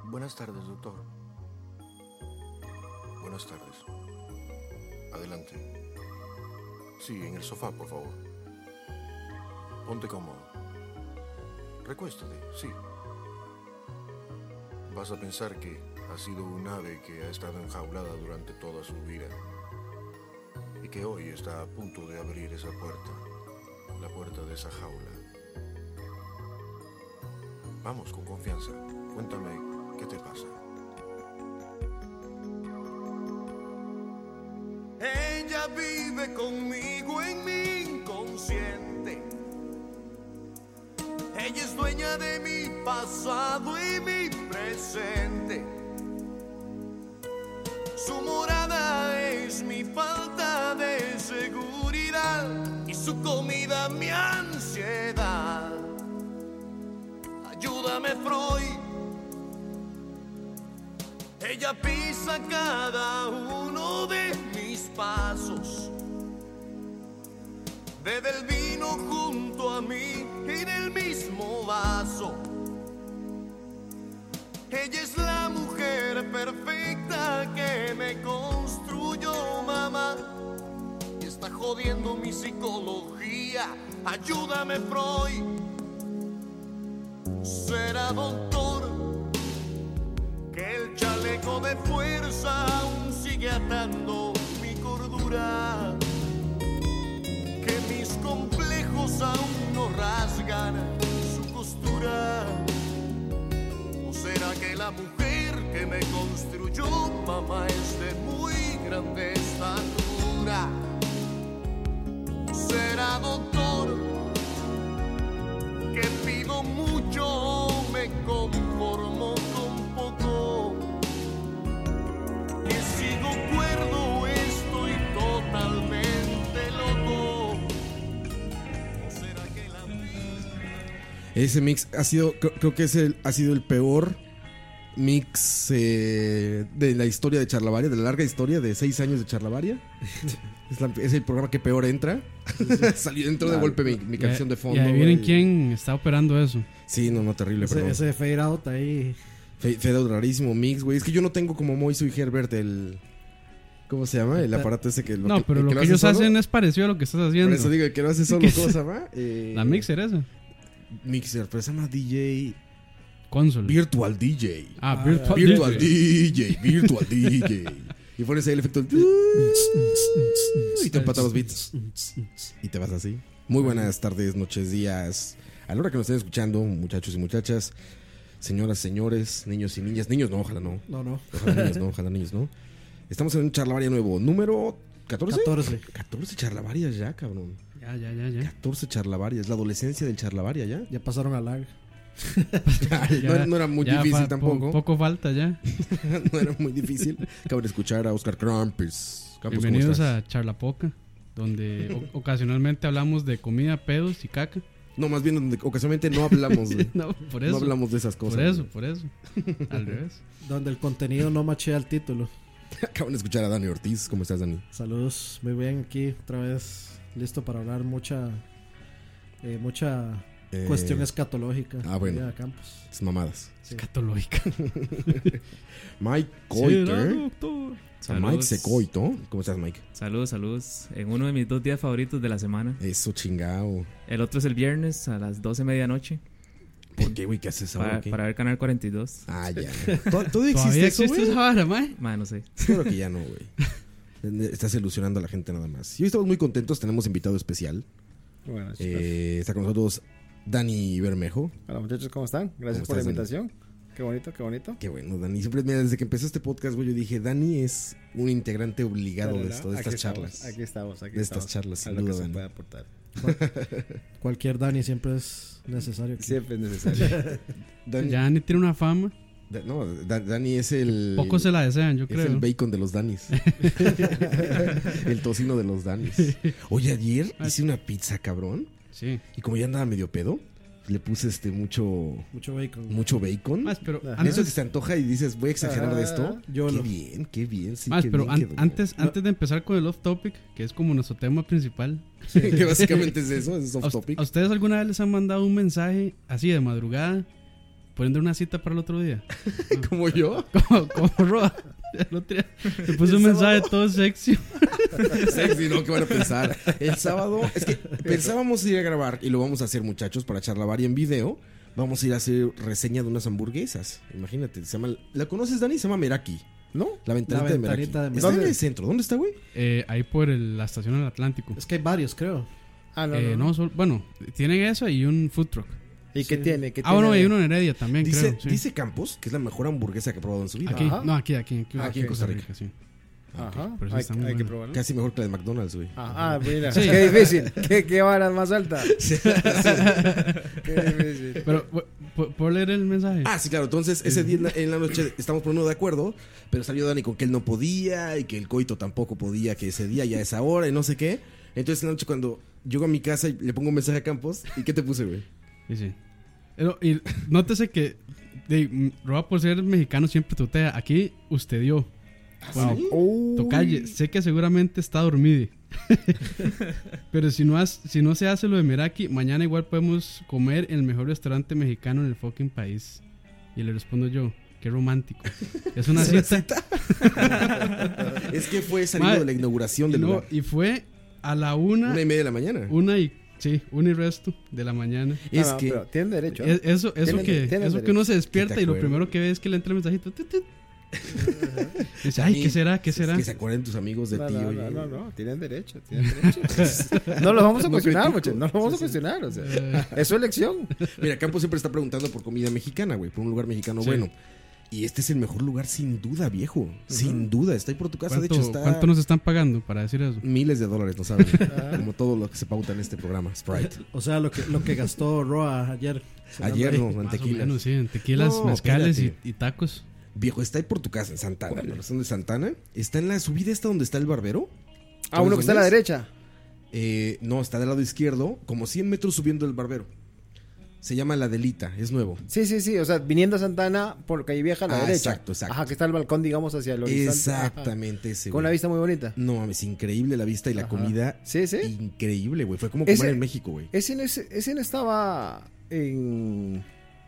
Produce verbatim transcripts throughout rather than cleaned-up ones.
Buenas tardes, doctor. Buenas tardes. Adelante. Sí, en el sofá, por favor. Ponte cómodo. Recuéstate, sí. Vas a pensar que ha sido un ave que ha estado enjaulada durante toda su vida y que hoy está a punto de abrir esa puerta, la puerta de esa jaula. Vamos, con confianza. Cuéntame, ¿qué te pasa? Ella vive conmigo en mi inconsciente. Ella es dueña de mi pasado y mi presente. Su morada es mi falta de seguridad y su comida mi ansiedad. Ayúdame, Freud. Ella pisa cada uno de mis pasos. Bebe el vino junto a mí en el mismo vaso. Ella es la mujer perfecta que me construyó, mamá, y está jodiendo mi psicología. Ayúdame, Freud. Será doctor que el chaleco de fuerza aún sigue atando mi cordura, que mis complejos aún no rasgan su costura. ¿O será que la mujer que me construyó, mamá, es de muy grande estatura? ¿Será doctor que pido mucho, me conformo con poco? Que sigo cuerdo, estoy totalmente loco. ¿O será que la Ese mix ha sido, creo, creo que es el, ha sido el peor mix eh, de la historia de Charlavaria, de la larga historia de seis años de Charlavaria. Es, la, es el programa que peor entra. Salió dentro de golpe mi, mi canción de fondo. Y adivinen güey. quién está operando eso. Sí, no, no, terrible, Ese, perdón. ese fade out ahí. Fade, fade out rarísimo mix, güey. Es que yo no tengo como Moiso y Herbert el... ¿Cómo se llama? El aparato ese que... Lo no, que, pero el lo que que lo ellos hace hacen solo. es parecido a lo que estás haciendo. Por eso digo que lo hace solo. ¿Cómo se llama? Eh, La mixer esa. Mixer, pero se llama D J... Console. Virtual D J. Ah, Virtual, Virtual D J. D J. Virtual D J. Y pones ahí el efecto. Y te empata los beats. Y te vas así. Muy buenas tardes, noches, días. A la hora que nos estén escuchando, muchachos y muchachas, señoras, señores, niños y niñas. Niños no, ojalá no. No, no. Ojalá niños no, ojalá niños no. Estamos en un Charlavaria nuevo. Número catorce. catorce. catorce Charlavarias ya, cabrón. Ya, ya, ya, ya. catorce Charlavarias. La adolescencia del Charlavaria ya. Ya pasaron a lag. Ya, Ya, no, no era muy ya difícil fa- tampoco. po- poco falta ya. No era muy difícil. Acaban de escuchar a Oscar Krampus. Campos, ¿cómo Bienvenidos estás? a Charlapoca, donde o- ocasionalmente hablamos de comida, pedos y caca. No, más bien donde ocasionalmente no hablamos de, No, por eso. no hablamos de esas cosas. Por eso, güey. por eso. Al revés. Donde el contenido no machea el título. Acaban de escuchar a Dani Ortiz. ¿Cómo estás, Dani? Saludos, muy bien aquí otra vez. Listo para hablar mucha eh, mucha Eh, cuestión escatológica. ah, bueno. de Campos. Es mamadas. Sí. Catológica. Mike Será, Coiter. doctor. A Mike Secoito. ¿Cómo estás, Mike? Saludos, saludos. En uno de mis dos días favoritos de la semana. Eso chingao. El otro es el viernes a las doce de medianoche. ¿Por qué, güey? ¿Qué haces ahora? Para, ¿Qué? para ver Canal cuarenta y dos. Ah, ya. ¿Todo, todo existe ¿Todavía eso, existe güey? esa vara, mae? Ma, no sé. Claro que ya no, güey. Estás ilusionando a la gente nada más. Y hoy estamos muy contentos. Tenemos invitado especial. Bueno, chicos. Eh, está con nosotros Dani Bermejo. Hola muchachos, ¿cómo están? Gracias ¿Cómo por la estás, invitación. Qué bonito, qué bonito. Qué bueno, Dani. Siempre, mira, desde que empezó este podcast, güey, yo dije, Dani es un integrante obligado Pero de, no, esto, de aquí estas estamos, charlas. Aquí estamos, aquí De estas estamos. charlas, sin a lo que duda, se Dani. puede aportar. Cualquier Dani siempre es necesario. aquí. Siempre es necesario. Dani, Ya ni tiene una fama. Da- no, Da- Dani es el... Pocos se la desean, yo Es creo. el bacon de los Danis. El tocino de los Danis. Oye, ayer hice una pizza, cabrón. Sí. Y como ya andaba medio pedo, le puse este mucho Mucho bacon. mucho bacon. Más, pero Ah, Eso que antes, se antoja y dices, voy a exagerar de esto. Yo Qué lo- bien, qué bien. Sí, más, qué pero bien an- quedó. antes, antes de empezar con el off topic, que es como nuestro tema principal. Que básicamente es eso, es ¿A, off us- topic. ¿A ustedes alguna vez les han mandado un mensaje así de madrugada poniendo una cita para el otro día. Como yo. Como, como Roa. El otro día te puse un mensaje todo sexy. Sexy, ¿no? ¿Qué van a pensar? El sábado, es que pensábamos ir a grabar y lo vamos a hacer, muchachos, para Charlavaria en video. Vamos a ir a hacer reseña de unas hamburguesas. Imagínate, se llama, ¿la conoces, Dani? Se llama Meraki. ¿No? La ventanita, La de Meraki. ventanita de Meraki. Está en ¿Dónde? el centro. ¿Dónde está, güey? Eh, ahí por el- la estación del Atlántico. Es que hay varios, creo. Ah, no, Eh, no. no, sol- bueno, tienen eso y un food truck. ¿Y qué Sí. tiene? ¿Qué Ah, bueno, tiene? hay uno en Heredia también, Dice, creo. sí. dice Campos que es la mejor hamburguesa que ha probado en su vida. Aquí, Ajá. no, aquí, aquí, aquí, Aquí en Costa Rica. sí. Ajá. Pero sí hay está muy hay que bueno. probarlo. Casi mejor que la de McDonald's, güey. Ah, ah, mira. Sí. Qué difícil. ¿Qué, qué varas más alta? Qué difícil. Pero, pu- pu- ¿puedo leer el mensaje? Ah, sí, claro. Entonces, ese día en la, en la noche estamos poniendo de acuerdo, pero salió Dani con que él no podía y que el coito tampoco podía, que ese día ya es ahora y no sé qué. Entonces, en la noche cuando llego a mi casa y le pongo un mensaje a Campos, ¿y qué te puse, güey? Sí, sí. Pero, y nótese que de, mm, Roa, por ser mexicano, siempre tutea. Aquí usted dio. Bueno, Uy. tocalle, sé que seguramente está dormido. Pero si no, has- si no se hace lo de Meraki, mañana igual podemos comer en el mejor restaurante mexicano en el fucking país. Y le respondo yo, qué romántico. Es una cita. Es que fue saliendo Madre, de la inauguración Y, del no, lugar. y fue a la una, Una y media de la mañana. una y sí, una y resto de la mañana. Es No, no, que pero tienen derecho. ¿eh? Es- eso, eso Tienen- que, tienen eso que derecho. uno se ¿Qué despierta te y lo acuerdas? primero que ve es que le entra el mensajito. tut, tut. Dice, ay, ¿qué será? ¿Qué será? Que se acuerden tus amigos de No, ti, no, oye. no, no, no, tienen derecho, tienen derecho. No los vamos a No cuestionar, critico. muchachos, no los vamos a cuestionar, o sea, Eh, es su elección. Mira, Campos siempre está preguntando por comida mexicana, güey, por un lugar mexicano Sí. bueno. Y este es el mejor lugar, sin duda, viejo. Sin duda. Está ahí por tu casa. De ¿cuánto, hecho, está cuánto nos están pagando para decir eso? miles de dólares, no saben. Como todo lo que se pauta en este programa. Sprite. O sea, lo que, lo que gastó Roa ayer. Ayer Ahí. no, en Más o tequila. menos, sí, en tequilas, No, mezcales y, espérate. y tacos. Viejo, está ahí por tu casa, en Santana. En la razón de Santana. Está en la subida esta donde está el barbero. A uno que está a la ¿Dónde es? derecha. Eh, no, está del lado izquierdo, como cien metros subiendo el barbero. Se llama La Delita, es nuevo. Sí, sí, sí, o sea, viniendo a Santana por calle Vieja a la Ah, derecha. exacto, exacto. Ajá, que está el balcón, digamos, hacia el horizonte. Ajá. Exactamente ese, Con güey. una vista muy bonita. No mames, increíble la vista y la Ajá. comida. Sí, sí. Increíble, güey. Fue como Ese- comer en México, güey. Ese no, ese, ese no estaba en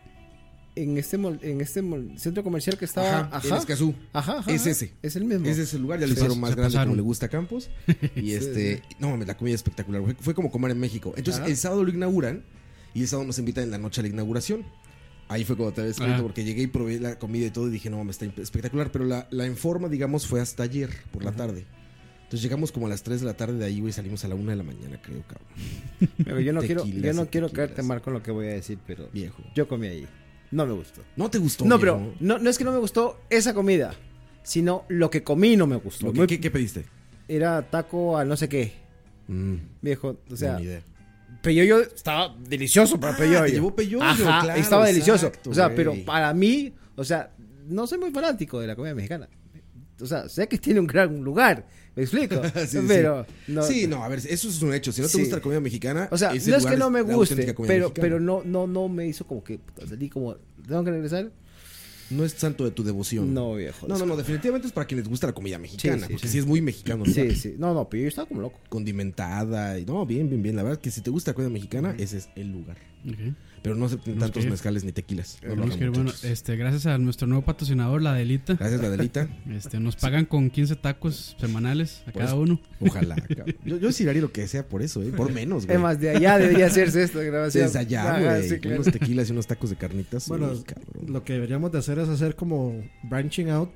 en este mol- en este mol- centro comercial que estaba Ajá, ajá en Escazú. ajá, ajá, Es ajá. ese. Es el mismo. Es ese lugar, ya lo Se hicieron pas- más se grande pasaron. como le gusta a Campos. Y este, no mames, la comida es espectacular, güey. Fue como comer en México. Entonces, Ajá. el sábado lo inauguran y el sábado nos invitan en la noche a la inauguración. Ahí fue cuando te había escrito, Ajá. porque llegué y probé la comida y todo y dije, no mames, está espectacular. Pero la, la en forma, digamos, fue hasta ayer por la tarde. Entonces llegamos como a las tres de la tarde de ahí, güey, salimos a la una de la mañana, creo, cabrón. Pero yo no quiero Tequilas yo y no quiero tequilas. caerte mal con lo que voy a decir, pero Viejo. yo comí ahí. No me gustó. ¿No te gustó? No, viejo? pero no, no es que no me gustó esa comida, sino lo que comí no me gustó. ¿Lo que- Muy- ¿Qué, qué pediste? Era taco al no sé qué, Mm, viejo, o sea, no, ni idea. peyoyo estaba delicioso para Ah, peyoyo. te llevó peyoyo, Ajá, claro, estaba delicioso. exacto, O sea, güey. pero para mí, o sea, no soy muy fanático de la comida mexicana. O sea, sé que tiene un gran lugar, me explico, Sí, pero no, sí, no, a ver, eso es un hecho. Si no te Sí. gusta la comida mexicana, o sea, ese no es lugar que no me la guste, auténtica comida pero mexicana. pero no no no me hizo como que puta, salí como tengo que regresar. No es santo de tu devoción. No, viejo. No, no, no, definitivamente es para quien les gusta la comida mexicana, Sí, sí, porque sí. sí es muy mexicano. ¿no? Sí, sí. No, no, pero yo estaba como loco. Condimentada y no, bien, bien, bien. La verdad que si te gusta la comida mexicana, ese es el lugar. Ok. Pero no acepten Tenemos tantos que ir. mezcales ni tequilas. No lo Tenemos hagan, que ir, bueno, muchachos. este, gracias a nuestro nuevo patrocinador, La Delita. Gracias, Adelita. Este, nos pagan con quince tacos semanales a Pues, cada uno. Ojalá. cabrón. Yo, yo sí haría lo que sea por eso, ¿eh? Por menos, güey. Es más, de allá debería hacerse esta grabación. Desde allá, Ajá, güey. sí, con claro. unos tequilas y unos tacos de carnitas. Bueno, uy, cabrón. lo que deberíamos de hacer es hacer como branching out.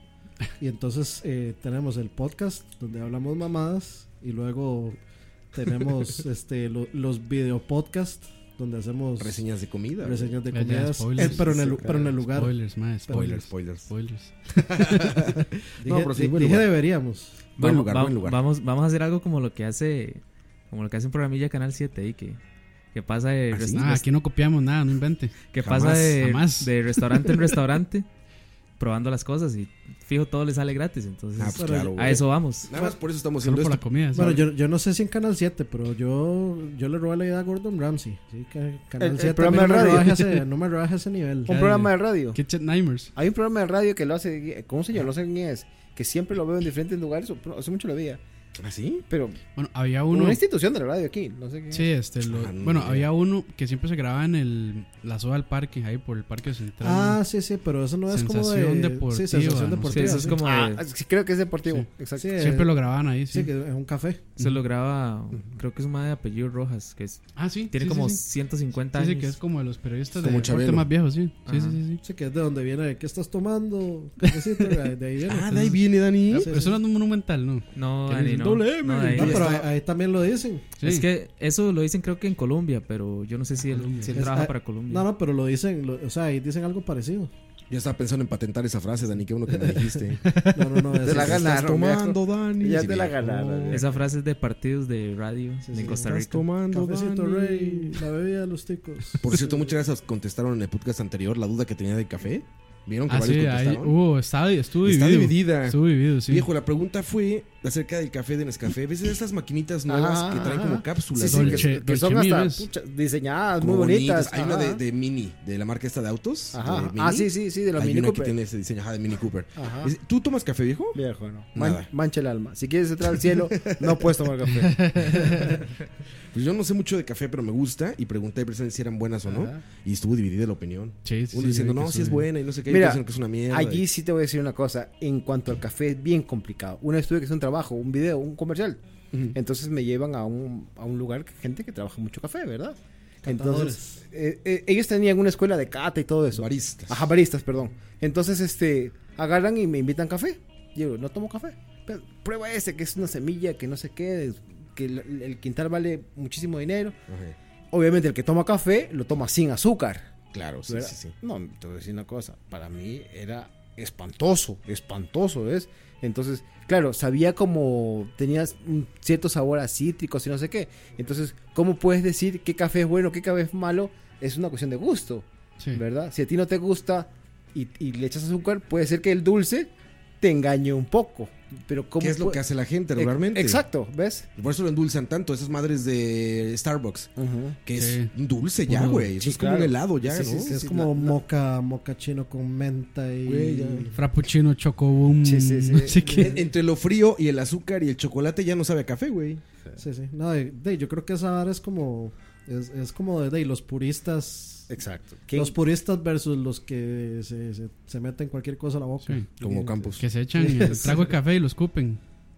Y entonces eh, tenemos el podcast donde hablamos mamadas. Y luego tenemos este lo- los video podcast donde hacemos Reseñas de comida. güey. reseñas de Ya, ya, comidas. spoilers. eh, pero, en el, Sí, pero en el lugar. Spoilers, más. Spoilers, spoilers. Spoilers. Dije, No, pero sí, di- buen dije lugar. deberíamos. Buen Vamos- lugar, va- buen lugar. Vamos, vamos a hacer algo como lo que hace como lo que hace un programilla de Canal siete ahí que, que pasa de ¿Ah, sí? rest- Ah, rest- aquí no copiamos nada, no invente. que jamás, pasa de, jamás. de restaurante en restaurante probando las cosas y fijo todo le sale gratis, entonces Ah, pues Pero claro, a güey. eso vamos. Nada más por eso estamos Solo haciendo por la esto. comida. Bueno, ¿sabes? yo, yo no sé si en Canal siete, pero yo, yo le robé la idea a Gordon Ramsay. Sí, que Canal El- el siete a mí programa no, de me radio. rebaje ese, no me rebaje ese nivel. Un programa de radio. Kitchen Nightmares. Hay un programa de radio que lo hace, ¿cómo se llama? No sé quién es, que siempre lo veo en diferentes lugares, hace mucho lo veía. ¿Ah, sí? Pero Bueno, había uno. una institución de la radio aquí, no sé qué. Sí, este, lo- Ah, no, bueno, no. había uno que siempre se grababa en el, la soda del parque, ahí por el parque central. Ah, sí, sí, pero eso no es como de... Sensación deportiva, Sí, sensación no sé. deportiva. Sí, eso es sí. como Ah, de- sí, creo que es deportivo. Sí. Exacto. Sí, Siempre eh, lo grababan ahí, sí. Sí, que es un café. se lo graba, creo que es un madre de apellido Rojas, que es, Ah, sí. tiene sí, como sí, sí. ciento cincuenta Sí, años. sí, que es como de los periodistas de Como deporte Chabelo. más viejos, sí. Sí, Ajá. sí, sí, sí. Sí, que es de donde viene. ¿Qué estás tomando? Cafecito, de de ahí viene. Ah, de ahí viene, Dani. Ah, Sí, pero sí. eso no es un monumental, ¿no? No, Que Dani, es no. doble M. No, de ahí No, pero está. ahí, ahí también lo dicen. Sí. Es que eso lo dicen creo que en Colombia, pero yo no sé si él, Colombia. si él Es- trabaja ah, para Colombia. No, no, pero lo dicen, lo- o sea, ahí dicen algo parecido. Ya estaba pensando en patentar esa frase, Dani, qué bueno que me dijiste. No, no, no. Te es- la es- ¿Qué estás ganaron, tomando, Dani? Ya Sí, te la viejo. ganaron. Esa frase es de partidos de radio Sí, de sí. Costa Estás Rica. tomando, Cafecito Dani. Rey, la bebida de los ticos. Por cierto, muchas gracias. Contestaron en el podcast anterior la duda que tenía del café. ¿Vieron que Ah, varios sí, ahí contestaron? hubo, estaba, estuvo Está dividido. dividida. Estuvo dividido, sí. Viejo, la pregunta fue acerca del café de Nescafé. ¿Ves esas maquinitas nuevas Ajá, que traen ajá. como cápsulas? Sí, sí, güey? Dolce- que, que son Dolce hasta Mimes. pucha, diseñadas, Como muy bonitas. Hay una de, Ajá. de Mini, de la marca esta de autos. Ajá. de Mini. Ah, sí, sí, sí, de la Hay Mini una que Cooper. tiene ese diseño, ajá, de Mini Cooper. Ajá. Es- ¿Tú tomas café, viejo? Viejo, no. Man- Nada. mancha el alma. Si quieres entrar al cielo, no puedes tomar café. Pues yo no sé mucho de café, pero me gusta. Y pregunté precisamente si eran buenas o no. Ajá. Y estuvo dividida la opinión. Sí, sí, Uno sí, diciendo, sí, no, que sí es estuvo- buena y no sé qué. Y Mira, otros diciendo que es una mierda. Allí y- sí te voy a decir una cosa. En cuanto al café, es bien complicado. Una vez tuve que hacer un trabajo, un video, un comercial. Ujú. Entonces me llevan a un, a un lugar, que- gente que trabaja mucho café, ¿verdad? Catadores. Entonces, eh, eh, ellos tenían una escuela de cata y todo eso. Baristas. Ajá, baristas, perdón. Entonces, este, agarran y me invitan café. Y yo, no tomo café. Pero, prueba este, que es una semilla, que no sé qué, que el, el quintal vale muchísimo dinero. Ajá. Obviamente, el que toma café, lo toma sin azúcar. Claro, sí, ¿verdad? sí, sí. No, te voy a decir una cosa. Para mí era espantoso, espantoso, ¿ves? Entonces, claro, sabía como tenías un cierto sabor a cítricos y no sé qué. Entonces, ¿cómo puedes decir qué café es bueno, qué café es malo? Es una cuestión de gusto, Sí. ¿verdad? Si a ti no te gusta y, y le echas azúcar, puede ser que el dulce te engañe un poco. Pero ¿cómo ¿Qué es lo puede- que hace la gente Ex- regularmente? Exacto, ¿ves? Por eso lo endulzan tanto, esas madres de Starbucks. Que es Sí. un dulce ya, Puro- güey. Eso sí, es como claro. un helado ya, Sí, sí, ¿no? sí, Que es sí, como la- la- moca, moca chino con menta y... Güey, ya. Frappuccino, chocoboom. Sí, sí, sí. No sé qué. En- Entre lo frío y el azúcar y el chocolate ya no sabe a café, güey. Sí, sí. No, de, de- yo creo que esa vara es como... Es, es como de, de los puristas... Exacto. Los puristas versus los que se, se, se meten cualquier cosa a la boca. Sí. Como Y- Campos. Que se echan el trago de café y lo escupen.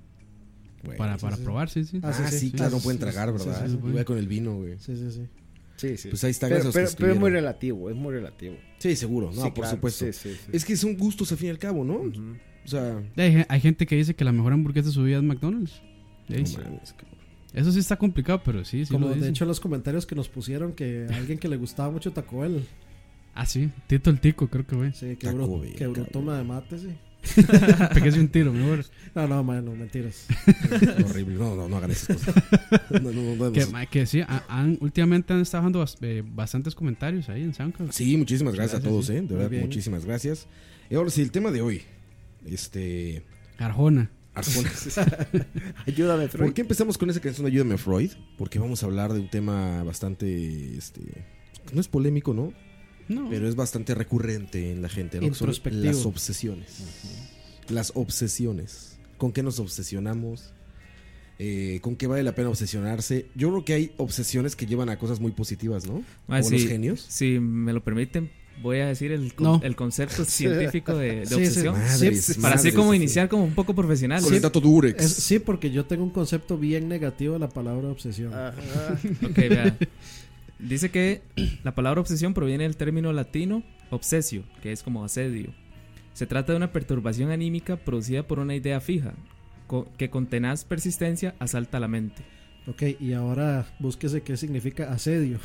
Güey. Para, sí, para sí. probar, sí, sí. Ah, Ah, sí, sí, sí. claro, no Sí, pueden sí, tragar, sí, ¿verdad? sí, sí, Igual con el vino, güey. Sí, sí, sí. Sí, sí. Pues ahí está, pero, gracias a los pero, que pero es muy escribieron. relativo, es muy relativo. Sí, seguro. No, Sí, por claro, supuesto. sí, sí, sí. Es que son gustos al fin y al cabo, ¿no? Ujú. O sea, Hay, hay gente que dice que la mejor hamburguesa de su vida es McDonald's. no Ey, mames, cabrón. Eso sí está complicado, pero sí, sí Como lo de dicen. hecho los comentarios que nos pusieron que a alguien que le gustaba mucho Taco Bell. Ah, sí. Tito el Tico, creo que fue. Sí, que, Taco bro, Bell, que cabrón. brutoma de mate, sí. Peguese un tiro, mejor. No, no, man, no, mentiras. Horrible. No, no, no hagan esas cosas. No, no, no, Que, no. ma- que sí, ha- han, últimamente han estado dando bas- eh, bastantes comentarios ahí en SoundCloud. Sí, muchísimas gracias, Gracias, a todos, sí. ¿eh? De Muy verdad, bien. muchísimas gracias. Y ahora sí, el tema de hoy. Este. Arjona. Arjona. Ayúdame, Freud. ¿Por qué empezamos con esa canción de Ayúdame Freud? Porque vamos a hablar de un tema bastante. Este. No es polémico, ¿no? No. Pero es bastante recurrente en la gente, ¿no? Que son Introspectivo. las obsesiones. Las obsesiones. ¿Con qué nos obsesionamos? Eh, ¿Con qué vale la pena obsesionarse? Yo creo que hay obsesiones que llevan a cosas muy positivas, ¿no? Ah, Como sí, los genios. Si me lo permiten, voy a decir el, con- No. el concepto científico de, de Sí, sí. obsesión. Madres, Sí, Para así madres, como sí. iniciar como un poco profesional. Con el dato Durex. Es- sí, porque yo tengo un concepto bien negativo de la palabra obsesión. Ajá. Ok, vea. Dice que la palabra obsesión proviene del término latino obsesio, que es como asedio. Se trata de una perturbación anímica producida por una idea fija, co- que con tenaz persistencia asalta la mente. Ok, y ahora búsquese qué significa asedio.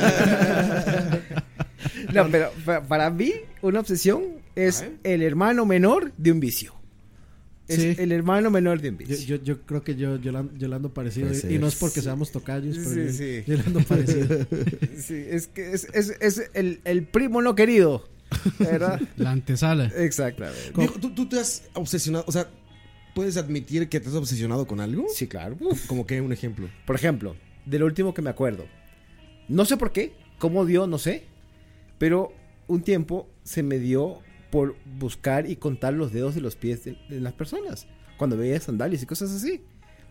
No, pero pa- para mí, una obsesión es Ajá. el hermano menor de un vicio. Es Sí. el hermano menor de un Yo, vicio. yo, yo creo que yo, yo, la- yo le ando parecido. Puede Y, ser. y no es porque seamos tocayos, pero Sí, yo, sí. yo le ando parecido. Sí, es que es, es, es el, el primo no querido. ¿Verdad? La antesala. Exactamente. Digo, ¿tú, tú te has obsesionado, o sea, ¿puedes admitir que te has obsesionado con algo? Sí, claro. Uf. Como que un ejemplo. Por ejemplo, de lo último que me acuerdo. No sé por qué, cómo dio, no sé. Pero un tiempo se me dio por buscar y contar los dedos de los pies de, de las personas. Cuando veía sandalias y cosas así.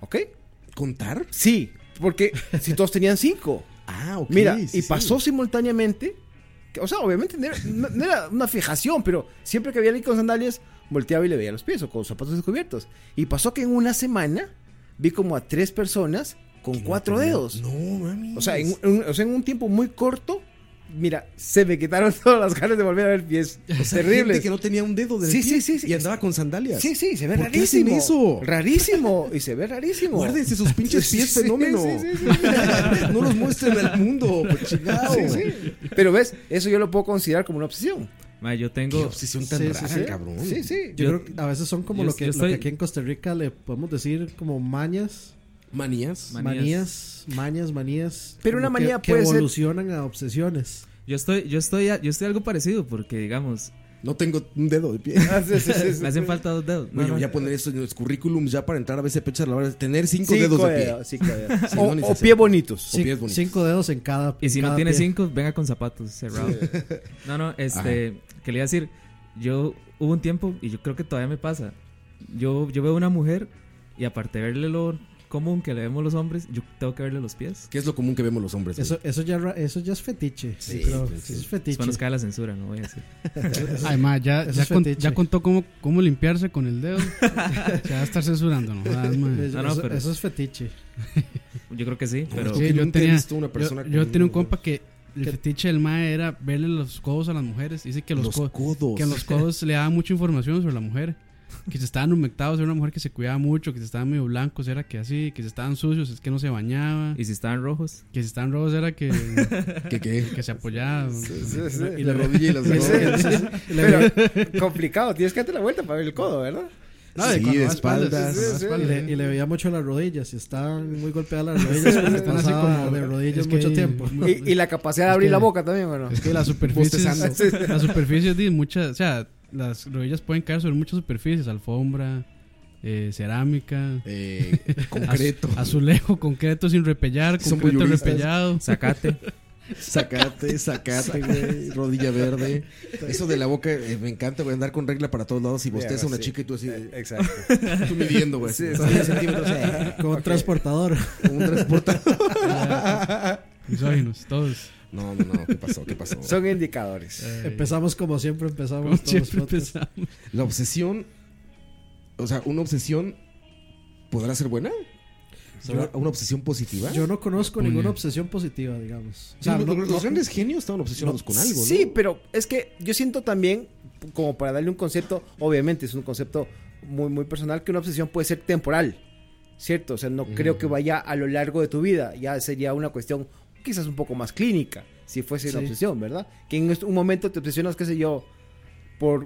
¿Ok? ¿Contar? Sí, porque si todos tenían cinco. Ah, ok. Mira, sí, y sí. pasó simultáneamente. que- o sea, obviamente no era, no- no era una fijación, pero siempre que había alguien con sandalias, volteaba y le veía los pies o con los zapatos descubiertos. Y pasó que en una semana vi como a tres personas con Que no cuatro tenía- dedos. No, mami. O sea, en, un- o sea, en un tiempo muy corto, mira, se me quitaron todas las ganas de volver a ver pies. O sea, Terribles. gente que no tenía un dedo del Sí, pie sí, sí, sí. y andaba con sandalias. Sí, sí, se ve ¿Por qué hacen rarísimo. eso? Rarísimo. Y se ve rarísimo. Guárdense sus pinches Sí, pies, sí, fenómeno. sí, sí, sí. No los muestren al mundo, pues chingado. Sí, sí. Pero ves, eso yo lo puedo considerar como una obsesión. Ma, yo Qué tengo. obsesión tan Sí, sí, rara, sí. cabrón. Sí, sí. Yo, Yo- creo que a veces son como yo- lo, que, yo lo estoy- que aquí en Costa Rica le podemos decir como mañas, Manías. Ma- manías, mañas, manías. Pero como una que- manía que, puede ser- evolucionan a obsesiones. Yo estoy, yo estoy, yo estoy algo parecido porque, digamos, No tengo un dedo de pie. Ah, sí, sí, sí, sí. me hacen falta dos dedos. No, Oye, no. voy a poner esto en los currículums ya para entrar a B C P Charlavaria. Tener cinco, Cinco dedos de pie. dedos, cinco dedos. Sí, o, no o necesito. pie bonitos. O pies Cin- bonitos. cinco dedos en cada. Y si en no cada tiene pie. cinco, venga con zapatos cerrados. No, no, este, que le iba a decir, yo hubo un tiempo, y yo creo que todavía me pasa, yo, yo veo una mujer y aparte de verle lo común que le vemos los hombres, yo tengo que verle los pies. ¿Qué es lo común que vemos los hombres? güey? Eso, eso, ya, ra- eso ya es fetiche. Sí, pero sí, eso sí. es fetiche. Después nos cae la censura, no voy a decir. Además, ya, Eso ya, es con- fetiche. ya contó cómo, cómo limpiarse con el dedo. Se va a estar censurando, ¿no? jodas, mae. Eso, No, no, eso- pero- eso es fetiche. Yo creo que sí, pero... Porque Sí, yo nunca he tenía- visto una persona Yo, yo con- tenía un compa que el fetiche del mae era verle los codos a las mujeres. Dice que los, Los co- codos. que los codos le daban mucha información sobre la mujer. Que se estaban humectados, era una mujer que se cuidaba mucho, que se estaban medio blancos, era que así, que se estaban sucios, es que no se bañaba. ¿Y si estaban rojos? Que si estaban rojos era que, ¿Qué qué? que se apoyaba. sí, sí. Y la rodilla y las Sí, dos. sí, sí. Pero complicado, tienes que darte la vuelta para ver el codo, ¿verdad? No, Sí, cuando de va espaldas. cuando va Sí, sí. Y espaldas, le, y le veía mucho las rodillas. Y estaban muy golpeadas las rodillas. Porque Están así pasaba como- de rodillas es que- mucho tiempo. Y, y la capacidad de Es abrir que- la boca también, ¿o no? Es que las superficies, Bostezando. las superficies de muchas, o sea, las rodillas pueden caer sobre muchas superficies, alfombra, eh, cerámica, Eh, concreto. az- azulejo, concreto sin repellar, Son concreto voyeuristas. repellado. Sacate. Sacate, sacate, güey. Rodilla verde. Eso de la boca eh, me encanta, güey. Andar con regla para todos lados. Y bosteza Sí. una chica y tú así. de- Exacto. Tú midiendo, güey. Sí, Sí, sí. centímetros. eh, Con un transportador. como un transportador. Misóginos, todos. No, no, no. ¿Qué pasó? ¿Qué pasó? Son indicadores. Eh, Empezamos como siempre empezamos. como todos los siempre podcasts. empezamos. La obsesión. O sea, una obsesión. ¿Podrá ser buena? O sea, Yo- una, una obsesión positiva. Yo no conozco Muy ninguna bien. obsesión positiva, digamos. O Sí, sea, los, no- los no- grandes genios estaban obsesionados con algo, ¿no? Sí, pero es que yo siento también, como para darle un concepto, obviamente es un concepto muy, muy personal, que una obsesión puede ser temporal, ¿cierto? O sea, no creo que vaya a lo largo de tu vida, ya sería una cuestión quizás un poco más clínica, si fuese una Sí. obsesión, ¿verdad? Que en un momento te obsesionas, qué sé yo, por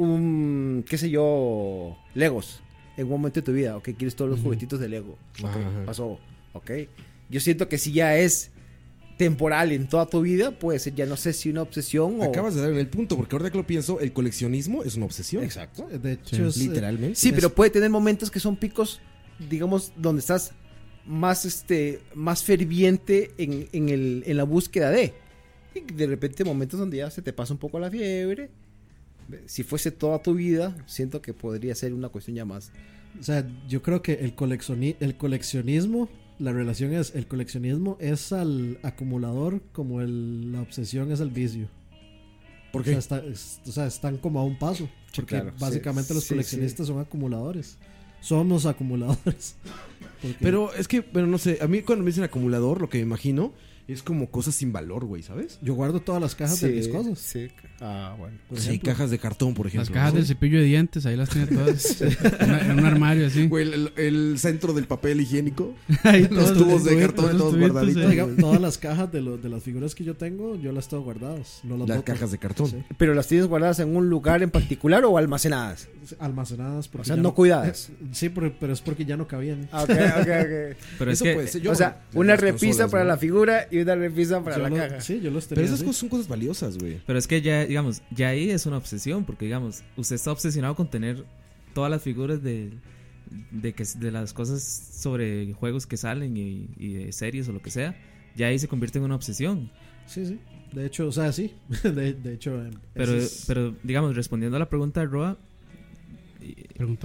un, qué sé yo, Legos, en un momento de tu vida, ok, quieres todos los juguetitos de Lego, ok, Ajá, ajá. pasó, ok. Yo siento que si ya es temporal en toda tu vida, puede ser, ya no sé si una obsesión o... Acabas de dar en el punto, porque ahora que lo pienso, el coleccionismo es una obsesión. Exacto. De hecho, Sí, es, eh, Literalmente. Sí, Es- pero puede tener momentos que son picos, digamos, donde estás más, este, más ferviente en, en, el, en la búsqueda de. Y de repente momentos donde ya se te pasa un poco la fiebre. Si fuese toda tu vida, siento que podría ser una cuestión ya más. O sea, yo creo que el, coleccioni- el coleccionismo, la relación es, el coleccionismo es al acumulador como el- la obsesión es al vicio. ¿Por O sea, qué? está- es- o sea, están como a un paso. Porque claro, básicamente sí, los sí, coleccionistas son acumuladores. Somos acumuladores. Porque- Pero es que, pero no sé, a mí cuando me dicen acumulador, lo que me imagino es como cosas sin valor, güey, ¿sabes? yo guardo todas las cajas de mis cosas. Sí. Ah, bueno. Por Sí, ejemplo. cajas de cartón, por ejemplo. Las cajas ¿no? del cepillo de dientes, ahí las tiene todas. en, una- en un armario así. Güey, el, el centro del papel higiénico. Ahí Los todos tubos de tubitos, cartón esos todos tubitos, guardaditos. eh. Diga, todas las cajas de, lo- de las figuras que yo tengo, yo las tengo guardadas. No las Las boto. cajas de cartón. Sí. ¿Pero las tienes guardadas en un lugar en particular o almacenadas? Almacenadas. Porque O sea, ya no cuidadas. Sí, pero, pero es porque ya no cabían. Ah, ok, ok, ok. Pero es Eso que puede ser. Yo O no- sea, de una las repisa consolas, para ¿no? la figura y una repisa para Yo la lo- caja. Sí, yo los tenía Pero esas así. cosas son cosas valiosas, güey. Pero es que ya, digamos, ya ahí es una obsesión, porque digamos, usted está obsesionado con tener todas las figuras de, de, que, de las cosas sobre juegos que salen y, y de series o lo que sea, ya ahí se convierte en una obsesión. Sí, sí. De hecho, o sea, sí. De, de hecho, eh, Pero, ese es- pero digamos, respondiendo a la pregunta de Roa, y- Preguntó algo.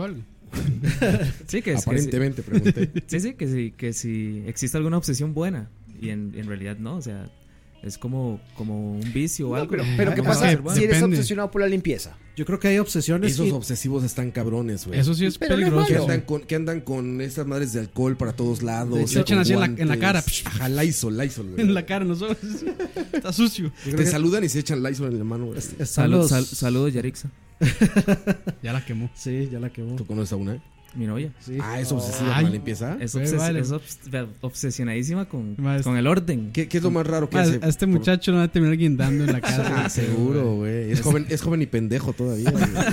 Sí, que es, Aparentemente, pregunté. que sí, sí, que sí, que si existe alguna obsesión buena. Y en, en realidad no, o sea, es como, como un vicio o No, algo. pero, pero ¿qué No, pasa sí, si eres depende. obsesionado por la limpieza? Yo creo que hay obsesiones Esos y- obsesivos están cabrones, güey. Eso sí es Pero no es peligroso. Que malo. andan, con, que andan con esas madres de alcohol para todos lados. De hecho, y echan con así en la- en la cara. guantes. Ajá, Lysol, Lysol, güey. En la cara, no solo. Está sucio. Te saludan y se echan Lysol en la mano, güey. están Salud, los- sal- saludos, Yarixa, Ya la quemó. Sí, ya la quemó. ¿Tú conoces a una? mi novia. Sí. Ah, es obsesiva Ay. con la limpieza. Es, Pues, obses- vale. es obs- obsesionadísima con, Más- con el orden. ¿Qué, qué es lo más raro que Ma, hace? a este muchacho lo va a terminar guindando en la cara. Ah, seguro, güey. Es joven, es joven y pendejo todavía.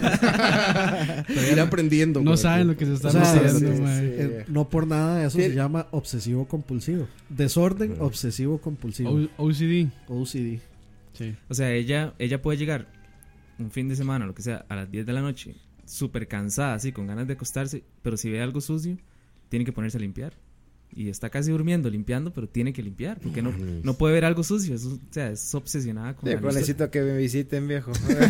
güey. Irá aprendiendo. No güey. saben lo que se está O sea, haciendo, sí, ma. sí. Eh, no por nada eso Tiene- se llama obsesivo compulsivo. Desorden obsesivo compulsivo. O- O C D. O C D. Sí. O sea, ella, ella puede llegar un fin de semana, lo que sea, a las diez de la noche, súper cansada, así, con ganas de acostarse, pero si ve algo sucio, tiene que ponerse a limpiar. Y está casi durmiendo, limpiando, pero tiene que limpiar, porque no, no puede ver algo sucio. Es, o sea, es obsesionada con la Viejo, limpieza. necesito que me visiten, viejo.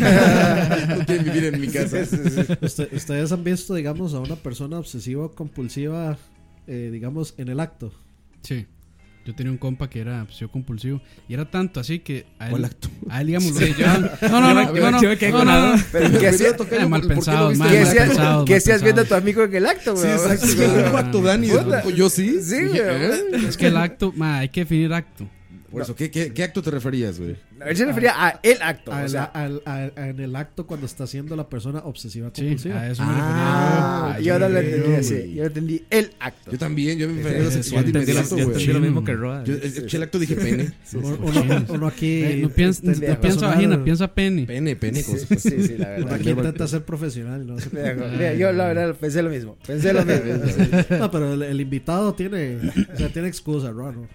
No quieren vivir en mi casa. Usted- ustedes han visto, digamos, a una persona obsesiva compulsiva, eh, digamos, en el acto. Sí. Yo tenía un compa que era obsesivo compulsivo. Y era tanto así que a él, ¿Cuál acto? a él digamos, lo llevaban- No, no, no, Yo me- no, no, yo me quedé no, con no, la- no. Pero ¿qué hacías? Eh, mal pensado, mal, ¿Qué mal hacías, pensado, ¿qué mal hacías viendo a pensado. tu amigo en el acto, Sí, güey? exacto. Sí, güey. güey. ¿Cómo acto Dani? Puta. Pues yo sí. Sí, Dije, güey. ¿eh? Es que el acto, ma, hay que definir acto. Por eso, ¿qué, qué, qué acto te referías, güey? Él se refería a el acto. Al- O sea, al- al- en el acto cuando está siendo la persona obsesiva Sí, compulsiva. a eso me ah, Ah, yo no lo yo entendí creo, así. güey. Yo entendí el acto. Yo también, yo me refería a la Sí, sexual de Yo entendí, lo, inmediato, yo güey. entendí lo mismo Chino. que Roa. Yo, el, el acto dije pene. Uno, uno- uno aquí. Eh, no piensa, este, viejo. no piensa sonar- vagina, piensa pene. Pene, pene. como Sí, se- sí, sí, la Uno verdad. aquí intenta ser profesional. ¿no? Se puede. Viejo, mira, yo la verdad pensé lo mismo. Pensé lo mismo. No, pero el, el invitado tiene, o sea, tiene excusa, Ron.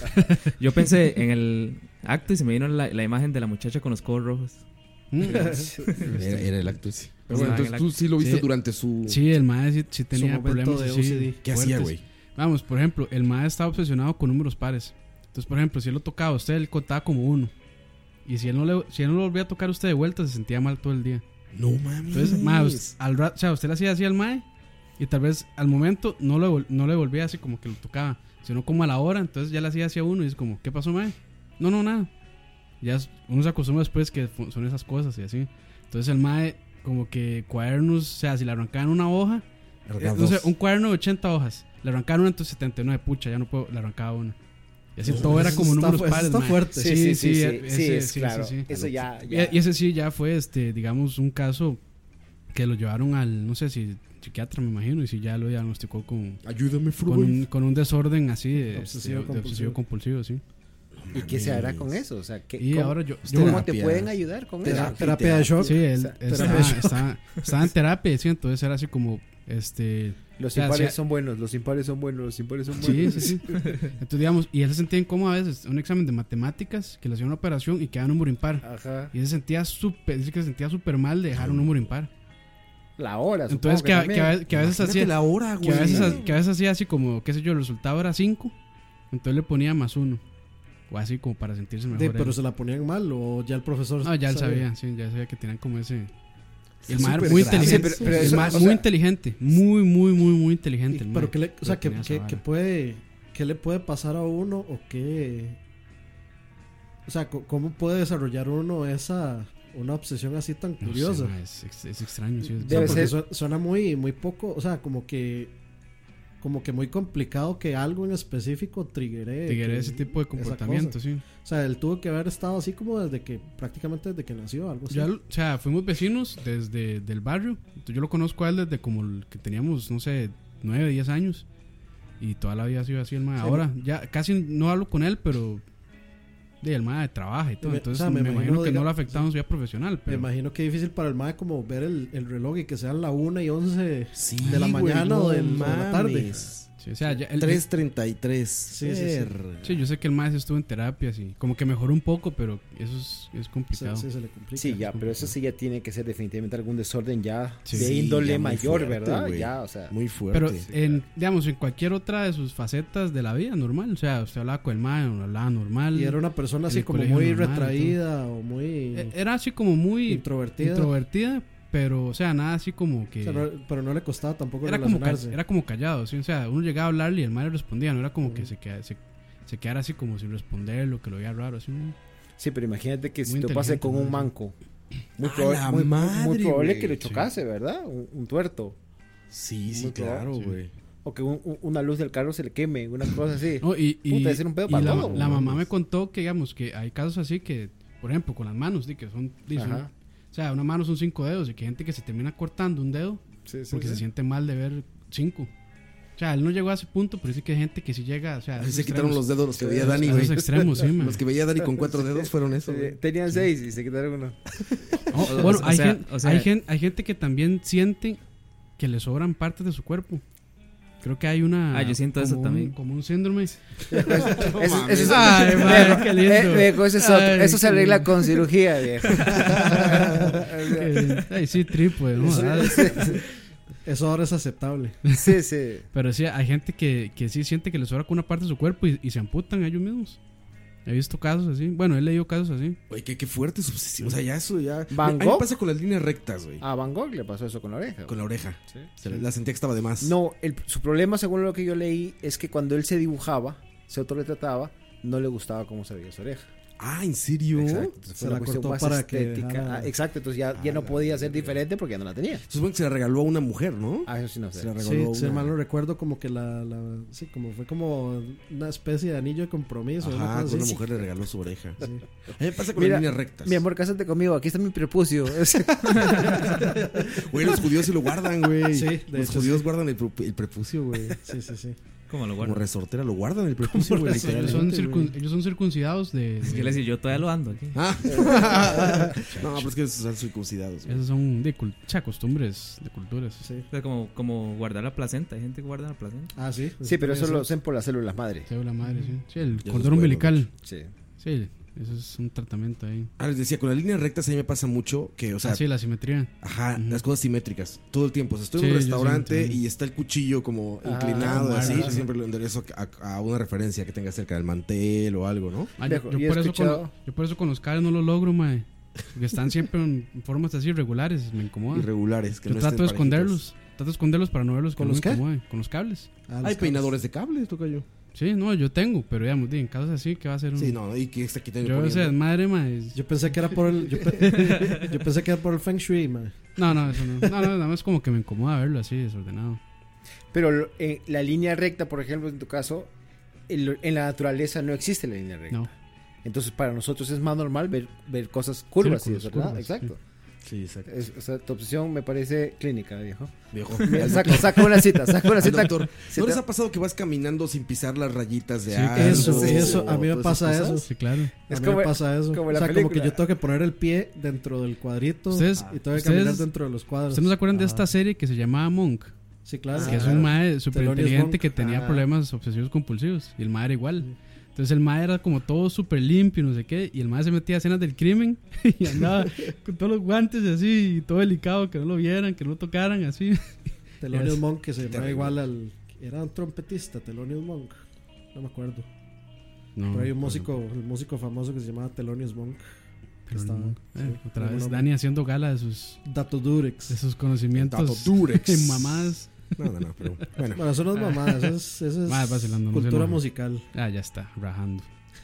Yo pensé en el acto y se me vino la, la imagen de la muchacha con los codos rojos. Mm. Era, era el acto ese. Pero Sí, bueno, el entonces acto. tú sí lo viste Sí. durante su... Sí, el mae sí, sí tenía momento problemas de así O C D. ¿Qué hacía, fuertes. güey? Vamos, por ejemplo, el mae estaba obsesionado con números pares. Entonces, por ejemplo, si él lo tocaba a usted, él contaba como uno. Y si él no le, si él no lo volvía a tocar a usted de vuelta, se sentía mal todo el día. No mames. Entonces, mae, us- al rato, o sea, usted le hacía así al mae y tal vez al momento no le, vol- no le volvía así como que lo tocaba, sino como a la hora, entonces ya le hacía hacia uno y es como, ¿qué pasó, mae? No, no, nada. Ya es- uno se acostumbra después que fu- son esas cosas y así. Entonces el mae como que cuadernos, o sea, si le arrancaban una hoja, eh, no sé, un cuaderno de ochenta hojas, le arrancaban una, entonces setenta y nueve, pucha, ya no puedo, le arrancaba una. Y así todo era como Está números fu- eso pares, está mae. fuerte. Sí, sí, sí, sí, e- sí, ese- es claro. sí, sí. Eso ya, Y, ya. y ese sí ya fue, este, digamos, un caso que lo llevaron al, no sé si psiquiatra, me imagino, y si ya lo diagnosticó con, Ayúdame, con, un, con un desorden así de Obsesivo obsesivo, de obsesivo compulsivo, sí. ¿Y qué se hará con eso? O sea, ¿qué, Y cómo, ahora yo, yo ¿cómo te terapia. pueden ayudar con Tera- eso? terapia de shock. sí, él O sea, estaba, terapia. estaba, estaba en terapia, sí, entonces era así como, este, Los sea, impares sí- son buenos, los impares son buenos, los impares son sí, buenos. sí, sí. Entonces, digamos, y él se sentía incómodo a veces, un examen de matemáticas, que le hacían una operación y quedaba un número impar. Ajá. Y él se sentía súper, dice que se sentía súper mal de dejar un número impar. La hora, Entonces, supongo que, a- también. que, a, que a veces Imagínate hacía... la hora, güey. Que a, veces, que a veces hacía así como, qué sé yo, el resultado era cinco, entonces le ponía más uno. O así como para sentirse mejor. De, pero él. se la ponían mal o ya el profesor. No, ya él sabía, sí, ya sabía que tenían como ese. Y el Es mae era súper muy grave. inteligente. Sí, pero- pero el eso- mae o muy sea- inteligente. Muy, muy, muy, muy inteligente. Y- el pero mae. qué le, o sea, Pero que, tenía esa que- vara. que puede, qué le puede pasar a uno o qué, o sea, co- cómo puede desarrollar uno esa una obsesión así tan No sé, curiosa. mae, es, es- es extraño, sí. es- O sea, Debe porque ser- su- suena muy, muy poco, o sea, como que, como que muy complicado que algo en específico triggere. Triggeré que- ese tipo de esa comportamiento, cosa. sí. O sea, él tuvo que haber estado así como desde que, prácticamente desde que nació, algo así. Ya, o sea, fuimos vecinos desde del barrio. Entonces yo lo conozco a él desde como el que teníamos, no sé, nueve, diez años. Y toda la vida ha sido así el mae. Sí, Ahora ya casi no hablo con él, pero de, el mae trabaja y todo. Me- Entonces o sea, me, me imagino imagino, que diga- no lo ha afectado en su vida profesional. Me Pero imagino que es difícil para el MAE como ver el, el reloj y que sean la una y once Sí, de la güey, mañana no o del- de la tarde. mames. sí, o sea, ya, él- tres treinta y tres. Sí, sí, sí. sí, yo sé que el mae sí estuvo en terapias y como que mejoró un poco, pero eso es, es se, complicado. se- se le complica. Sí, ya, pero eso sí ya tiene que ser definitivamente algún desorden ya Sí. de Sí, índole ya muy mayor, fuerte, ¿verdad? güey. Ya, o sea. Muy fuerte. Pero en, digamos, en cualquier otra de sus facetas de la vida, normal. O sea, usted hablaba con el mae, hablaba normal. Y era una persona En así el como colegio muy normal y retraída o muy Eh, Era así como muy introvertida. introvertida, pero, o sea, nada así como que... O sea, no- pero no le costaba tampoco era, como ca- relacionarse. era como callado, ¿sí? O sea, uno llegaba a hablarle y el madre respondía, no era como que se, queda, se, se quedara así como sin responder, lo que lo veía raro, así. ¿no? Sí, pero imagínate que si Muy te pase inteligente, con un ¿no? manco. Muy, ¡A proba- la muy- muy- muy madre, probable güey! que le chocase, ¿verdad? Un, un tuerto. Sí, sí, Muy claro, probable, güey. O que un- un- una luz del carro se le queme, una cosa así. No, y, y, Puta, ese era un pedo y para la, todo, la ¿no? mamá me contó que, digamos, que hay casos así que, por ejemplo, con las manos, ¿sí? Que son, ¿sí? son- Ajá. o sea, una mano son cinco dedos y que hay gente que se termina cortando un dedo Sí, sí, porque sí. se siente mal de ver cinco. O sea, él no llegó a ese punto, pero sí que hay gente que sí llega, o sea, a Ahí esos se quitaron extremos. los dedos los que veía A Dani, esos güey. extremos, sí, man. Los que veía Dani con cuatro dedos fueron eso, Sí, güey. tenían seis y se quitaron uno. Oh, O- bueno, o hay, sea- gen- o sea- hay, gen- hay gente que también siente que le sobran partes de su cuerpo. Creo que hay una. Ah, yo siento eso como un- también. Como un síndrome. Eso, eso es- Ay, madre, viejo, qué lindo. eh, viejo, eso, es otro- Ay, eso se qué arregla lindo. con cirugía, viejo. Que- Ay, sí, trípode, ¿no? Ah, Eso ahora es aceptable. Sí, sí. Pero sí, hay gente que, que sí siente que le sobra con una parte de su cuerpo y, y se amputan a ellos mismos. He visto casos así. Bueno, he leído casos así. Güey, qué, qué fuerte su obsesión. O sea, ya eso ya. ¿Van A mí me Gogh? pasa con las líneas rectas, güey. A Van Gogh le pasó eso con la oreja. Con la oreja. Sí. Se la- La sentía que estaba de más. No, el- su problema, según lo que yo leí, es que cuando él se dibujaba, se autorretrataba, no le gustaba cómo se veía su oreja. Ah, ¿en serio? Exacto. Entonces Se fue una la cuestión cortó más para que estética. dejara- Ah, exacto, entonces ya, ya Ah, no la podía ser verga. diferente porque ya no la tenía. Supongo que se la regaló a una mujer, ¿no? Ah, eso sí no Se sé. la Sí, regaló a si una... mal no recuerdo, como que la, la. Sí, como fue como una especie de anillo de compromiso. una Ajá, cosa que una así. mujer le regaló su oreja. Sí. A mí me pasa con Mira, las líneas rectas. Mi amor, cásate conmigo, aquí está mi prepucio. Güey, los judíos sí lo guardan, güey. Sí, de Los hecho, judíos sí. guardan el, pro- el prepucio, güey. Sí, sí, sí. ¿Cómo lo Como guardo? resortera lo guardan el prepucio, güey. Ellos son, literalmente, circun- güey. ellos son circuncidados de. Es que de- le decía, yo todavía lo ando aquí. Ah. No, pero es que esos son circuncidados, güey. esos son de cul- o sea, costumbres de culturas. Sí. O sea, como, como guardar la placenta. Hay gente que guarda la placenta. Ah, sí. Sí, pero eso también lo hacen por las células madre. Sí, la madre, sí. Sí, el eso es cordón bueno, umbilical. Sí. Sí, eso es un tratamiento ahí. Ah, les decía, con las líneas rectas a mí me pasa mucho que, o sea, Ah, sí, la simetría. ajá, Ujú. las cosas simétricas, todo el tiempo. O sea, estoy Sí, en un yo sí, restaurante también. y está el cuchillo como Ah, inclinado, claro, así, sí. siempre lo enderezo a, a una referencia que tenga cerca del mantel o algo, ¿no? Ah, yo, Viejo, yo yo he por eso con, escuchado- yo por eso con los cables no lo logro, mae. Porque están siempre en formas así irregulares, me incomoda. Irregulares. Que Yo no trato de estén esconderlos. Trato de esconderlos para no verlos. ¿Con que no los me qué? incomoden. Con los cables. Ah, los Hay cables. peinadores de cables, toca yo. Sí, no, yo tengo, pero digamos, di, en casos así, ¿qué va a ser un... Sí, no, y que está quitando y Yo, o poniendo. sea, madre, mae. Yo pensé que era por el. Yo, pe- yo pensé que era por el Feng Shui, man. No, no, eso no. No, no, nada más como que me incomoda verlo así, desordenado. Pero lo- eh, la línea recta, por ejemplo, en tu caso, en, en la naturaleza no existe la línea recta. No. Entonces, para nosotros es más normal ver, ver cosas curvas, Círculos, ¿sí, ¿verdad? curvas, Exacto. Sí, exacto. Es- o sea, tu obsesión me parece clínica, viejo. Viejo. Mira, saca, saca una cita, saca una Al cita. doctor, Si ¿no te- les ha pasado que vas caminando sin pisar las rayitas de Sí, algo? Eso, sí, eso. A mí me todas pasa esas eso. cosas? Sí, claro. Es a mí como- me pasa eso. como o la sea, como que película. yo tengo que poner el pie dentro del cuadrito. Ustedes- y tengo que ustedes- caminar dentro de los cuadros. ¿Ustedes no se acuerdan de Ajá. esta serie que se llamaba Monk? Sí, claro. que es claro. un mae súper Thelonious inteligente Monk. que tenía Ah. problemas obsesivos compulsivos. Y el mae era igual. Entonces el mae era como todo súper limpio, no sé qué. Y el mae se metía a escenas del crimen y andaba con todos los guantes así, y todo delicado, que no lo vieran, que no lo tocaran, así. Thelonious Yes. Monk, que se llamaba Terrible. igual al. Era un trompetista, Thelonious Monk. No me acuerdo. No, Pero hay un músico, el músico famoso que se llamaba Thelonious Monk. que pero estaba- no. Eh, sí, otra muy vez buen Dani haciendo gala de sus, Dato Durex. de sus conocimientos Dato Durex. en mamadas. No, no, no, pero bueno. Bueno, eso no es mamadas, eso es, eso es Ah, vacilando, no se cultura enoje. musical. Ah, ya está, rajando.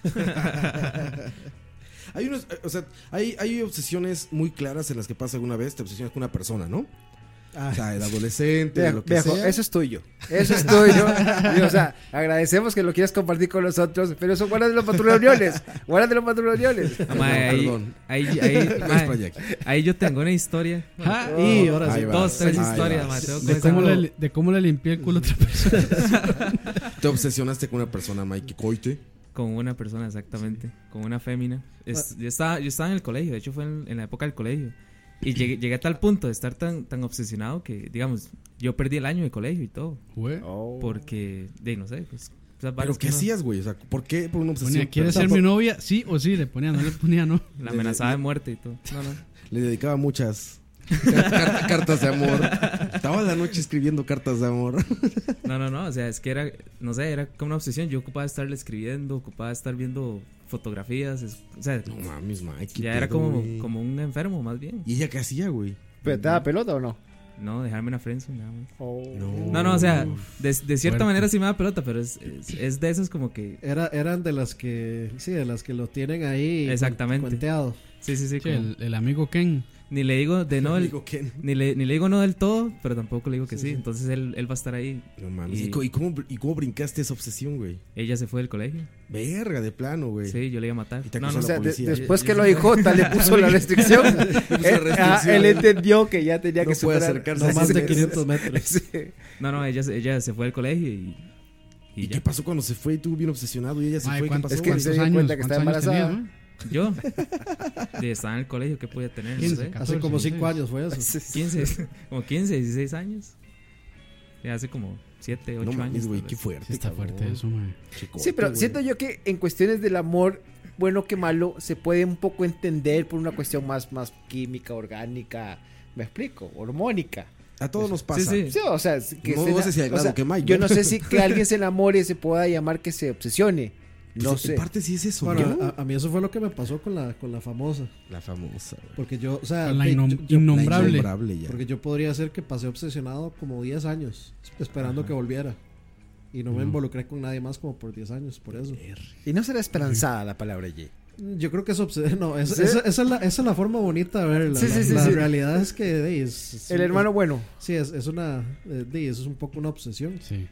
Hay unos, eh, o sea, hay, hay obsesiones muy claras en las que pasa alguna vez, te obsesionas con una persona, ¿no? Ah, O sea, el adolescente, de Viejo, lo que viejo, sea. eso es tuyo. Eso es tuyo. Y, o sea, agradecemos que lo quieras compartir con nosotros, pero eso guárdalo para tus reuniones. Guárdalo para tus reuniones. Ah, mae, ahí, perdón. ahí, ahí, Gracias, mae, Project. ahí yo tengo una historia. Ah, y ahora sí. Ahí va. Dos, tres Ahí historias, vas. mae, tengo de, cosas- cómo le, de cómo le limpié el culo a otra persona. Te obsesionaste con una persona, Mike Coite. Con una persona, exactamente. Con una fémina. Es- yo, estaba, yo estaba en el colegio, de hecho fue en, en la época del colegio. Y llegué, llegué a tal punto de estar tan, tan obsesionado que, digamos, yo perdí el año de colegio y todo. Güey. Oh. Porque, de no sé, pues. esas ¿Pero varas qué que uno- hacías, güey? O sea, ¿por qué por una obsesión? Ponía, ¿quieres Pero- ser mi novia? Sí o sí, le ponía, no le ponía, no. La amenazaba de muerte y todo. No, no. Le dedicaba muchas car- car- cartas de amor. Estaba la noche escribiendo cartas de amor. No, no, no. O sea, es que era, no sé, era como una obsesión. Yo ocupaba estarle escribiendo, ocupaba estar viendo fotografías. es- o sea, No mames, Mike. qué ya era pedo, como, güey. como un enfermo, más bien. ¿Y ella qué hacía, güey? ¿Pero te da pelota o no? No, dejarme una friendzone nada más. No. No, no, o sea, de, de cierta Fuerte. manera sí me da pelota, pero es, es, es de esas como que... Era, eran de las que, sí, de las que lo tienen ahí. Exactamente. Cuenteado. Sí, sí, sí. Sí, como- el, el amigo Ken. Ni le digo de no, el- Amigo Ken. ni, le, ni le digo no del todo, pero tampoco le digo que Sí, sí. sí. Entonces él, él va a estar ahí. No mames. Y- ¿Y, co- y cómo, ¿Y cómo brincaste esa obsesión, güey? Ella se fue del colegio. Verga, de plano, güey. Sí, yo le iba a matar. Y te No, acusó no, O sea, de- policía. después que lo dijo, tal le puso la restricción. Eh, ah, él entendió que ya tenía No que puede superar. acercarse No a más de ese- quinientos metros. Sí. no, no, ella, se- ella se fue del colegio y... ¿Y, Y, qué ya. pasó cuando se fue y tú bien obsesionado y ella se Ay, fue? ¿Qué ¿cuántos- pasó? Es que güey? se dio ¿Cuántos cuenta años- que estaba cuántos años embarazada. tenías, mae? Yo de, estaba en el colegio, ¿qué podía tener? No quince, sé. catorce, Hace como cinco dieciséis. años fue eso. quince, como quince, dieciséis años. Ya hace como siete, ocho No años. mames, güey, tal qué vez. fuerte. Sí, está cabrón. fuerte eso, mae. Chicote, Sí, pero güey. siento yo que en cuestiones del amor, bueno que malo, se puede un poco entender por una cuestión más, más química, orgánica, me explico, hormónica. A todos nos pasa. Sí, sí. Sí, o sea, que No, se no ena- sé si al o grado sea, que Mike, yo ¿no? no sé si que alguien se enamore se pueda llamar que se obsesione. No Pues, sé. En parte sí es eso, Bueno, ¿no? a, a mí eso fue lo que me pasó con la, con la famosa. La famosa, güey. Porque yo, o sea, Con la de- innom- yo- yo- innombrable. La innombrable ya. porque yo podría ser que pasé obsesionado como diez años esperando Ajá. que volviera. Y no me Ujú. involucré con nadie más como por diez años, por eso. Y no será esperanzada la palabra allí. Yo creo que es obsesión. No, es- ¿Sí? esa, esa es la, esa es la forma bonita de verla. Sí, la sí, sí, la sí. realidad es que de, es, es- El hermano bueno. Sí, es, es una. eh, de, eso es un poco una obsesión. Sí.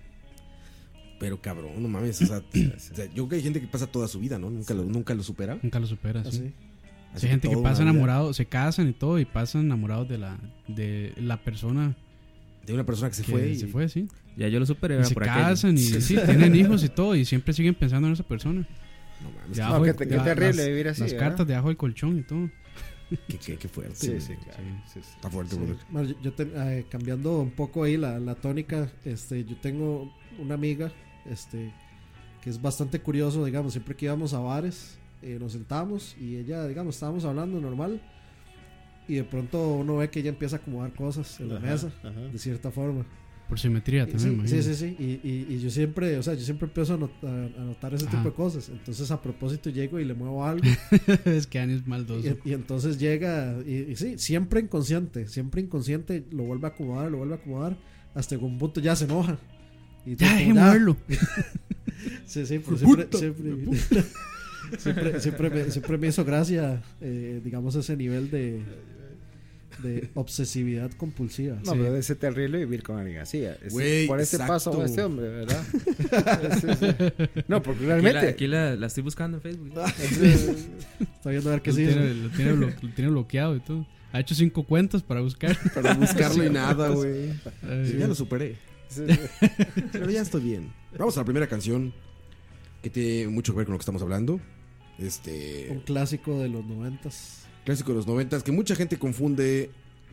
Pero cabrón, no mames. O sea, o sea, yo creo que hay gente que pasa toda su vida, ¿no? Nunca lo, nunca lo supera. Nunca lo supera, sí. Así. Así Hay gente que toda pasa una vida enamorados, se casan y todo, y pasan enamorados de la, de la persona De una persona que se que fue. y- se fue, sí. Ya yo lo superé. Y ¿verdad? se por aquello. casan y sí, tienen hijos y todo, y siempre siguen pensando en esa persona. No mames, Ya No, fue- qué te- qué ya terrible las- vivir así, Las ¿verdad? cartas debajo del colchón y todo. qué, qué, qué fuerte. Sí, güey. sí, claro. Sí, sí. Está fuerte, Sí. güey. Bueno, yo, yo te- eh, cambiando un poco ahí la, la tónica, este, yo tengo una amiga, este, que es bastante curioso, digamos, siempre que íbamos a bares, eh, nos sentamos y ella, digamos, estábamos hablando normal y de pronto uno ve que ella empieza a acomodar cosas en la Ajá, mesa, ajá. de cierta forma. Por simetría Y también, sí, imagino. sí, sí, sí, y, y, y yo siempre, o sea, yo siempre empiezo a, not- a- a notar ese Ajá. tipo de cosas, entonces a propósito llego y le muevo algo. Es que Ani es maldoso. Y, y entonces llega, y, y sí, siempre inconsciente, siempre inconsciente, lo vuelve a acomodar, lo vuelve a acomodar, hasta que un punto ya se enoja. Y Ya, como, déjeme verlo. Sí, sí, Hijo pues de siempre, puta, siempre, hijo de siempre, siempre me, siempre me hizo gracia, eh, digamos, ese nivel de, de obsesividad compulsiva. No, Sí. pero debe ser terrible vivir con alguien así. Es- Güey, por ese exacto. paso a este hombre, ¿verdad? Sí, sí. No, porque Aquí, la, realmente. aquí la, la estoy buscando en Facebook. Está viendo a ver qué Lo sí. tiene, lo, tiene blo- lo tiene bloqueado y todo. Ha hecho cinco cuentas para buscar. Para buscarlo y nada, güey. Ay, Sí, ya lo superé. Sí. Pero ya estoy bien. Vamos a la primera canción que tiene mucho que ver con lo que estamos hablando. Un Este clásico de los noventas. clásico de los noventas que mucha gente confunde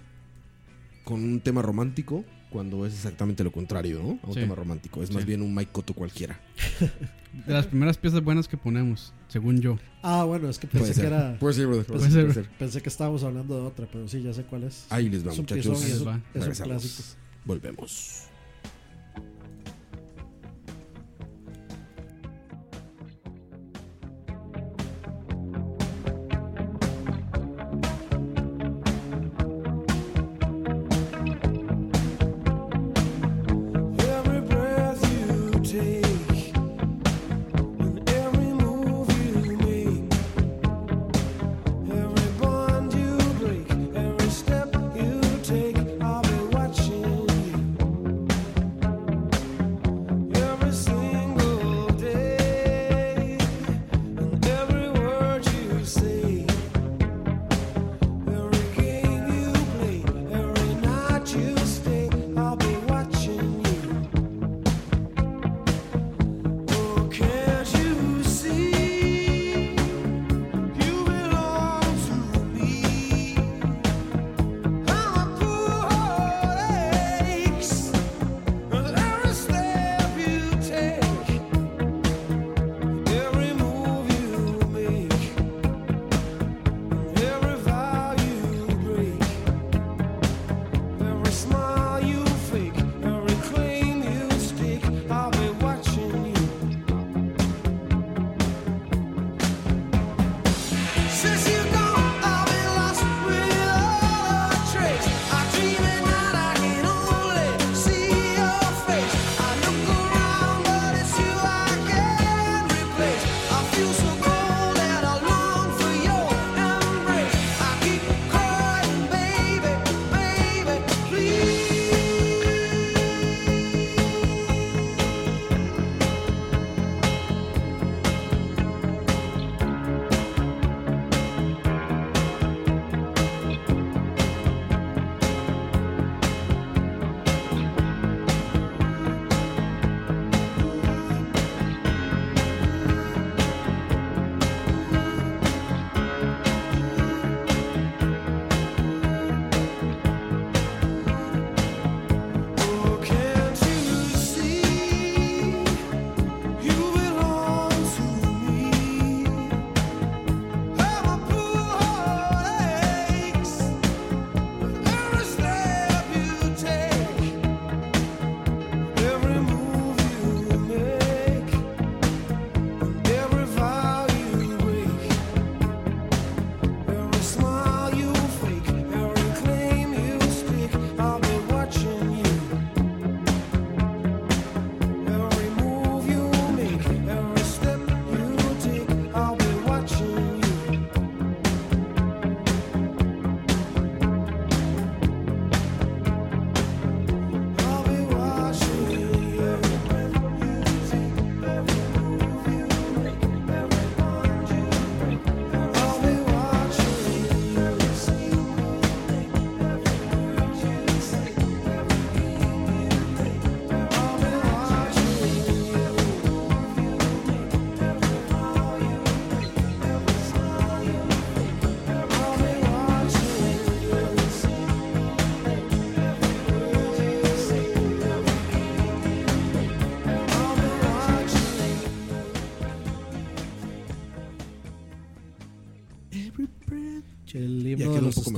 con un tema romántico cuando es exactamente lo contrario, ¿no? A un Sí. tema romántico. Es más Sí. bien un Mike Cotto cualquiera. De las primeras piezas buenas que ponemos, según yo. Ah, bueno, es que Puede pensé que ser. era. Puede ser, brother. Puede ser. Pensé que estábamos hablando de otra, pero sí, ya sé cuál es. Ahí les va, Es un muchachos. piezón y es un- Va. es un Regresamos. clásico. Volvemos. Every breath you take and every move you make, every bond you break, every step you take, I'll be watching you.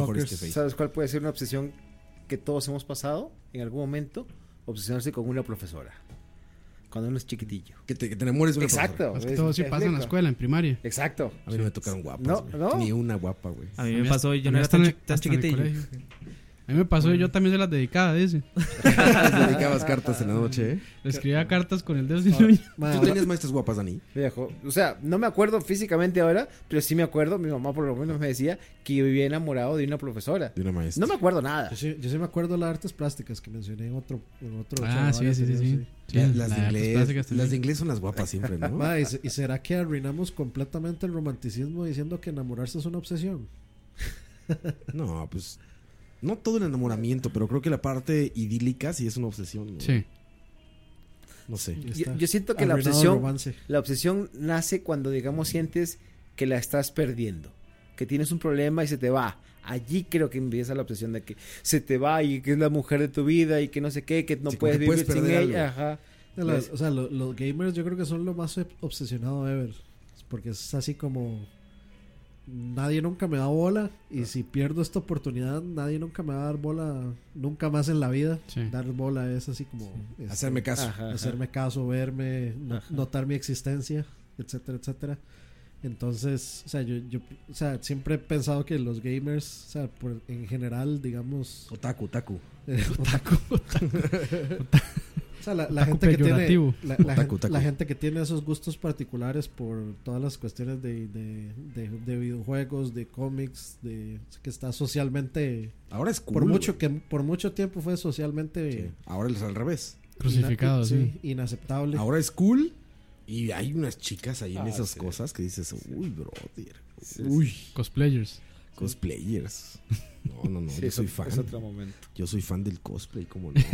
mejores que fuckers. Facebook. ¿Sabes cuál puede ser una obsesión que todos hemos pasado en algún momento? Obsesionarse con una profesora. Cuando uno es chiquitillo. Que te, que te enamores de una profesora. Exacto. Más que es- todo sí es pasa en la rico. escuela, en primaria. Exacto. A mí no me tocaron guapas. No, güey. no. Ni una guapa, güey. A mí A me mí pasó y yo a no mí era hasta tan, en- chi- tan hasta en el chiquitillo. colegio. A mí me pasó y yo también se las dedicaba, dice. Dedicabas cartas en la noche, ¿eh? Le escribía cartas con el dedo sin uña. Ma, ¿Tú tenías maestras guapas, Dani? Viejo. O sea, no me acuerdo físicamente ahora, pero sí me acuerdo. Mi mamá por lo menos me decía que yo vivía enamorado de una profesora. De una maestra. No me acuerdo nada. yo, sí, yo sí me acuerdo de las artes plásticas que mencioné en otro. En otro Ah, sí, charlavaria sí, sí, anterior, sí. Sí, La- la las, de de artes inglés, plásticas también. las de inglés son las guapas siempre, ¿no? Ma, ¿y, se- ¿y será que arruinamos completamente el romanticismo diciendo que enamorarse es una obsesión? No, pues no todo el enamoramiento, pero creo que la parte idílica sí es una obsesión. ¿no? Sí. No sé. Ya Yo, está. yo siento que la Arruinado el obsesión, romance. la obsesión nace cuando, digamos, sientes que la estás perdiendo, que tienes un problema y se te va. Allí creo que empieza la obsesión de que se te va y que es la mujer de tu vida y que no sé qué, que no Sí, como puedes que vivir puedes sin perder ella. algo. Ajá. De las- o sea, lo- los gamers yo creo que son lo más ob- obsesionado ever. Porque es así como nadie nunca me da bola y si pierdo esta oportunidad nadie nunca me va a dar bola nunca más en la vida. Sí. Dar bola es así como este, Hacerme caso. Ajá, ajá. hacerme caso, verme, no- Ajá. notar mi existencia, etcétera, etcétera. Entonces, o sea, yo, yo o sea, siempre he pensado que los gamers, o sea, por, en general, digamos, Otaku, otaku. eh, otaku, o sea, la, la Otaku gente que tiene peyorativo. la, la Otaku, gen- otaku. la gente que tiene esos gustos particulares por todas las cuestiones de, de, de, de videojuegos, de cómics, de que está socialmente Ahora es cool. por mucho güey. que por mucho tiempo fue socialmente Sí. Ahora es al revés. Crucificado, ina- sí. inaceptable. Ahora es cool y hay unas chicas ahí en Ah, esas sí. cosas que dices, uy, brother. Sí, Uy, Cosplayers. cosplayers. No, no, no, Sí, yo es soy ot- fan. Es otro momento. Yo soy fan del cosplay, ¿cómo no?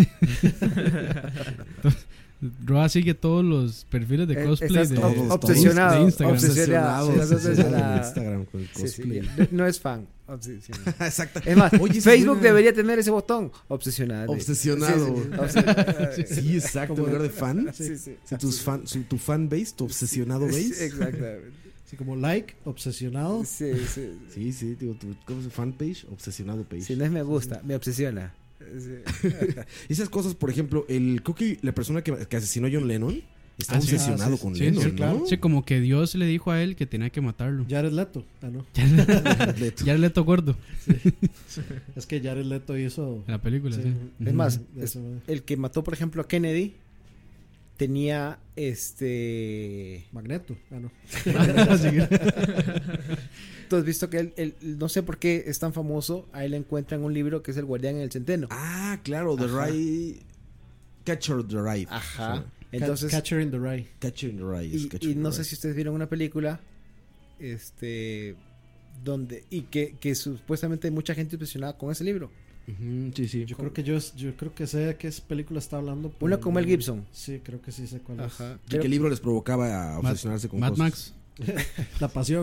Roa sigue todos los perfiles de Eh, cosplay estás de, ob- todos, obsesionado, de Instagram. obsesionado. Obsesionado, Sí, estás obsesionado en obsesionado. Instagram con el Sí, sí, cosplay. no- No es fan. Obsesionado. Exacto. Es más, Oye, esa es Facebook buena. debería tener ese botón. Obsesionado. Obsesionado. Sí, sí, obsesionado. Sí, exacto. En lugar de fan, Sí, sí. si tus fan, su- tu fan base, tu obsesionado Sí, base. exactamente. Así como like, obsesionado. Sí, sí. Sí, sí, digo, tu, ¿cómo se fan page? Obsesionado page. Si no es me gusta, me obsesiona. Sí. Esas cosas, por ejemplo, el creo que la persona que, que asesinó a John Lennon está Ah, sí. obsesionado Ah, sí, con sí, Lennon, sí, ¿no? claro. Sí, como que Dios le dijo a él que tenía que matarlo. Jared Leto. Ah, no. Leto. Ya le tocó gordo Es que Jared Leto hizo. en la película, Sí. sí. Es más, de eso, eh. el que mató, por ejemplo, a Kennedy tenía este. Magneto. Ah, no. Así que- Tú has visto que él, él- no sé por qué es tan famoso. A él le encuentran un libro que es El Guardián en el Centeno. Ah, claro, The Ajá. Rye. Catcher the Rye. Ajá. Ca- Entonces, Catcher in the Rye. Catcher in the Rye. es y, Catcher y in the no Rye. sé si ustedes vieron una película, este, donde y que, que supuestamente hay mucha gente obsesionada con ese libro. Ujú, sí, sí. Yo creo que yo, yo creo que sé de qué es película está hablando. pero Una con Mel no- Gibson. Sí, creo que sí sé cuál Ajá. Y que el libro les provocaba a Mad- obsesionarse con Mad cosas. Max. es. La pasión.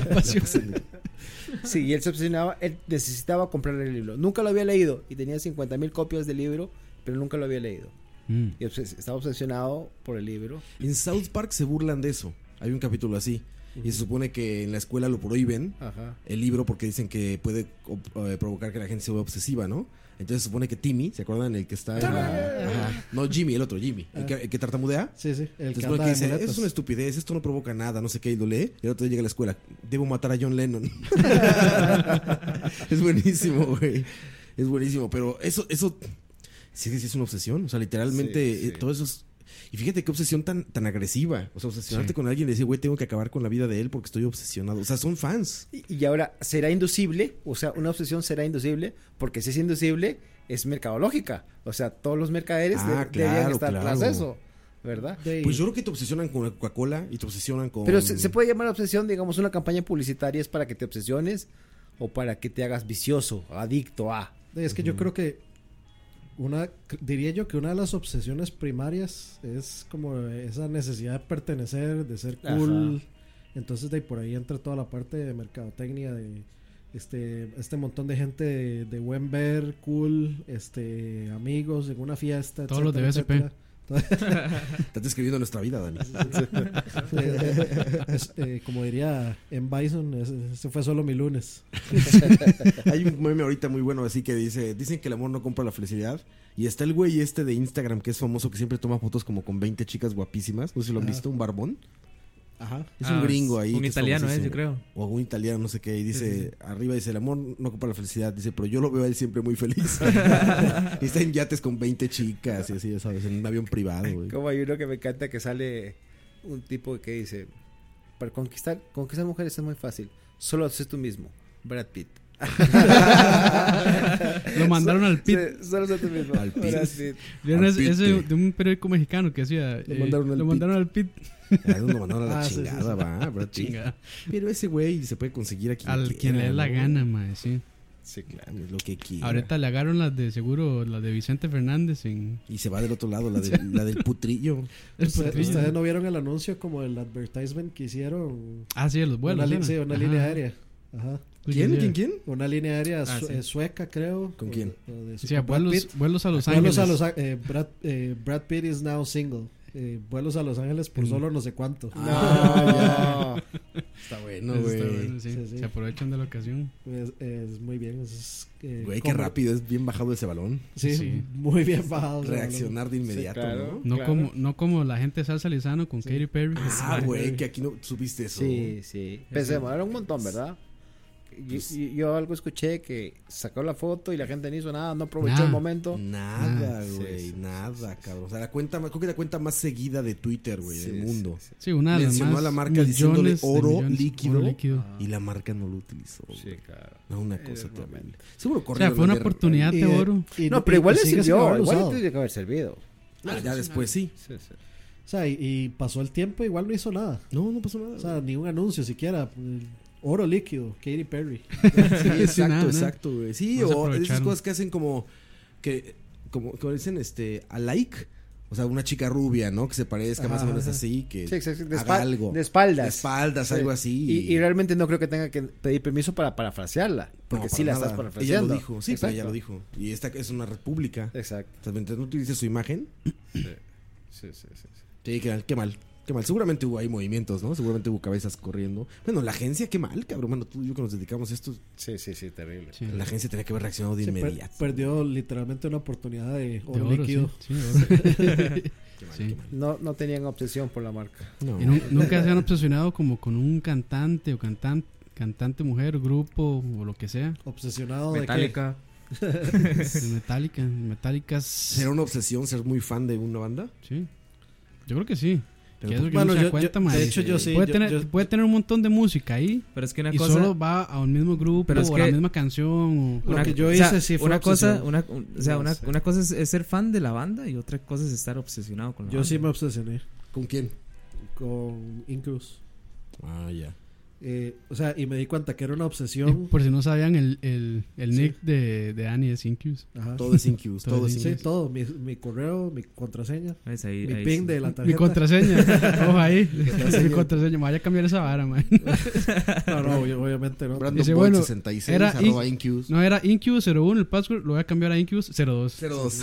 Sí, y él se obsesionaba, él necesitaba comprar el libro. Nunca lo había leído y tenía cincuenta mil copias del libro, pero nunca lo había leído. Mm. Y obses- estaba obsesionado por el libro. En South Park se burlan de eso. Hay un capítulo así. Y se supone que en la escuela lo prohíben Ajá. el libro porque dicen que puede op- eh, provocar que la gente se vuelva obsesiva, ¿no? Entonces se supone que Timmy, ¿se acuerdan? El que está en la- Ajá. No, Jimmy, el otro, Jimmy. El que, el que tartamudea. Sí, sí. El Se que supone anda que de dice, muletas. es una estupidez, esto no provoca nada, no sé qué, y lo lee. Y el otro día llega a la escuela, debo matar a John Lennon. Es buenísimo, güey. Es buenísimo, pero eso, eso, sí que sí es una obsesión. O sea, literalmente, Sí, sí. eh, todo eso es... Y fíjate qué obsesión tan, tan agresiva. O sea, obsesionarte Sí. con alguien y decir, güey, tengo que acabar con la vida de él porque estoy obsesionado. O sea, son fans. Y, y ahora, ¿será inducible? O sea, una obsesión será inducible, porque si es inducible, es mercadológica. O sea, todos los mercaderes Ah, de- claro, deberían estar tras claro. eso, ¿verdad? De- Pues yo creo que te obsesionan con la Coca-Cola y te obsesionan con... Pero se, se puede llamar obsesión, digamos, una campaña publicitaria es para que te obsesiones o para que te hagas vicioso, adicto a. Es que yo creo que una diría yo que una de las obsesiones primarias es como esa necesidad de pertenecer, de ser cool. Ajá. Entonces de ahí por ahí entra toda la parte de mercadotecnia de este este montón de gente de, de buen ver, cool, este amigos en una fiesta, Todos los de etcétera, B S P. etcétera. Estás describiendo nuestra vida, Dani. Eh, es, eh, como diría en Bison, ese, ese fue solo mi lunes. Hay un meme ahorita muy bueno así que dice, dicen que el amor no compra la felicidad. Y está el güey este de Instagram que es famoso, que siempre toma fotos como con veinte chicas guapísimas. No sé si lo han Ajá. visto, un barbón. Ajá. Es Ah, un gringo ahí. Un que italiano, es es, yo famosísimo. creo. O un italiano, no sé qué. Y dice, Sí, arriba dice, el amor no compra la felicidad. Dice, pero yo lo veo a él siempre muy feliz. Y está en yates con veinte chicas y así, ya sabes, en un avión privado, güey. Como hay uno que me encanta que sale un tipo que dice, para conquistar, conquistar mujeres es muy fácil, solo haces tú mismo, Brad Pitt. Lo mandaron al pit. Sí, solo sé tú mismo. Al pit. Brad Pitt. ¿Vieron al ese, pit, ese eh. de un periódico mexicano que decía? Lo eh, mandaron al lo pit. mandaron al pit. A él lo mandaron a la Ah, sí, sí, chingada, sí. va, Brad Pitt. Chinga. Pero ese güey se puede conseguir aquí. Al quien le dé la gana, mae, sí. Sí, claro. Lo que quiera. Ahorita le agarraron las de seguro, las de Vicente Fernández en Y se va del otro lado, la, de- la del putrillo. el Usted- potrillo. Ustedes no vieron el anuncio como el advertisement que hicieron. Ah, sí, los vuelos. una, li- ¿era? sí, una Ajá. línea aérea. Ajá. ¿Quién? Sí, ¿Quién? ¿Quién? Una línea aérea Ah, su- sí. eh, sueca, creo. ¿Con o- quién? o de- Sí, con Brad vuelos, Pitt. vuelos a Los Vuelos Ángeles. a Los Á- eh, Brad, eh, Brad Pitt is now single. Eh, vuelos a Los Ángeles por Mm. solo no sé cuánto. Ah, ya. Está bueno, Eso güey. está bueno, sí. Sí, sí. Se aprovechan de la ocasión. Es, es muy bien. Es, eh, Güey, qué como- rápido, es bien bajado ese balón. Sí, Sí. muy bien bajado. ese Reaccionar de inmediato, claro. ¿no? No, como, no como la gente de Salsa Lizano con Sí. Katy Perry. Ah, güey, que aquí no supiste eso. Sí, sí. Pensemos, era un montón, ¿verdad? Yo, yo- yo algo escuché que sacó la foto y la gente no hizo nada, no aprovechó Nada. el momento. Nada, Ah, sí, güey, sí, nada, sí, sí, cabrón. O sea, la cuenta, más- creo que la cuenta más seguida de Twitter, güey, Sí, del sí, mundo. sí. Sí, una de las Mencionó más a la marca diciéndole millones de oro millones. líquido. Oro líquido. Y la marca no lo utilizó. Sí, güey. claro. No, una Era cosa el terrible. momento. Seguro O corrió. sea, fue una oportunidad Y, de eh, oro. y- No, pero igual y le sigue sin sirvió, haberlo igual le usado. tiene que haber servido. Ah, ya después sí. Sí, sí. O sea, y, y pasó el tiempo, igual no hizo nada. No, no pasó nada. O sea, ni un anuncio siquiera. Oro líquido, Katy Perry. Sí, Sí, exacto, nada, nada. exacto, güey. Sí, No se o esas aprovecharon. cosas que hacen como que como, como dicen este a like, o sea, una chica rubia, ¿no? Que se parezca más o Ajá, menos ajá. así, que Sí, exacto. De, haga espal- algo. de espaldas. De espaldas, Sí. algo así. Y, y realmente no creo que tenga que pedir permiso para parafrasearla. Porque No, sí para la nada. estás parafraseando. Ella lo dijo, sí, pero ella Exacto. lo dijo. Y esta es una república. Exacto. O sea, mientras no utilices su imagen, Sí, sí, sí. sí. sí, qué mal, qué mal. Qué mal. Seguramente hubo ahí movimientos, ¿no? Seguramente hubo cabezas corriendo. Bueno, la agencia, qué mal, cabrón. Bueno, tú y yo que nos dedicamos a esto, Sí, sí, sí, terrible. Sí. la agencia tenía que haber reaccionado de Se per- inmediato. perdió literalmente una oportunidad de De oro, oro, líquido. sí, sí, oro. Qué mal, Sí. qué mal. No, no tenían obsesión por la marca. No. Y nu- nunca se han obsesionado como con un cantante o cantante, cantante mujer, grupo o lo que sea. Obsesionado de Metallica. De Metallica. Metallica. ¿Será una obsesión ser muy fan de una banda? Sí. Yo creo que sí. Pero Que eso por- que Bueno, uno se da yo- cuenta, yo- mae. de hecho, yo sí. puede, yo- tener, yo- puede tener un montón de música ahí Pero es que una y cosa. solo va a un mismo grupo Pero es o a la que- misma canción. O, Lo una, que yo o sea, hice sí fue una cosa, obsesión. una, un- o sea, No una, sé. una cosa es, es ser fan de la banda y otra cosa es estar obsesionado con la Yo banda. sí me obsesioné ¿Con quién? con Incruz. Ah, ya. Eh, o sea, y me di cuenta que era una y obsesión. por si no sabían, el, el, el Sí. nick de, de Annie es Incubus. Ajá. Todo es Incubus, Todo todo es es Sí, Incubus. todo. Mi, mi correo, mi contraseña, ¿Ves? Ahí- mi ahí pin sí. de la Mi tarjeta. contraseña. Ojo ahí. contraseña. Mi contraseña. Me vaya a cambiar esa vara, man. No, no, obvio- obviamente no. Brandon Dice, Boyd bueno, sesenta y seis, era arroba In- Incubus. No, era Incubus cero uno el password. Lo voy a cambiar a Incubus cero dos. cero dos.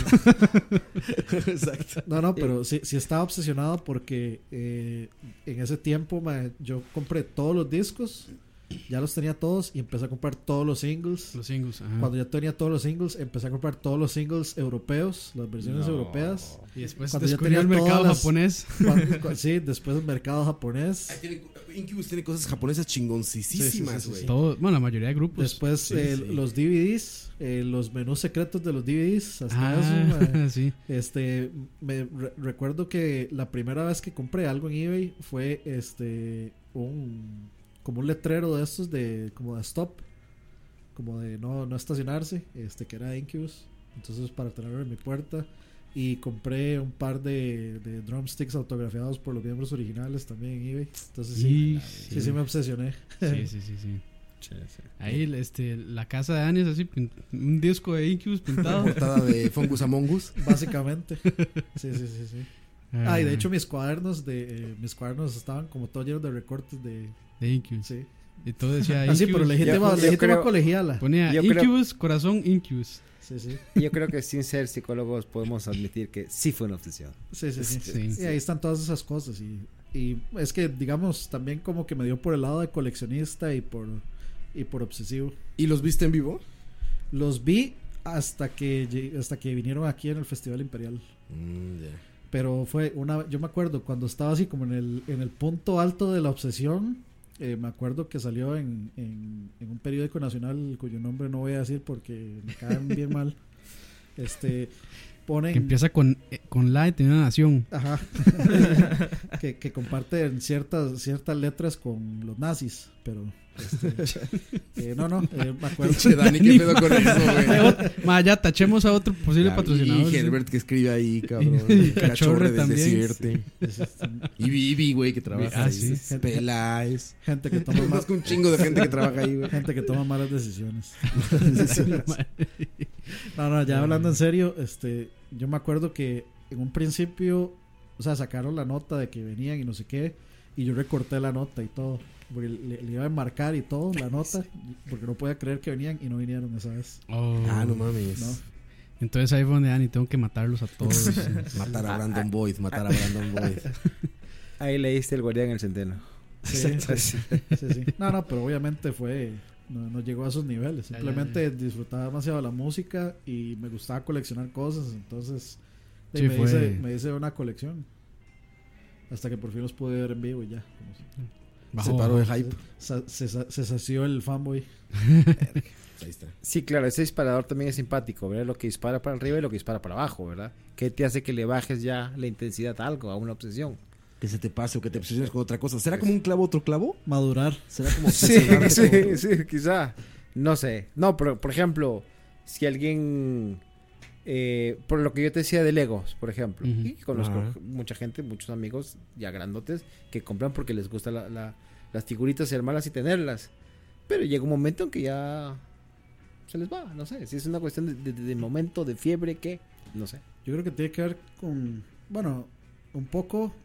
Exacto. No, no, pero sí, sí estaba obsesionado porque eh, en ese tiempo ma, yo compré todos los discos, ya los tenía todos y empecé a comprar todos los singles. Los singles. Ajá. Cuando ya tenía todos los singles, empecé a comprar todos los singles europeos, las versiones europeas. Y después Cuando ya descubrió el tenía mercado todas las- japonés. Cuando- cu- sí, después el mercado Ahí japonés. tiene- Incubus tiene cosas japonesas chingoncísimas, Sí, sí, sí, sí, güey. sí. Todo, bueno, la mayoría de grupos. Después sí, eh, sí. los D V Ds, eh, los menús secretos de los D V Ds. Hasta eso, Ah, ma. sí. Este, me re- recuerdo que la primera vez que compré algo en eBay fue este un como un letrero de estos de como de stop, como de no no estacionarse, este que era Incubus, entonces para tenerlo en mi puerta y compré un par de, de drumsticks autografiados por los miembros originales también en eBay, entonces sí, Y- sí, sí me obsesioné. Sí, sí, sí, sí. Ahí este, la casa de Annie es así, pin- un disco de Incubus pintado. Portada de Fungus Among Us. Básicamente. Sí, sí, sí, sí. Ah, y de Ah, hecho mis cuadernos de eh, mis cuadernos estaban como todos llenos de recortes de de Incubus. sí, Y todo decía Ah, sí, pero Incubus. legítima, Yo- yo legítima creo- colegiala. Ponía Yo creo- Incubus, corazón, Incubus. Sí, sí. Yo creo que sin ser psicólogos podemos admitir que sí fue una obsesión. Sí, sí, sí. Sí. Y ahí están todas esas cosas. Y, y es que, digamos, también como que me dio por el lado de coleccionista y por, y por obsesivo. ¿Y los viste en vivo? Los vi hasta que, lle- hasta que vinieron aquí en el Festival Imperial. Mm, ya. Pero fue una, yo me acuerdo cuando estaba así como en el, en el punto alto de la obsesión, eh, me acuerdo que salió en, en, en un periódico nacional cuyo nombre no voy a decir porque me caen bien mal. Este, ponen... Que empieza con, eh, con la y tiene una nación. Ajá. que, que comparten ciertas, ciertas letras con los nazis, pero... Este, eh, no, no, eh, me acuerdo. Pinche Dani, ¿qué pedo con eso, güey? Ma, ya tachemos a otro posible Ya, patrocinador. Y sí. Herbert que escribe ahí, cabrón. Y Cachorre Cachorre del también. Desierto. Es, este, Y Vivi, güey, que trabaja Ah, ahí. sí. Peláez. gente que toma Más más, que un chingo de gente que trabaja ahí, güey. gente que toma malas decisiones. No, no, ya hablando en serio, este, yo me acuerdo que en un principio, o sea, sacaron la nota de que venían y no sé qué, y yo recorté la nota y todo, porque le, le iba a enmarcar y todo, la nota, porque no podía creer que venían y no vinieron esa vez. Oh. Ah, no mames. No. Entonces ahí fue donde Dani, tengo que matarlos a todos. Matar a Brandon Boyd, matar a Brandon Boyd. Ahí leíste el guardián en el centeno. Sí, sí, sí, sí. No, no, pero obviamente fue, no, no llegó a esos niveles, Ya, ya, simplemente disfrutaba demasiado la música y me gustaba coleccionar cosas, entonces de ahí Sí, me, fue- hice, me hice una colección. Hasta que por fin los pude ver en vivo y ya. como si- Bajó, Se paró de bajó. hype. Sa- se, sa- se sació el fanboy. Ahí está. Sí, claro, ese disparador también es simpático, ¿verdad? Lo que dispara para arriba y lo que dispara para abajo, ¿verdad? ¿Qué te hace que le bajes ya la intensidad a algo, a una obsesión? Que se te pase o que te obsesiones con otra cosa. ¿Será como un clavo otro clavo? Madurar. ¿Será como Sí, obsesionarte sí, con otro? sí, quizá. No sé. No, pero por ejemplo, si alguien... eh, por lo que yo te decía de Legos, por ejemplo. Ujú. Y conozco Ajá. mucha gente, muchos amigos ya grandotes, que compran porque les gusta la, la- las figuritas y armarlas y tenerlas. Pero llega un momento en que ya se les va, no sé. Si es una cuestión de, de- de momento, de fiebre, ¿qué? No sé. Yo creo que tiene que ver con, bueno, un poco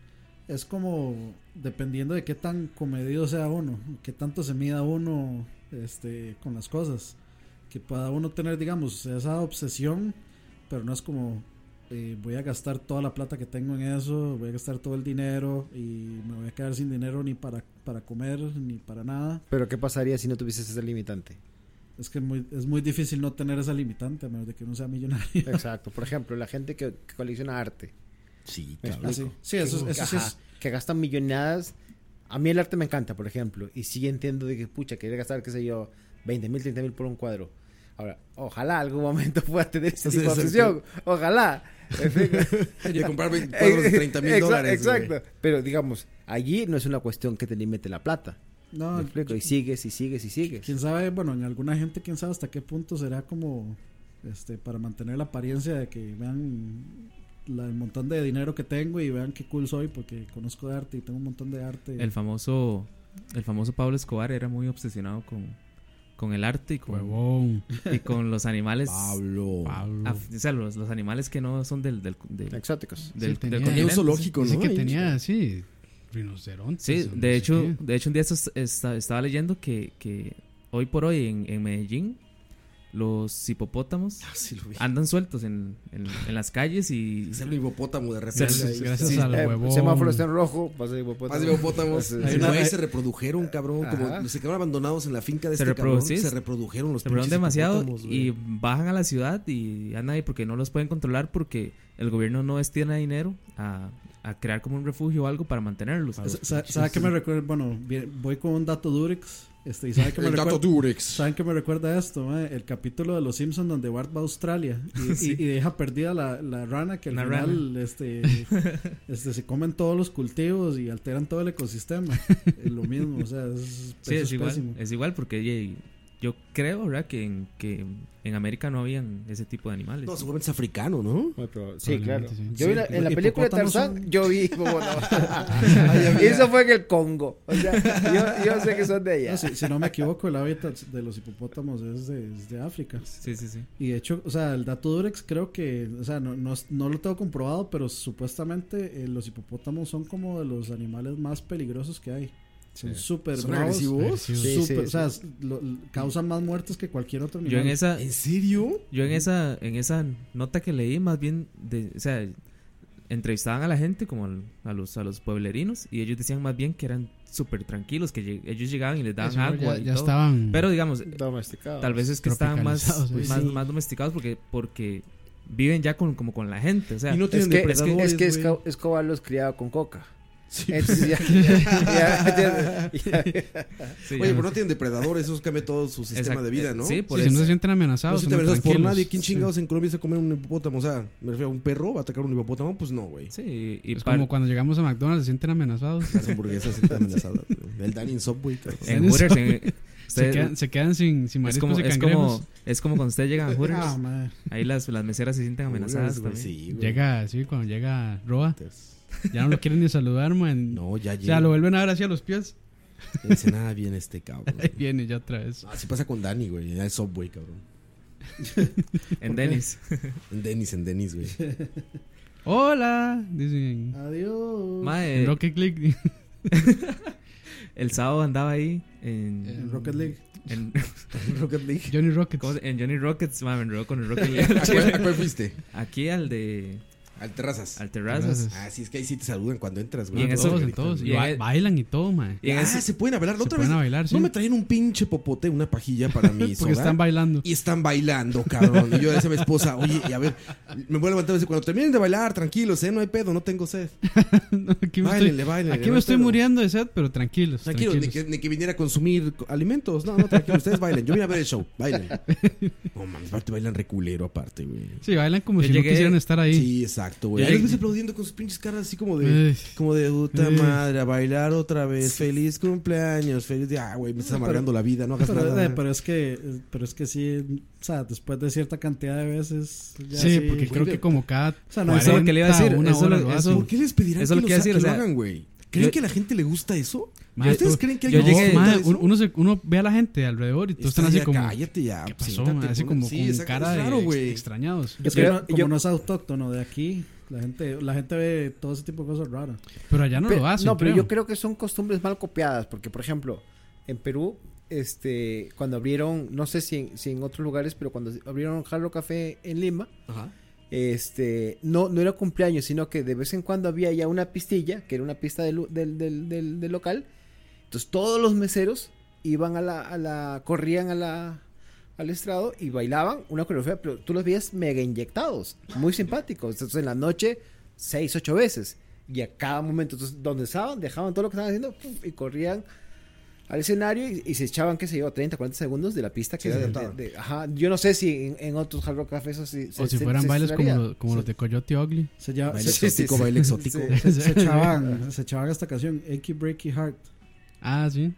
es como dependiendo de qué tan comedido sea uno, qué tanto se mida uno este con las cosas, que pueda uno tener, digamos, esa obsesión, pero no es como eh, voy a gastar toda la plata que tengo en eso, voy a gastar todo el dinero y me voy a quedar sin dinero ni para, para comer ni para nada. Pero ¿qué pasaría si no tuvieses ese limitante? Es que muy, es muy difícil no tener esa limitante a menos de que uno sea millonario. Exacto. Por ejemplo, la gente que, que colecciona arte. Sí, Me cabrón. Ah, sí. Sí, eso, eso sí Ajá, es. que gastan millonadas. A mí el arte me encanta, por ejemplo, y sí entiendo de que, pucha, quería gastar, qué sé yo, veinte mil, treinta mil por un cuadro. Ahora, ojalá algún momento pueda tener ese Sí, tipo de sí, obsesión. Ojalá. En fin. De comprar veinte cuadros de treinta mil Exa- dólares. Exacto. güey. Pero digamos, allí no es una cuestión que te limite la plata. No, ¿Me explico? Y sigues, y sigues, y sigues. quién sabe, bueno, en alguna gente, quién sabe hasta qué punto será como este para mantener la apariencia de que vean la- el montón de dinero que tengo y vean qué cool soy porque conozco de arte y tengo un montón de arte. El famoso, el famoso Pablo Escobar era muy obsesionado con, con el arte y con, Huevón. y con los animales. Pablo. Pablo. af- o sea, los, los animales que no son del, del, del, Exóticos. del- Sí, del tenía- Tenía un continente. zoológico, Dice ¿no? que Ahí, tenía, sí, rinocerontes. Sí, o no de sé hecho, qué. de hecho un día estos- esta- estaba leyendo que, que hoy por hoy en, en Medellín los hipopótamos Ah, sí, lo vi. andan sueltos en, en, en las calles y Es el hipopótamo de repente. Gracias, ahí. gracias Sí. al Eh, huevón. el semáforo está en rojo, pasa de hipopótamo. Más de hipopótamos. Sí, Hay sí. una- Güey, se reprodujeron, cabrón. Como Ajá. se quedaron abandonados en la finca de Se este cabrón. reprodu- sí, Se reprodujeron los se reproducen pinches demasiado hipopótamos, y güey. bajan a la ciudad y andan ahí porque no los pueden controlar porque el gobierno no destina dinero a, a crear como un refugio o algo para mantenerlos. Para Sa- los sa- pinches- ¿Sabe qué me recuerda? Bueno, bien, voy con un dato Durex. Este, y sabe que me El dato recuerda. Durex. ¿Saben qué me recuerda esto? mae? El capítulo de Los Simpsons donde Bart va a Australia y, y- Sí. y deja perdida la, la rana que al Una final este, este, se comen todos los cultivos y alteran todo el ecosistema. Es lo mismo, o sea, es, Sí, eso es igual, pésimo. es igual porque ye- yo creo, ¿verdad? Que en, que en América no habían ese tipo de animales. No, seguramente es africano, ¿no? Muy probable. Sí, claro. Probablemente sí. Yo vi la- en la Sí, película de hipopótamos Tarzán, son- yo vi hipopótamos. Y eso fue en el Congo. O sea, yo, yo sé que son de allá. No, si, si no me equivoco, el hábitat de los hipopótamos es de, es de África. Sí, sí, sí. Y de hecho, o sea, el dato Durex creo que, o sea, no, no, no lo tengo comprobado, pero supuestamente eh, los hipopótamos son como de los animales más peligrosos que hay. Son súper ¿Son bravos. agresivos? Agresivos. Sí, Súper- sí, o sea, lo- causan más muertes que cualquier otro animal. Yo en esa, ¿En serio? yo en esa, en esa nota que leí, más bien, de, o sea, entrevistaban a la gente, como al- a los, a los pueblerinos, y ellos decían más bien que eran súper tranquilos, que lleg- ellos llegaban y les daban Eso, agua ya, y ya todo. estaban. Pero digamos, Domesticado. tal vez es que estaban más, Tropicalizados, más, sí. más, Sí. más domesticados porque, porque viven ya con, como con la gente, o sea, Y no Es tienen que, es que, depredadores, es que güey. Esco- Escobar los criaba con coca. Sí. Entonces ya, ya- ya- ya- sí, Oye, ya- pero no tienen depredadores, eso cambia todo su sistema Exacto. de vida, ¿no? Sí, por Sí, si no eso. se sienten No amenazados. se te son amenazas por tranquilos. nadie. ¿Quién Sí. chingados en Colombia se come un hipopótamo? O sea, me refiero a un perro, va a atacar un hipopótamo, pues no, güey. Sí, y Es par- como cuando llegamos a McDonald's, se sienten amenazados. Las hamburguesas están amenazadas. El Dining Subway, cabrón. en en Hooters, en- Se usted- quedan, se quedan sin, sin es mariscos como, y es cangrejos. como es como cuando ustedes llegan a Hooters, Ah, madre. ahí las, las meseras se sienten amenazadas Güey, también. sí, güey. Llega, sí, cuando llega Roa, ya no lo quieren ni saludar, man. No, ya O llega. sea, lo vuelven a ver hacia los pies. No dice nada bien este cabrón. Ahí viene ya otra vez. Así pasa con Dani, güey. Ya es Subway, cabrón. En Dennis. En Dennis, en Dennis, güey. Hola, dicen. Adiós. Mae, En Rocket League. el sábado andaba ahí en, En Rocket League. en, Rocket League. ¿cómo Johnny Rockets. se- en Johnny Rockets, mae, me enredó con el Rocket League. ¿A cuál, a cuál fuiste? Aquí al de Al Terrazas. al Terrazas. Terrazas. Ah, sí, es que ahí sí te saludan cuando entras, Y güey. en En eso- todos, en gritan. todos. y Y en ba- el- bailan y todo, man. Y en Ah, ese- se pueden bailar. La Se otra pueden vez a bailar, sí. no me traían un pinche popote, una pajilla para mí Porque están bailando. Y están bailando, cabrón. Y yo le decía a mi esposa, oye, y a ver, me voy a levantar y decir, cuando terminen de bailar, tranquilos, ¿eh? No hay pedo, no tengo sed. No, aquí me Báilenle, estoy, báilenle, aquí no me hay estoy pedo. muriendo de sed, pero tranquilos. Tranquilos, ni tranquilos. que, ni que viniera a consumir co- alimentos. No, no, tranquilos, ustedes bailen. Yo vine a ver el show, bailen. No, mames, aparte bailan reculero, aparte, güey. Sí, bailan como Yo si llegué- no quisieran estar ahí. Sí, exacto, güey. Yo Ahí los llegué- ves aplaudiendo con sus pinches caras así como de... Ay, Como de puta Eh. madre, a bailar otra vez. Feliz cumpleaños, feliz día. Ah, güey, me estás amargando la vida, no hagas Pero, nada. eh, pero es que pero es que sí, o sea, después de cierta cantidad de veces ya sí, porque güey, creo que como cada o sea, no, eso es lo que le iba a decir, cuarenta, una eso hora lo- lo eso- hacen. ¿Por qué les pedirán Eso que, es lo que lo, iba a sa- decir, que o lo sea, hagan, güey? ¿Creen yo- que a la gente le gusta eso? Yo- ¿Ustedes tú- creen que yo alguien llegué- disfruta Madre, de eso? uno, uno se- uno ve a la gente alrededor y todos Está están así ya, como. cállate ya. ¿Qué pasó? siéntate, Así pon- como sí, con exacto, cara es de raro, ex- güey. extrañados. Es Yo que creo- no- como yo- no es autóctono de aquí, la gente la gente ve todo ese tipo de cosas raras. Pero allá no Pero- lo hacen. no, pero creo. yo creo que son costumbres mal copiadas, porque por ejemplo, en Perú, este, cuando abrieron, no sé si en, si en otros lugares, pero cuando abrieron Hard Rock Café en Lima, Ajá. este, no, no era cumpleaños, sino que de vez en cuando había ya una pistilla, que era una pista del, lu- del, del, del- del local. Entonces todos los meseros iban a la, a la, corrían a la, al estrado y bailaban una coreografía, pero tú los veías mega inyectados, muy simpáticos. Entonces en la noche, seis, ocho veces. Y a cada momento, entonces, donde estaban, dejaban todo lo que estaban haciendo puf, y corrían al escenario y, y se echaban, qué sé yo, treinta, cuarenta segundos de la pista. Sí, Que era se de, sentaban. de- ajá, yo no sé si en, en otros Hard Rock Cafés eso sí, O se- si se- fueran se bailes como, estrellaría. lo- como Sí. los de Coyote Ugly. Se, llama- Baile Sí, sí, exótico, sí, baile sí. exótico. Sí. se, se echaban se echaban esta canción Achy Breaky Heart. Ah, sí.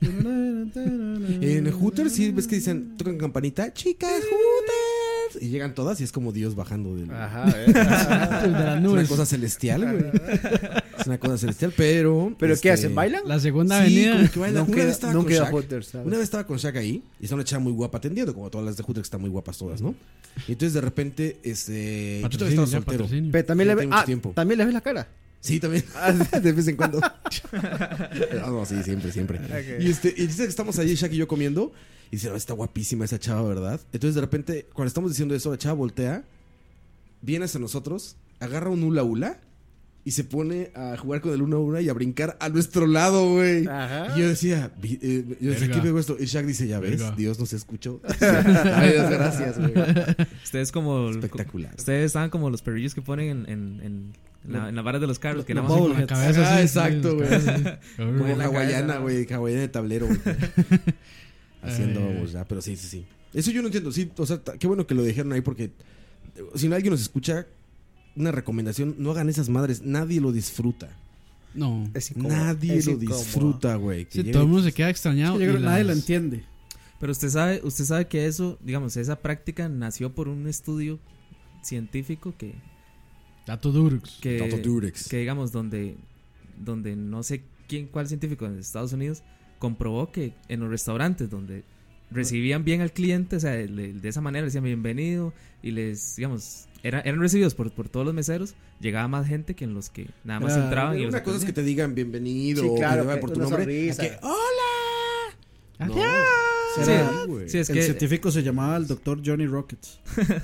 En Hooters sí ves que dicen, tocan campanita, chicas Hooters. Y llegan todas y es como Dios bajando del... Ajá, ¿eh? De las Es una nubes. cosa celestial, güey. Es una cosa celestial, pero... ¿Pero este, qué hacen? ¿Bailan? La segunda Sí, avenida. como que bailan. Nunca Una he- vez estaba nunca con he ido a Shaq. Hooters, ¿sabes? Una vez estaba con Shaq ahí y está una chava muy guapa atendiendo, como todas las de Hooters que están muy guapas todas, ¿no? Y entonces de repente, este... Yo todavía Patrocinio, estaba ya, soltero. patrocinio. Pero también Sí, le ve, tiene mucho ah, tiempo. también le ves la cara. Sí, también. De vez en cuando. Ah, no, sí, siempre, siempre. Y este, y dice que estamos allí, Shaq y yo comiendo. Y dice, no, está guapísima esa chava, ¿verdad? Entonces de repente, cuando estamos diciendo eso, la chava voltea, viene hacia nosotros, agarra un hula hula y se pone a jugar con el hula hula y a brincar a nuestro lado, güey. Ajá. Y yo decía, vi- eh, yo decía, Verga. ¿qué veo esto? Y Shaq dice, ya ves, Verga. Dios nos escuchó. Ay, Dios, gracias, güey. Ustedes como Espectacular. ustedes estaban como los perrillos que ponen en, en, en, la- en las varas de los carros que Los nada más Con la cabeza Ah, así, exacto, sí, güey. cabeza así. Como en la hawaiana, cabeza, ¿no? güey, hawaiana de tablero, güey. Haciendo, Ay, ay. vamos, ya, pero sí, sí, sí. Eso yo no entiendo, sí, o sea, ta- qué bueno que lo dijeron ahí porque eh, si no alguien nos escucha, una recomendación, no hagan esas madres, nadie lo disfruta. No. Es incómodo, Nadie es lo incómodo. disfruta, güey. que Sí, llegue- todo el mundo se queda Es extrañado. que yo y creo que nadie lo las- entiende. Pero usted sabe, usted sabe que eso, digamos, esa práctica nació por un estudio científico que, Dato Durux. que, Tato Durex. que digamos, donde, donde no sé quién, cuál científico en Estados Unidos comprobó que en los restaurantes donde recibían bien al cliente, o sea, le- de esa manera le decían bienvenido y les, digamos, era- eran recibidos por, por todos los meseros, llegaba más gente que en los que nada más Era- entraban y los Una cosa es que te digan bienvenido Sí, o claro, que te llamen que por tu una nombre. sonrisa. a que, ¡hola! No, Sí, Era- güey. sí, es el que científico se llamaba el doctor Johnny Rockets.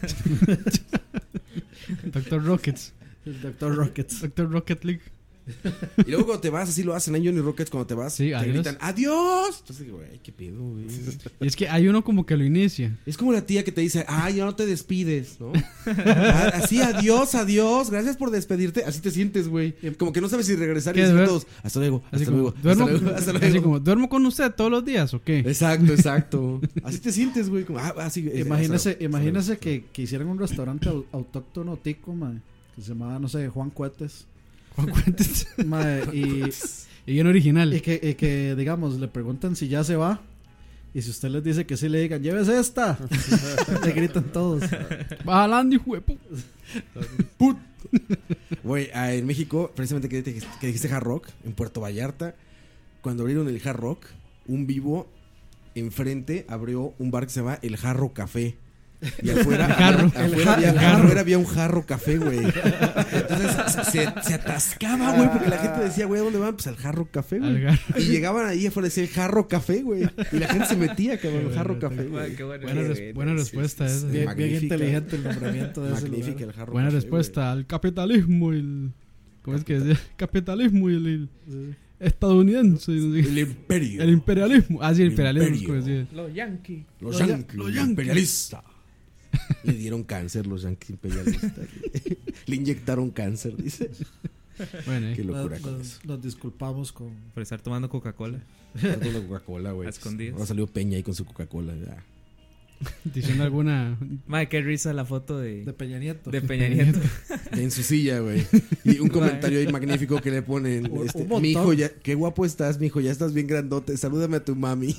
Doctor Rockets. El doctor Rockets. Doctor Rocket League. Y luego cuando te vas, así lo hacen en Johnny Rockets, cuando te vas, Sí, te adiós. gritan ¡adiós! Entonces, güey, qué pedo, güey. Y es que hay uno como que lo inicia. Es como la tía que te dice, ah, ya no te despides, ¿no? Ah, así, adiós, adiós, gracias por despedirte. Así te sientes, güey. Como que no sabes si regresar y ¿Qué, decir duer- todos, hasta luego, Así hasta como, luego, ¿duermo, hasta luego, hasta luego. así como, ¿duermo con usted todos los días o qué? Exacto, exacto. Así te sientes, güey. Como, ah, así. eh, Imagínese, hasta- imagínese que, que hicieran un restaurante au- autóctono tico, mae, que se llamaba, no sé, Juan Cuetes. Juan Cuentes. Mae, y, Y bien original. y, que, y que, digamos, le preguntan si ya se va. Y si usted les dice que sí, le digan, llévese esta. Le gritan todos. Bajalando, hijo de pu- Put. Güey, ah, en México, precisamente que, dijiste- que dijiste Hard Rock, en Puerto Vallarta, cuando abrieron el Hard Rock, un vivo enfrente abrió un bar que se llama El Jarro Café. Y afuera, El jarro. afuera, El ja- había, el jarro. afuera había un jarro café, güey. Entonces se, se atascaba, güey, porque la gente decía, güey, ¿a dónde van? Pues al Jarro Café, güey. Al jarro. Y llegaban ahí afuera y decía el Jarro Café, güey. Y la gente se metía, cabrón, el Jarro Café, güey. Buena, res- buena respuesta esa. Bien, bien Magnífica. inteligente el nombramiento de ese Magnífica lugar. el Jarro Buena Café, respuesta al capitalismo y el... ¿Cómo es que decía? Capitalismo y el, el Sí. güey. estadounidense. El imperio. El imperialismo. Ah, sí, el El imperialismo. es imperio. como decía. Los Yankees. Los Los ya- yankees, los los yankees. imperialistas. Le dieron cáncer los yankees imperialistas. Le inyectaron cáncer, dice. Bueno, Qué eh. locura Nos, con nos- eso. nos disculpamos con. Por estar tomando Coca-Cola. Tanto la Coca-Cola, güey. A escondidas. Ahora salió Peña ahí con su Coca-Cola. ya. Diciendo alguna... Madre, qué risa la foto de, De Peña Nieto. de Peña Nieto. En su silla, güey. Y un comentario ahí magnífico que le ponen. Un- Este, un montón. mi hijo, ya, qué guapo estás, mi hijo. Ya estás bien grandote. Salúdame a tu mami.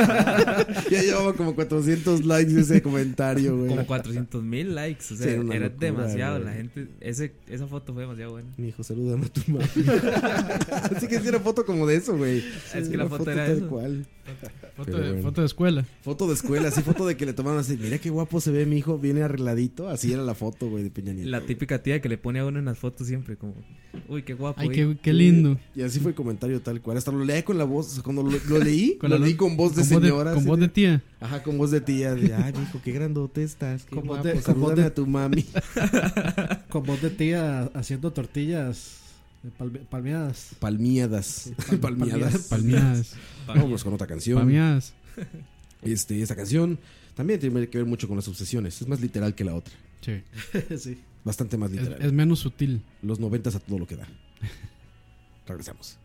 Ya llevaba como cuatrocientos likes ese comentario, güey. Como cuatrocientos mil likes. O sea, Sí, era una era locura, demasiado. güey. La gente. Ese, esa foto fue demasiado buena. Mi hijo, salúdame a tu mami. Así que sí era foto como de eso, güey. Es que Una la foto era tal eso. cual. Foto Pero de, bueno. foto de escuela. Foto de escuela, así foto de que le tomaron así. Mira qué guapo se ve mi hijo, viene arregladito. Así era la foto, güey, de Peña Nieto. La típica tía que le pone a uno en las fotos siempre. Como, uy, qué guapo. Ay, eh". qué, qué lindo. Y así fue el comentario tal cual. Hasta lo leí con la voz. O sea, cuando lo, lo leí, Con lo la- leí con voz de con voz de- señora. Con así voz de tía. Ajá, con voz de tía. De, ay, hijo, qué grandote estás. Qué Con voz guapo, de- con salúdame voz de- a tu mami. Con voz de tía haciendo tortillas eh, palme- palmeadas. Palmiadas. Pal- Palmiadas. Palmeadas. Vamos con otra canción. Palmeadas. Este, esta canción también tiene que ver mucho con las obsesiones. Es más literal que la otra. Sí. Sí. Bastante más Es, literal. es menos sutil. Los noventas a todo lo que da. Regresamos.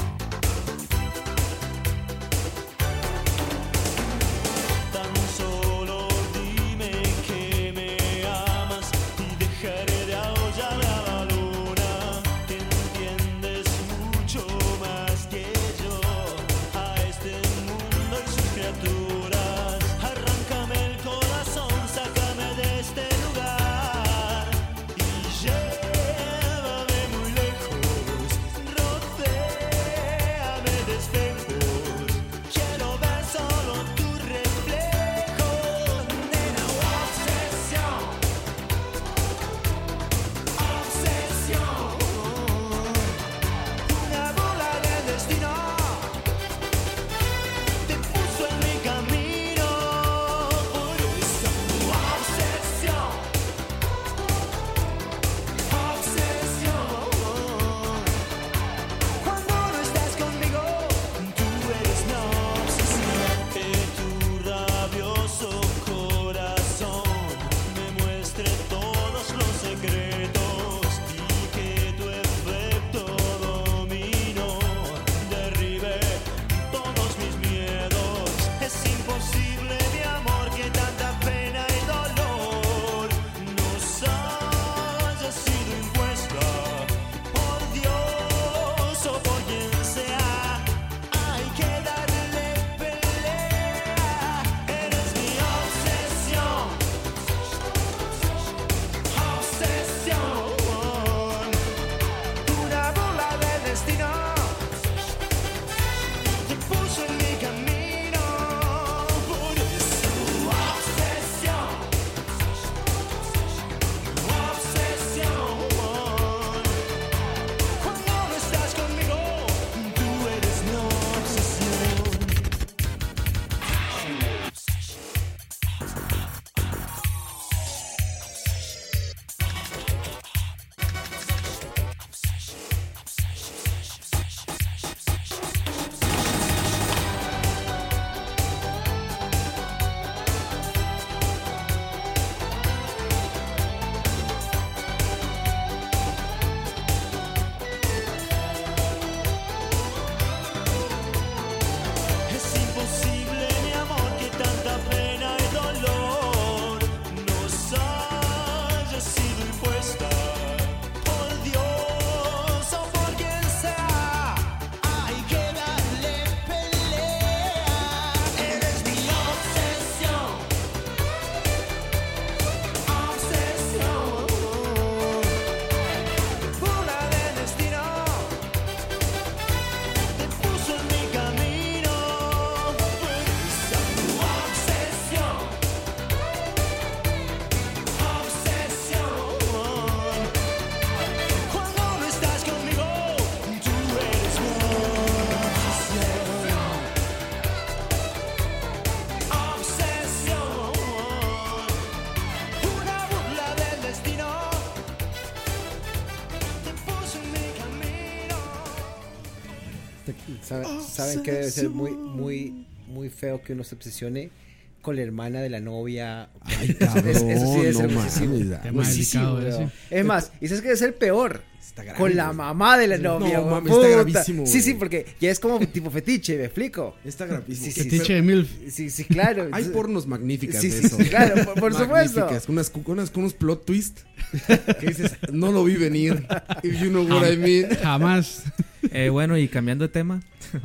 Tan solo Te- ¿Saben, ¿saben que debe ser muy, muy, muy feo que uno se obsesione con la hermana de la novia? Ay, cabrón, Es- eso sí debe ser no obsesivo. mames. Tema Muchísimo, delicado weón. ese. Es más, y sabes que debe ser peor. Está grave, Con la güey. mamá de la novia. No, weón. mames, está Puta. gravísimo, Sí, güey. sí, porque ya es como tipo fetiche, ¿me explico? Está gravísimo. Sí, sí, Fetiche de MILF. Sí, sí, claro. Hay pornos magníficas Sí, de sí, eso. claro, por, por supuesto. Magníficas, con unas, con unas- con unos plot twist que dices, no lo vi venir. If you know what I mean. Jamás. Eh, bueno, y cambiando de tema.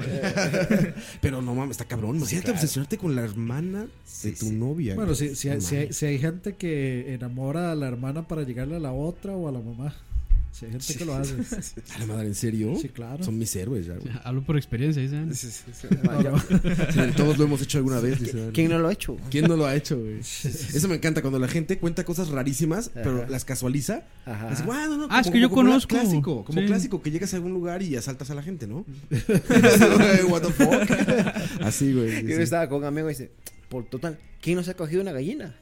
Pero no mames, está cabrón. Imagínate obsesionarte con la hermana de tu novia. Bueno, güey. si, si, No hay, si, hay, mames. si hay gente que enamora a la hermana para llegarle a la otra o a la mamá. Si hay gente que lo hace. A la madre, ¿en serio? Sí, claro. Son mis héroes ya, güey. Hablo por experiencia, dicen. Sí, sí, sí. No, no. Sí, todos lo hemos hecho alguna vez. dice Dani. ¿Quién no lo ha hecho? ¿Quién no lo ha hecho, güey? Eso me encanta cuando la gente cuenta cosas rarísimas, pero Ajá. las casualiza. Ajá. Así, bueno, no, Ah, es que yo como la- conozco. Clásico, como Sí. clásico, que llegas a algún lugar y asaltas a la gente, ¿no? What the fuck. Así, güey. sí, Yo sí. estaba con un amigo y dice, por total, ¿quién no se ha cogido una gallina?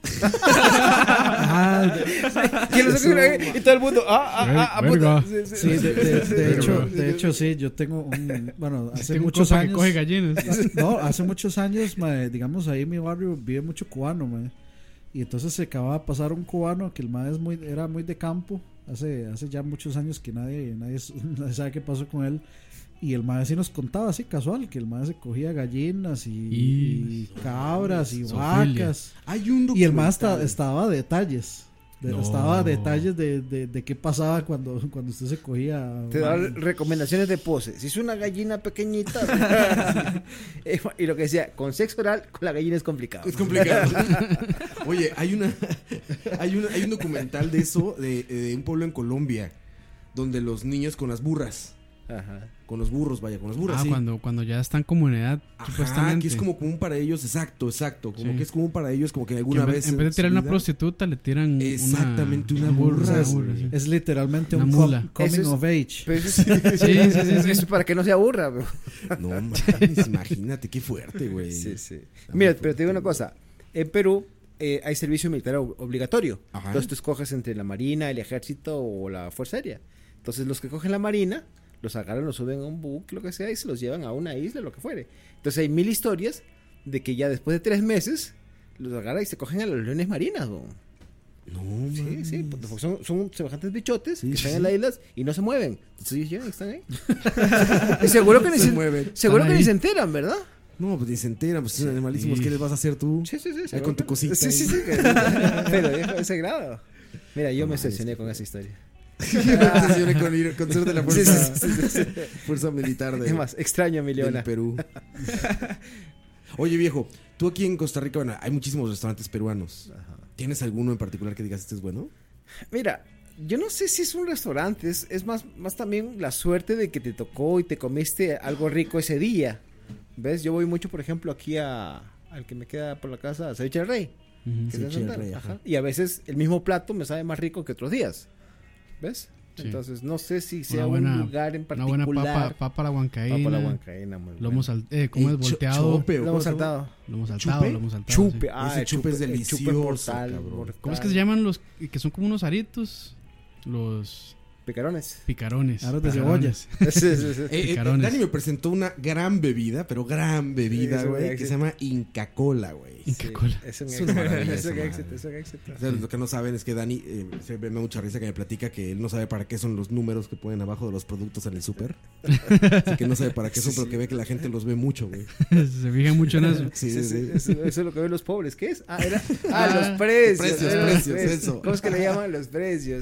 Ah, ¿Quién no se ha cogido una gallina? Y todo el mundo, ah, ah, ah, ah, Verga. puta. Sí, sí, de, de- de Pero, hecho, bro. de hecho, sí, yo tengo un. Bueno, hace Tengo un muchos compa que años. coge gallinas. No, hace muchos años, mae, digamos, ahí en mi barrio vive mucho cubano, mae. Y entonces se acababa de pasar un cubano que el mae es muy, era muy de campo. Hace, hace ya muchos años que nadie, nadie, nadie sabe qué pasó con él. Y el mae sí nos contaba así casual, que el mae se cogía gallinas y, Y- y cabras y Zoofilia. vacas. Hay un Y el mae hasta- documental. estaba a detalles. De, No. Estaba a detalles de, de, de qué pasaba cuando, cuando usted se cogía. Te da mae. recomendaciones de pose. Si es una gallina pequeñita. Y lo que decía, con sexo oral, con la gallina es complicado. Es complicado. Oye, hay una, hay una, hay un documental de eso de, de un pueblo en Colombia donde los niños con las burras, Ajá. con los burros, vaya, con las burras, Ah, sí. cuando, cuando ya están como en edad, Ajá, supuestamente. que es como común para ellos, exacto, exacto, como Sí. que es común para ellos, como que Que alguna en vez, vez en vez de su tirar una vida- prostituta, le tiran una- Exactamente, una burra, burra, una güey. burra, sí. Es literalmente Una un mula. com- coming Eso es- of age. Pero eso es, Sí, sí, sí, sí. eso es para que no se aburra. bro. No mames, imagínate, qué fuerte, güey. Sí, sí. Está Mira, muy pero te digo una fuerte, cosa. En Perú eh, hay servicio militar ob- obligatorio. Ajá. Entonces tú escoges entre la marina, el ejército o la fuerza aérea. Entonces los que cogen la marina, los agarran, los suben a un buque, lo que sea, y se los llevan a una isla, lo que fuere. Entonces hay mil historias de que ya después de tres meses los agarran y se cogen a los leones marinas. bro. No, Sí, mames. sí, porque son, son semejantes bichotes Sí, que sí, están sí. en las islas y no se mueven. Entonces ellos llegan y están ahí. Y seguro que ni Se se, mueven. seguro Están que ni ahí. se enteran, ¿verdad? No, pues ni se enteran, pues son animalísimos, Sí. ¿qué les vas a hacer tú? Sí, sí, sí. Ahí seguro con tu que- cosita Sí, sí, ahí. sí. que- Pero dejo ese grado. Mira, yo No me mames, obsesioné qué con feo. esa historia. Me obsesioné con, ir- con ser de la Sí, fuerza, sí, sí, sí. fuerza militar de, Es más, extraño a mi del leona. Perú. Oye, viejo, tú aquí en Costa Rica, bueno, hay muchísimos restaurantes peruanos. ¿Tienes alguno en particular que digas este es bueno? Mira, yo no sé si es un restaurante, es, es más, más también la suerte de que te tocó y te comiste algo rico ese día. ¿Ves? Yo voy mucho, por ejemplo, aquí a, al que me queda por la casa, a Ceviche del Rey. Ujú. que es en Ceviche del Santana. Rey, Ajá. ajá. Y a veces el mismo plato me sabe más rico que otros días. ¿Ves? Sí. Entonces, no sé si sea Una buena- un lugar en Una particular. buena papa, papa a la huancaína. Papa a la huancaína, muy Lomo bueno. sal, eh, ¿cómo El es? cho- Volteado. chope, ¿o Lomo cómo se llama? saltado. Lomo saltado, ¿Chupe? lomo saltado. Chupe, sí. ah, Ese el chupe es el chupe delicioso, mortal, cabrón. mortal. ¿Cómo es que se llaman los que son como unos aritos? Los Picarones. picarones. Aros de Picarones. Sí, sí, sí. Eh, eh, Picarones. Dani me presentó una gran bebida, pero gran bebida, Sí, güey, sí, que sí. se llama Inca Cola, güey. Inca Cola. Es un Es una éxito. maravilla Es esa un madre. éxito, es un éxito. O sea, lo que no saben es que Dani, eh, se me da mucha risa que me platica que él no sabe para qué son los números que ponen abajo de los productos en el súper. Así que no sabe para qué son, pero que ve que la gente los ve mucho, güey. Se fijan mucho en eso. Sí, Sí, sí, sí, sí. Eso, eso es lo que ven los pobres. ¿Qué es? Ah, era. Ah, Ah, los precios. precios, eran los precios, eso. ¿Cómo es que le llaman los precios?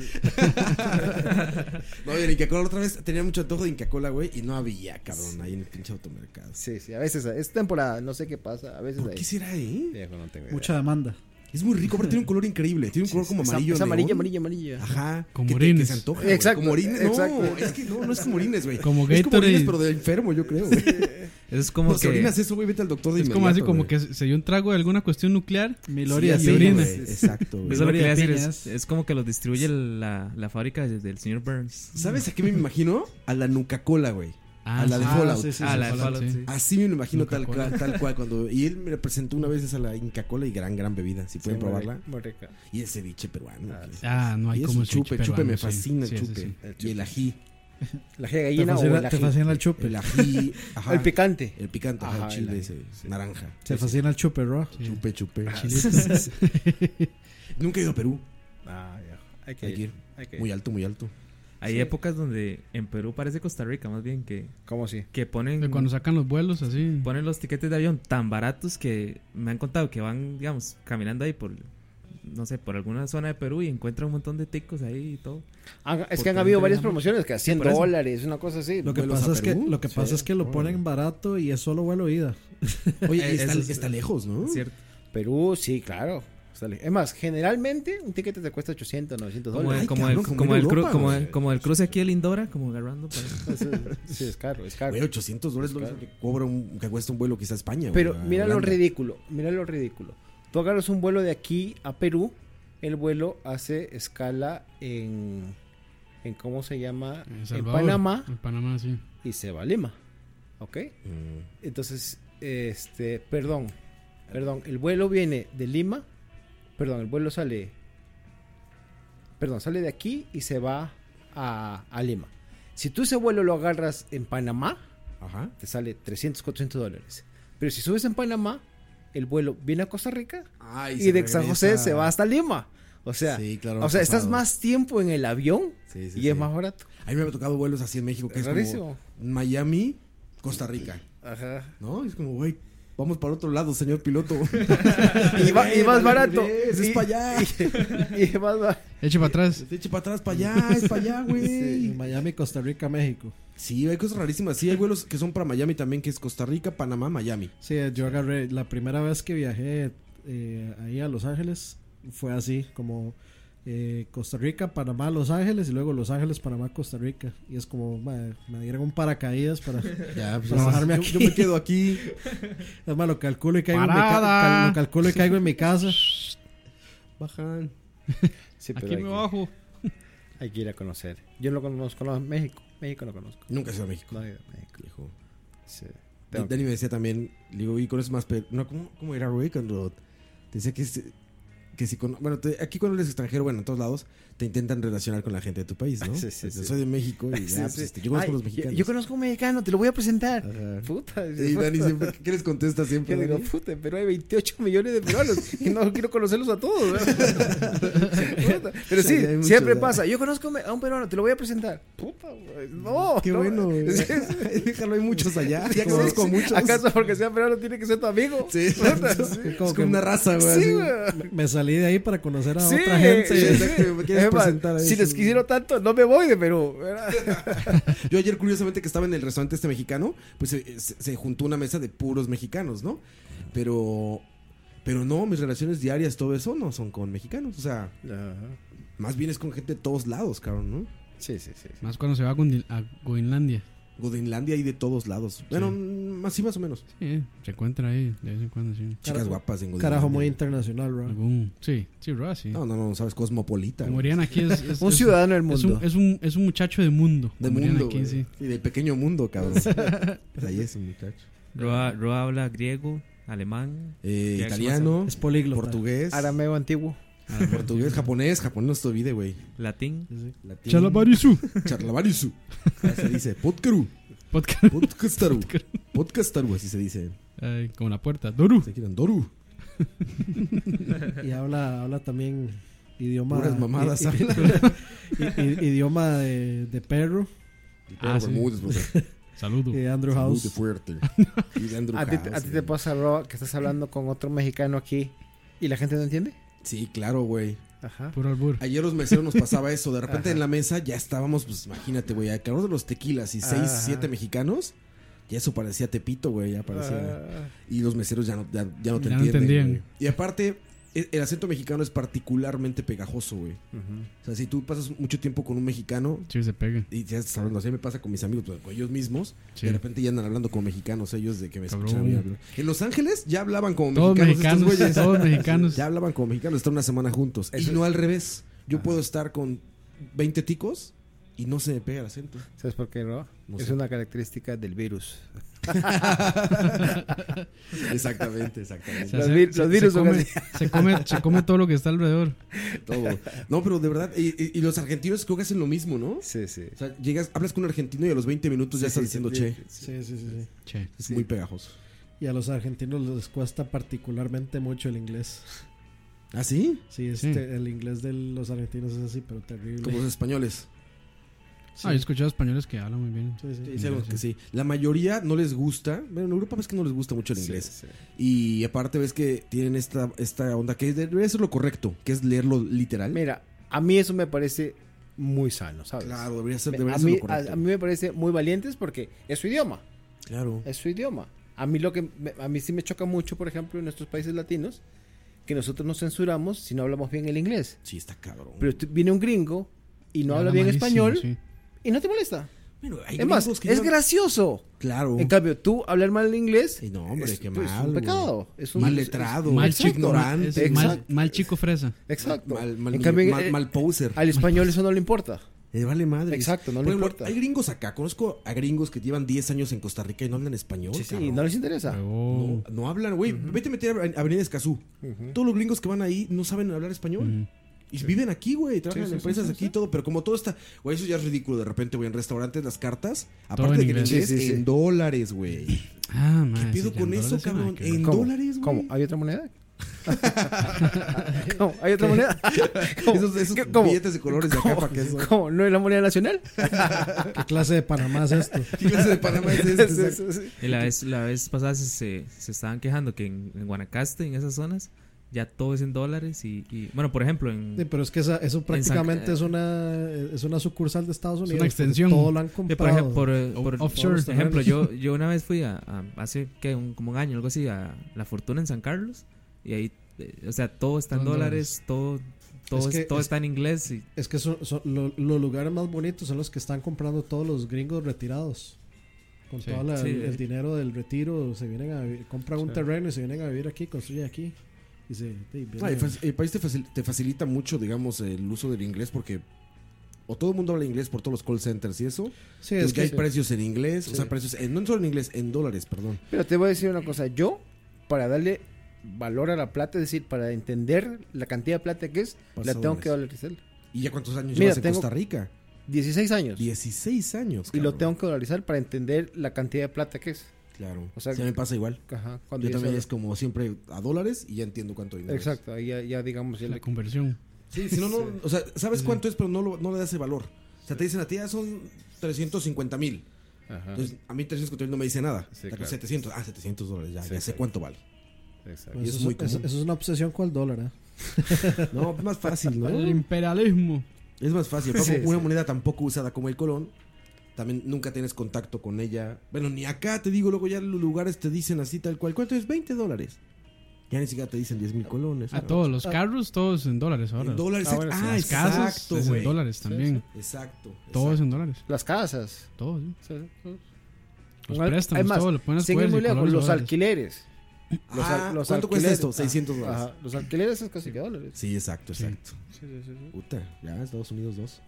No, y el Inca Cola otra vez tenía mucho antojo de Inca Cola, güey, y no había, cabrón, ahí en el pinche automercado. Sí, sí, a veces es temporada, no sé qué pasa, a veces ¿Por hay. qué será, eh? Viejo, no tengo idea. Mucha demanda. Es muy rico, pero tiene un color increíble. Tiene un color como Es- amarillo. Es amarillo, neón. amarillo, amarillo. Ajá. Como que te- orines. Que se antoja. güey. Exacto, Como orines. No, exacto. es que no, no es como orines, güey. Como Es como Gatorade. orines, pero de enfermo, yo creo, güey. Es como No, si que. orinas eso, güey, vete al doctor de Es como así, inmediato, como güey. que se se dio un trago de alguna cuestión nuclear. Miloria Sí, y así, orina. güey. Exacto, güey. Eso es lo que Gloria le iba a decir. Piñas. Es, es como que los distribuye la, la fábrica de- del señor Burns. ¿Sabes a qué me imagino? A la Nuca Cola, güey. Ah, A la de sí. Fallout. sí, sí, ah, sí, la de Fallout. Fallout, sí. Así me lo imagino tal Nuca-Cola. cual, tal cual. Cuando, y él me presentó una vez esa la Inca Cola y gran, gran bebida. Si pueden Sí, muy probarla. rica, muy rica. Y el ceviche peruano. Ah, que- sí. Ah, no hay y como eso, chupe, ceviche chupe, me peruano, sí. fascina el Sí, sí, chupe. sí. El Y el chupe. ají. ¿El ají de Te gallina o fascina, el te ají? fascina el chupe. El ají. Ajá. El picante. El picante, ajá, Ajá, el chile el- ese, naranja. Te fascina el chupe, Roa. Chupe, chupe. Chilitos. Nunca he ido a Perú. Ah, ya. Hay que Hay que ir. ir. Hay que ir. Muy alto, muy alto. Hay Sí. épocas donde en Perú parece Costa Rica, más bien, que, ¿Cómo así? que ponen, De cuando sacan los vuelos así. ponen los tiquetes de avión tan baratos que me han contado que van, digamos, caminando ahí por, no sé, por alguna zona de Perú y encuentran un montón de ticos ahí y todo. Ah, es Porque que han no habido te varias dejan promociones que a cien por eso. dólares, una cosa así. Lo que ¿Vuelos pasa a es que Perú? lo que pasa Sí. es que lo ponen barato y es solo vuelo ida. Oye, Eh, y está, eso es- está lejos, ¿no? ¿Cierto? Perú, sí, claro. Sale. Es más, generalmente un ticket te cuesta ochocientos, novecientos Como, dólares. el, Ay, como, cabrón, el, como como, en el cru- Europa, como, güey. el, como el cruce aquí en Lindora, como agarrando por ahí. Eso- Sí, es caro, es caro. Güey, ochocientos dólares es lo mismo que cobra un, que cuesta un vuelo quizá a España. Pero güey, a mira lo Holanda. ridículo, mira lo ridículo. Tú agarras un vuelo de aquí a Perú, el vuelo hace escala en, en ¿cómo se llama? En En Salvador. Panamá En Panamá, sí. y se va a Lima. ¿Ok? Mm. Entonces, este, perdón, perdón, el vuelo viene de Lima, perdón, el vuelo sale, perdón, sale de aquí y se va a, a Lima. Si tú ese vuelo lo agarras en Panamá, Ajá. te sale trescientos, cuatrocientos dólares. Pero si subes en Panamá, el vuelo viene a Costa Rica Ay, y se de San regresa. José se va hasta Lima. O sea, Sí, claro, o sea, estás pasado. más tiempo en el avión Sí, sí, y sí. es más barato. A mí me ha tocado vuelos así en México que Es es, rarísimo. como Miami, Costa Rica. Ajá. ¿No? Es como, güey, vamos para otro lado, señor piloto. Y, va- y más barato. Es, Y- para allá. Y, y más ba- Eche para atrás. Se eche para atrás, para allá, es para allá, güey. Sí, Miami, Costa Rica, México. Sí, hay cosas rarísimas. Sí, hay vuelos que son para Miami también, que es Costa Rica, Panamá, Miami. Sí, yo agarré la primera vez que viajé eh, ahí a Los Ángeles fue así, como eh, Costa Rica, Panamá, Los Ángeles y luego Los Ángeles, Panamá, Costa Rica. Y es como, madre, me dieron un paracaídas para, Ya, pues para bajarme yo, aquí. yo me quedo aquí. Es más, lo calculo y caigo, en mi, ca- Parada. cal- lo calculo y caigo en mi casa. Bajan. Sí, pero Aquí hay me que- bajo. Hay que ir a conocer. Yo no conozco no, México. México no conozco. Nunca he ido a México. No he ido a México. Viejo. Sí. Tengo que- Dani me decía también, le digo, y conoces más, pero no, ¿cómo, ¿cómo era, güey? Cuando te decía que, es- que si, con, bueno, te- aquí cuando eres extranjero, bueno, en todos lados, te intentan relacionar con la gente de tu país, ¿no? Sí, sí, Yo sí. soy de México y Sí, ya, pues, sí. este, yo conozco Ay, a los mexicanos. Yo, yo conozco un mexicano, te lo voy a presentar. Ajá. Puta. Y Dani siempre, ¿qué les contesta siempre? Yo digo, Dani? puta, pero hay veintiocho millones de peruanos y no quiero conocerlos a todos. Puta. Pero sí, Sí, hay muchos, siempre ¿verdad? pasa. Yo conozco a un peruano, te lo voy a presentar. Puta, güey. No, Qué no. bueno, güey. Sí, Déjalo, hay muchos allá. Ya sí, conozco sí. muchos. ¿Acaso porque sea peruano tiene que ser tu amigo? Sí, Puta, exacto. sí. Es como como que- una raza, güey. Sí, así. güey. Me, me salí de ahí para conocer a Sí, otra gente. sí, sí. exacto, me quieres Es más, presentar a si eso. les quisiera tanto, no me voy de Perú. ¿verdad? Yo ayer, curiosamente, que estaba en el restaurante este mexicano, pues se, se- se juntó una mesa de puros mexicanos, ¿no? Pero, pero no, mis relaciones diarias, todo eso, no son con mexicanos. O sea, más bien es con gente de todos lados, cabrón, ¿no? Sí, sí, sí. Más cuando se va a, Gondi- a Groenlandia. Godinlandia hay de todos lados. Bueno, mm, así más o menos. Sí, se encuentra ahí de vez en cuando, sí. Chicas Carajo. guapas en Godinlandia. Carajo, muy internacional, bro. Algún, sí, sí, bro, sí. No, no, no, sabes, cosmopolita. Como güey. dirían aquí es, es- Un es- ciudadano del es mundo. un, es, un, es un muchacho de mundo. De como dirían mundo, aquí, güey. sí. Sí, del pequeño mundo, cabrón. Pues ahí es un muchacho. Roa, Roa habla griego, alemán. Eh, Ya, italiano, Es políglota. portugués, Arameo antiguo. portugués, japonés, japonés no se te olvide, güey. Latín. Latín. Chalabarisu. Charlavarisu. Así se dice. Podcaru. Podcast. Podcastaru. Podcastaru, así se dice. Ay, como la puerta. Doru. Se quieren Doru. Y habla, habla también idioma. Puras mamadas i- i- habla. i- i- idioma de, de perro Ah, sí. Bermúdez, brother. Saludo. y de Andrew Muy House. fuerte. Y de Andrew ¿A ti, House, a ti te güey. pasa, Ro, que estás hablando con otro mexicano aquí y la gente no entiende? Sí, claro, güey. Ajá. Puro albur. Ayer los meseros nos pasaba eso. De repente Ajá. en la mesa ya estábamos, pues imagínate, güey. Al calor de los tequilas y seis, Ajá. siete mexicanos. Ya eso parecía Tepito, güey. Ya parecía. Ah, Y los meseros ya no, ya, ya no te Ya no entienden. entendían. güey. Y aparte, el, el acento mexicano es particularmente pegajoso, güey. ujú. O sea, si tú pasas mucho tiempo con un mexicano Sí, se pega. y ya estás hablando así, me pasa con mis amigos, pues, con ellos mismos. Sí. De repente ya andan hablando como mexicanos ellos de que me Cabrón. escuchan a mí hablar. En Los Ángeles ya hablaban como Todos mexicanos. estos mexicanos. güeyes. Todos mexicanos. Ya hablaban como mexicanos, están una semana juntos. Eso y es- no al revés. Yo puedo estar con veinte ticos y no se me pega el acento. ¿Sabes por qué, Ro? No es sé. una característica del virus. Exactamente, exactamente. Se Los hace- vir- se- los virus se son come, así. se come, se come todo lo que está alrededor. Todo. No, pero de verdad, y, y- y los argentinos creo que hacen lo mismo, ¿no? Sí, sí. O sea, llegas, hablas con un argentino y a los veinte minutos ya Sí, estás sí, diciendo sí, che. Sí, sí, sí, sí. Che. Es Sí. muy pegajoso. Y a los argentinos les cuesta particularmente mucho el inglés. ¿Ah, sí? Sí, Sí. este, el inglés de los argentinos es así, pero terrible. Como los españoles. Sí. Ah, yo he escuchado españoles que hablan muy bien. Sí, sí. Sí, sabemos que sí. La mayoría no les gusta. Bueno, en Europa ves que no les gusta mucho el inglés. Sí, sí. Y aparte ves que tienen esta, esta onda que debería ser lo correcto, que es leerlo literal. Mira, a mí eso me parece muy sano, ¿sabes? Claro, debería ser, Me- debería a, ser mí, lo correcto. a, a mí me parece muy valientes porque es su idioma. Claro. Es su idioma. A mí lo que me- a mí sí me choca mucho, por ejemplo, en nuestros países latinos, que nosotros nos censuramos si no hablamos bien el inglés. Sí, está cabrón. Pero tú- viene un gringo y no habla Habla bien malísimo, español sí. y no te molesta. Bueno, hay Es más, gringos que es llevan- gracioso. Claro. En cambio, tú hablar mal el inglés Sí, no, hombre, es, qué pues, mal, es un güey. pecado. Es un Mal es- letrado, Mal Exacto. chico, ignorante. es mal, Exacto. mal chico fresa. es- exacto. Mal, mal, en niño, cambio, mal, eh, mal poser. al español eso no le importa. Le vale madre. Exacto, no Por le ejemplo, importa. Hay gringos acá. Conozco a gringos que llevan diez años en Costa Rica y no hablan español. Sí, sí, cabrón. no les interesa. Huevón. No, no hablan, güey. Vete a meter a Avenida Escazú. Ujú. Todos los gringos que van ahí no saben hablar español. Ujú. Y viven aquí, güey. Trabajan Sí, sí, en empresas sí, sí, aquí y sí. todo. Pero como todo está. Güey, eso ya es ridículo. De repente, güey, en restaurantes, las cartas. Todo Aparte en de que en inglés. inglés, Sí, sí, sí. en dólares, güey. Ah, ¿Qué madre, pido sí, con ya, eso, dólares, sí, cabrón? madre, qué En ¿Cómo? dólares, güey. ¿Cómo? ¿Hay otra moneda? ¿Cómo? ¿Hay otra moneda? ¿Cómo? Esos, esos ¿Qué- cómo? billetes de colores de acá ¿Cómo? para que eso. ¿Cómo? ¿No es la moneda nacional? ¿Qué clase de Panamá es esto? ¿Qué clase de Panamá es este? Sí, Exacto. sí, sí. Y la vez, la vez pasada se, se, se estaban quejando que en, en Guanacaste, en esas zonas, ya todo es en dólares. Y, y bueno, por ejemplo, en, Sí, pero es que esa- eso prácticamente San- es una es una sucursal de Estados Unidos. una porque extensión. Todo lo han Sí, por comprado. ejemplo, por, eh, por- offshore. por ejemplo, yo, yo una vez fui a, a- hace ¿qué? Un, como un año, algo así, a La Fortuna en San Carlos. Y ahí, eh, o sea, todo está en Todo en dólares, todo, todo, Es es- que todo es- está en inglés. Y, Es que son, son- lo- los lugares más bonitos son los que están comprando todos los gringos retirados. Con Sí. todo la- Sí. el, el dinero del retiro, se vienen a vi- compran un Sí. terreno y se vienen a vivir aquí, construyen aquí. Y se, y vienen- Ah, y fac- el país te, facil- te facilita mucho, digamos, el uso del inglés porque o todo el mundo habla inglés por todos los call centers y eso. sí, Es es que hay que precios en inglés, o Sí. sea, precios en- no solo en inglés, en dólares, perdón. Pero te voy a decir una cosa. Yo, para darle valor a la plata, es decir, para entender la cantidad de plata que es, Pasa la tengo que dólares. dolarizar. ¿Y ya cuántos años Mira, llevas en tengo- Costa Rica? dieciséis años. dieciséis años. Y lo cabrón. tengo que dolarizar para entender la cantidad de plata que es. Claro. O sea, sí, me pasa igual. Ajá, cuando Yo ya también sabes- es como siempre a dólares y ya entiendo cuánto dinero es. Exacto, ahí ya, ya digamos. Ya La le- conversión. Sí, si no, no, o sea, sabes cuánto es, pero no, lo- no le das el valor. O sea, te dicen a ti, ya son trescientos cincuenta mil. Ajá, Entonces, a mí trescientos cincuenta mil no me dice nada. Sí, O sea, claro. setecientos, ah, setecientos dólares, ya, Sí, ya sé claro. cuánto vale. exacto. y es eso, muy es, eso- común. eso es una obsesión con el dólar. ¿eh? No, es más fácil, ¿no? El imperialismo. Es más fácil. Sí, Como una sí. moneda tan poco usada como el colón, también nunca tienes contacto con ella. Bueno, ni acá te digo, luego ya los lugares te dicen así tal cual. ¿Cuánto es? veinte dólares. Ya ni siquiera te dicen diez mil colones. A todos los carros, todos en dólares ahora. En dólares. Ah, bueno, sí. Ah, Las casas exacto, es en güey. dólares también. Exacto. Todo es exacto. en dólares. Las casas. Todo, sí. Sí, sí. Los Hay- préstamos, hay más. todo. Le ponen las Sin ir cuerdas muy y lejos, colores los dólares. alquileres. Los, Ah, al- los ¿cuánto cuesta alquileres- esto? ah, seiscientos dólares. Ajá, los alquileres es casi que dólares. Sí, exacto, Sí. exacto. Sí, sí, sí, sí. Puta, ya Estados Unidos dos.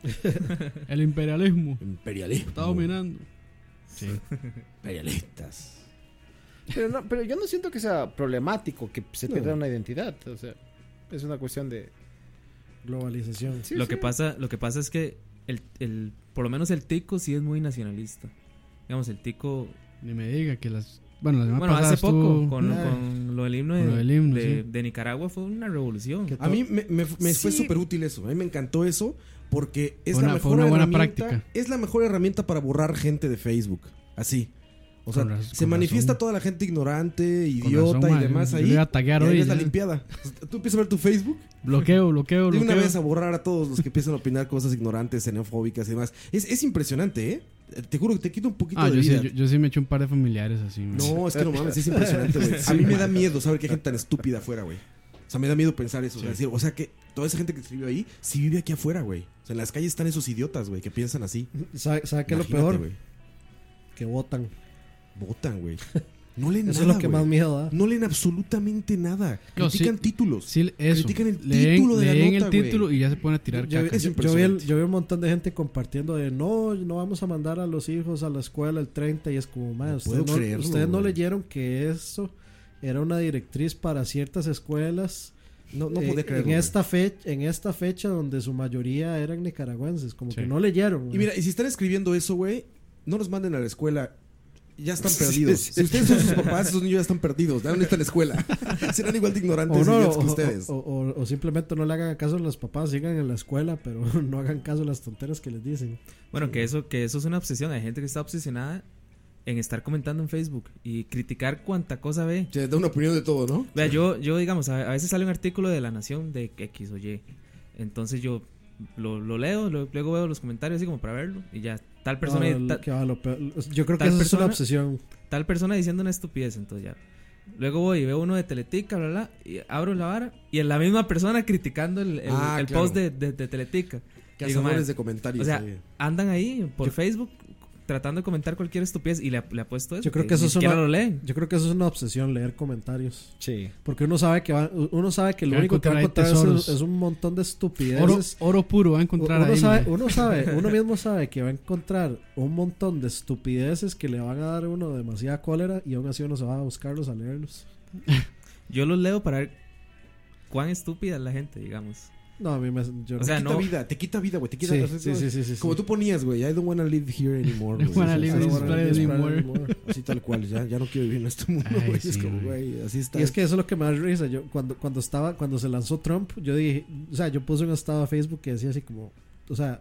El imperialismo. Imperialismo. Está dominando. Sí. Imperialistas. Pero, no, pero yo no siento que sea problemático que se No. pierda una identidad. O sea, es una cuestión de. Globalización. Sí, lo, sí. que pasa, lo que pasa es que el, el, por lo menos el tico sí es muy nacionalista. Digamos, el tico... Ni me diga que las. Bueno, la semana Bueno, pasada hace poco, estuvo- con, Ah. con lo del himno de, Con lo del himno, de, sí. de Nicaragua, fue una revolución. Que A mí me, me- me fue Sí. súper útil eso. A mí me encantó eso porque es Fue la una- mejor fue una buena herramienta. práctica. Es la mejor herramienta para borrar gente de Facebook. Así. O sea, Con raz- se con manifiesta razón. toda la gente ignorante, Con idiota razón, y ma, demás yo ahí. le iba a taguear y ahí hoy, es la ya. limpiada. Tú empiezas a ver tu Facebook Bloqueo, bloqueo, de bloqueo. una vez a borrar a todos los que empiezan a opinar cosas ignorantes, xenofóbicas y demás. Es, es impresionante, ¿eh? Te juro que te quita un poquito Ah, de yo vida. sí, yo, yo sí me eché un par de familiares así. man. No, es que no mames, es impresionante, güey. A mí me da miedo saber que hay gente tan estúpida afuera, güey. O sea, me da miedo pensar eso. O sea, decir, o sea, que toda esa gente que escribió ahí, sí vive aquí afuera, güey. O sea, en las calles están esos idiotas, güey, que piensan así. ¿Sabe, sabe qué es lo Imagínate, peor? güey. Que votan. Votan, güey. No leen Eso nada, es lo que güey. más miedo da. No leen absolutamente nada. No, Critican sí. títulos. Sí, eso. Critican el leen título de la leen nota, el título güey. y ya se ponen a tirar Yo, caca. es yo- yo vi el- impresionante. yo vi un montón de gente compartiendo de no, no vamos a mandar a los hijos a la escuela el treinta y es como, man, No ustedes, puedo no, creerlo, ustedes no güey. leyeron que eso era una directriz para ciertas escuelas No, no eh, podía creerlo. en, güey. esta fecha, en esta fecha donde su mayoría eran nicaragüenses, como Sí. que no leyeron. Y mira, y si están escribiendo eso, güey, no los manden a la escuela. Ya están Sí, perdidos. sí. Si ustedes son sus papás, esos niños ya están perdidos. Ya no están en la escuela. Serán igual de o, ignorantes y no, idiotas o, que ustedes. o- o- o simplemente no le hagan caso a los papás, sigan en la escuela, pero no hagan caso a las tonteras que les dicen. Bueno, que eso, que eso es una obsesión. Hay gente que está obsesionada en estar comentando en Facebook y criticar cuánta cosa ve. Se da una opinión de todo, ¿no? Vea, yo, yo digamos, a, a veces sale un artículo de La Nación de X o Y. Entonces yo lo, lo leo, lo- luego veo los comentarios así como para verlo. Y ya, tal persona, No, ta- que va, lo peor- yo creo que tal eso es persona- una obsesión. tal persona diciendo una estupidez. Entonces ya. Luego voy y veo uno de Teletica, bla, bla, y abro la vara. Y es la misma persona criticando el, el- Ah, el claro. post de, de, de Teletica. Digo, Cazadores man, de comentarios. o sea, eh. Andan ahí por Yo- Facebook tratando de comentar cualquier estupidez y le, le apuesto eso. Yo creo que eso ni es siquiera una- lo leen. Yo creo que eso es una obsesión, leer comentarios. Sí. Porque uno sabe que va, uno sabe que lo Que va a único que va a encontrar encontrar ahí es, tesoros. es un montón de Oro, estupideces. oro puro va a encontrar uno, ahí. sabe, mae. uno sabe, uno mismo sabe que va a encontrar un montón de estupideces que le van a dar a uno demasiada cólera y aún así uno se va a buscarlos a leerlos. Yo los leo para ver cuán estúpida es la gente, digamos. No, a mí me... Yo, O sea, te quita no- vida, te quita vida, güey. Te quita sí, o sea, sí, sí, sí, sí, Como sí. tú ponías, güey. I don't wanna live here anymore. Don't güey. wanna Sí, live sí, in sí, this sí, place sí, sí, anymore. Así tal cual, ya, ya no quiero vivir en este mundo, Ay, güey. sí, es como, güey. güey, así está. Y es que eso es lo que me da risa. Yo, cuando, cuando estaba, cuando se lanzó Trump, yo dije, o sea, yo puse un estado a Facebook que decía así como, o sea,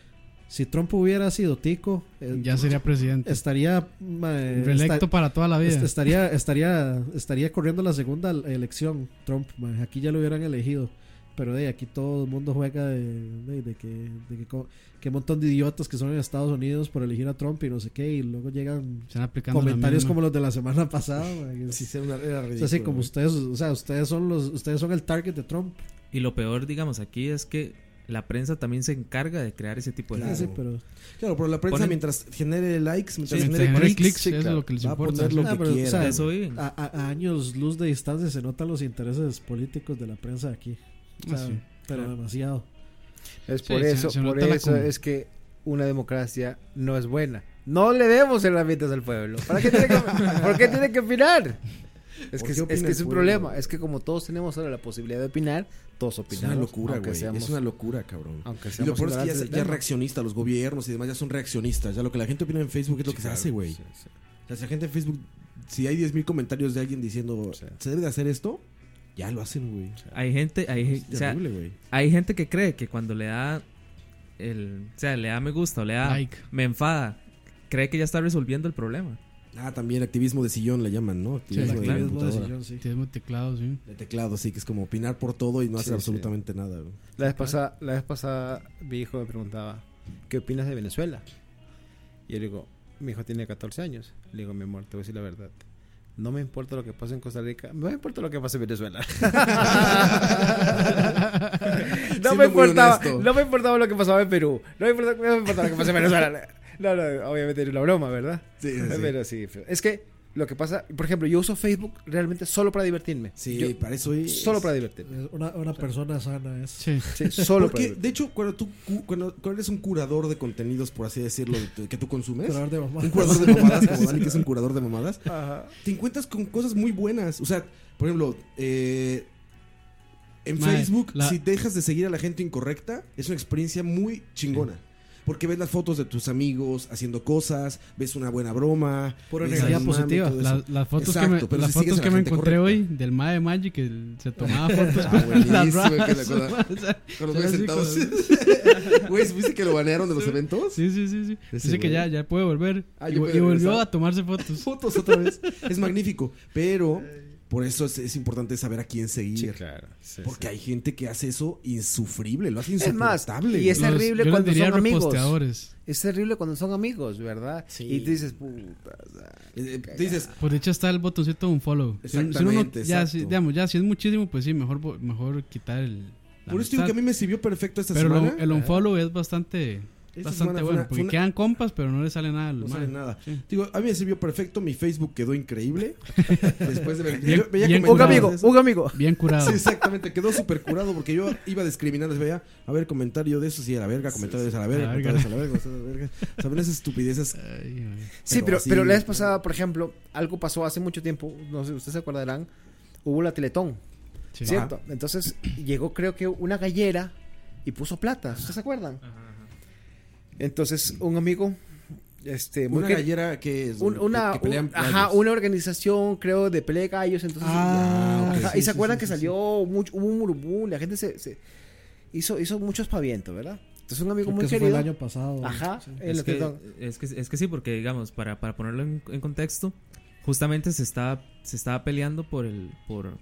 si Trump hubiera sido tico, eh, Ya sería presidente. estaría ma, eh, Reelecto esta- para toda la vida. est- estaría, estaría, estaría corriendo la segunda elección, Trump, ma, aquí ya lo hubieran elegido. Pero de aquí todo el mundo juega de, de, de que, de que, co- que un montón de idiotas que son en Estados Unidos por elegir a Trump y no sé qué, y luego llegan Están aplicando la comentarios misma. como los de la semana pasada. ma, que es- Sí, sí, era una- era o sea, ridículo, así como güey. ustedes, o sea, ustedes son los, ustedes son el target de Trump. Y lo peor, digamos, aquí es que la prensa también se encarga de crear ese tipo de Claro. Sí, pero Claro, pero la prensa, Ponen- mientras genere likes, mientras Sí, genere, genere clics, clics, sí, eso es claro, lo que les va a importa. poner lo Ah, que pero, o quiera. sea, De eso viven. a, a- a años luz de distancia se notan los intereses políticos de la prensa de aquí. O sea, Ah, sí. pero Claro. demasiado. Es Sí, por se- eso, se por nota la eso com- es que una democracia no es buena. No le demos herramientas al pueblo. ¿Para qué tiene que, ¿Por qué tiene que opinar? Es ¿Por que, qué es, opina es que el es un pueblo? problema. Es que como todos tenemos ahora la posibilidad de opinar, todos Es opinamos. una locura, aunque güey. seamos- Es una locura, cabrón. Aunque Y lo seamos peor es que ya, ignorantes se- del ya es tema. reaccionista, los gobiernos y demás ya son reaccionistas. Ya lo que la gente opina en Facebook es lo Sí, que claro, se hace, güey. sí, sí. O sea, si la gente en Facebook, si hay diez mil comentarios de alguien diciendo, Sí. ¿se debe de hacer esto? Ya lo hacen, güey. Hay gente, hay, Es o sea, terrible, güey. hay gente que cree que cuando le da el, o sea, le da me gusta o le da Like. me enfada, cree que ya está resolviendo el problema. Ah, también activismo de sillón le llaman, ¿no? Activismo Sí, de claro. computadora. Sillón, sí. Tenemos teclado, sí. De teclado, sí, que es como opinar por todo y no hacer Sí, sí. absolutamente nada, güey. La vez pasada, la vez pasada mi hijo me preguntaba, ¿qué opinas de Venezuela? Y yo le digo, mi hijo tiene catorce años. Le digo, mi amor, te voy a decir la verdad. No me importa lo que pase en Costa Rica, no me importa lo que pase en Venezuela. no, Siendo me muy importaba, honesto. no me importaba lo que pasaba en Perú. No me importaba, no me importaba lo que pase en Venezuela. No, no, obviamente era una broma, ¿verdad? Sí, sí, sí. Pero sí, es que lo que pasa, por ejemplo, yo uso Facebook realmente solo para divertirme. Sí, Yo- para eso es. solo para divertirme. Es Una, una persona sana es. Sí. Sí, solo para Porque, divertirme. de hecho, cuando tú cu- cuando, cuando eres un curador de contenidos, por así decirlo, de- que tú consumes, Curador de mamá. un curador de mamadas, como Dani, que es un curador de mamadas, Ajá. te encuentras con cosas muy buenas. O sea, por ejemplo, eh, en Mae, Facebook, la- si dejas de seguir a la gente incorrecta, es una experiencia muy chingona. Porque ves las fotos de tus amigos haciendo cosas, ves una buena broma, Pura ves energía al mame y positiva. todo eso. La- las fotos Exacto, que me, pero las si sigues fotos a que la me gente encontré correcta. hoy del Mae Magic, que el- se tomaba fotos Ah, con buenísimo, las que raras. la cosa- o sea, Con los era güeyes así sentados. como- Güey, ¿viste que lo banearon de los eventos? Sí, sí, sí, sí. Ese Dice que güey. ya, ya puede volver. Ah, y, ya vo- puede y volvió regresar. a tomarse fotos. Fotos otra vez. Es magnífico. Pero por eso es, es importante saber a quién seguir. Sí, claro. Sí, Porque sí. hay gente que hace eso insufrible, lo hace Es más, insoportable. y es güey. Los- terrible yo les cuando diría son amigos. reposteadores. Es terrible cuando son amigos, ¿verdad? Sí. Y tú dices, puta. o sea, Eh, eh, dices, Por dicho está el botoncito de un follow. Si- si uno no- Exactamente, ya, exacto. si, digamos, ya si es muchísimo, pues sí, mejor, bo- mejor quitar el. la por eso digo amistad. que a mí me sirvió perfecto esta Pero semana. lo- el unfollow es bastante. Esta Bastante semana fue bueno, una- porque fue una- quedan compas, pero no le sale nada. al No mae. sale nada. Sí. Digo, a mí me sirvió perfecto. Mi Facebook quedó increíble. Después de ver. Bien- yo veía bien comentarios Un amigo, de eso. un amigo. Bien curado. Sí, exactamente. Quedó súper curado porque yo iba discriminando. Veía, a ver, comentario de eso, sí, a la verga. Comentario de eso, a la verga. A la Comentario de eso, a la verga. comentario de la verga. Saben esas estupideces. Ay, ay. Sí, Pero pero, así- pero la vez pasada, por ejemplo, algo pasó hace mucho tiempo, no sé, ustedes se acordarán, hubo la Teletón, Sí. ¿cierto? Entonces llegó creo que una gallera y puso plata, ¿ustedes se acuerdan? Entonces un amigo, este, muy Una que- gallera que es. un- que- una, que pelean un- ajá, gallos. una organización creo de pelea de gallos, entonces, Ah, ok, ajá, sí, y se sí, acuerdan sí, que sí, salió mucho, hubo un murmullo, la gente se, se hizo, hizo mucho espaviento, ¿verdad? Entonces un amigo Creo muy que eso fue querido, el año pasado. ajá, Sí. en Es la que, Teletón. es, que, es que sí, porque digamos, para, para ponerlo en, en contexto, justamente se estaba, se estaba peleando por el por,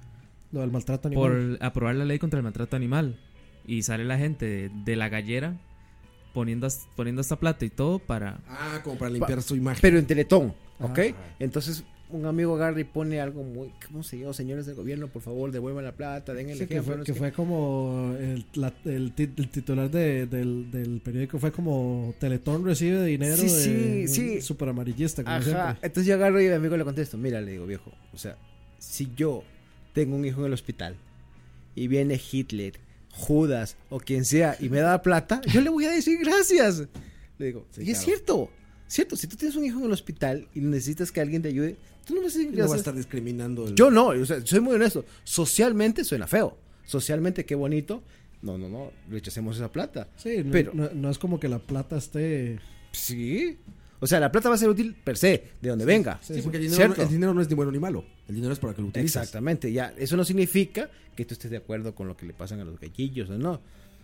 Lo del maltrato por animal. aprobar la ley contra el maltrato animal. Y sale la gente de, de la gallera poniendo, as- poniendo esta plata y todo para... Ah, como para limpiar su imagen. Pero en Teletón, ¿ok? Ah. Entonces un amigo agarra y pone algo muy, ¿cómo se llama? Señores del gobierno, por favor, devuelvan la plata, den el Sí, que ejemplo. fue, no que sé fue como el, la- el, ti- el titular de- del, del periódico fue como Teletón recibe dinero Sí, de, sí, sí. super amarillista qué. como Ajá, siempre. entonces yo agarro y mi amigo le contesto, mira, le digo, viejo, o sea, si yo tengo un hijo en el hospital y viene Hitler, Judas o quien sea y me da plata, yo le voy a decir gracias. Le digo, Sí, y claro. es cierto, cierto, si tú tienes un hijo en el hospital y necesitas que alguien te ayude, tú no me decir No va a gracias. estar discriminando. el- Yo no, o sea, soy muy honesto. Socialmente suena feo. Socialmente, qué bonito. No, no, no, rechacemos esa plata. Sí, no, Pero- no, no es como que la plata esté... Sí. O sea, la plata va a ser útil per se, de donde venga. Sí, porque el dinero, no, ¿Cierto? el dinero no es ni bueno ni malo. El dinero es para que lo utilices. Exactamente, ya. Eso no significa que tú estés de acuerdo con lo que le pasan a los gallillos o no.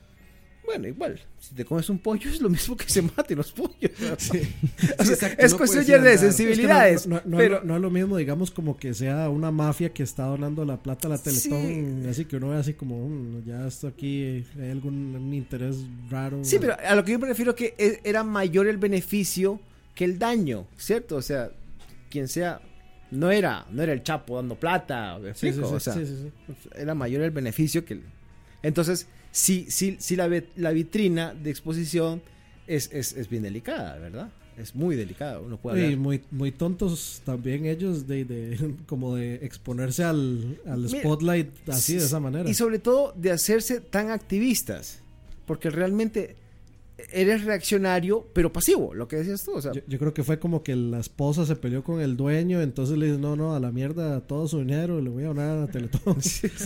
Bueno, igual, si te comes un pollo es lo mismo que se maten los pollos. O sea, Sí, es exacto, no cuestión puedes ya ir a de andar- sensibilidades. Es que no, no- no- pero no es lo mismo, digamos, como que sea una mafia que está donando la plata a la Teletón, así que uno ve así como, "Mm, ya esto aquí, hay algún un interés raro". sí, pero a lo que yo me refiero que e- era mayor el beneficio que el daño, ¿cierto? O sea, quien sea, no era, no era el Chapo dando plata, ¿me Sí, sí, explico? sí, o sea, sí, sí, sí. era mayor el beneficio que el... Entonces, sí, sí, sí la, ve- la vitrina de exposición es, es, es bien delicada, ¿verdad? Es muy delicada, uno puede Y hablar. muy, muy tontos también ellos de, de como de exponerse al, al Mira, spotlight así de esa manera. Y sobre todo de hacerse tan activistas, porque realmente eres reaccionario, pero pasivo, lo que decías tú, o sea, Yo, yo creo que fue como que la esposa se peleó con el dueño, entonces le dice, no, no, a la mierda todo su dinero, le voy a donar a la Teletón.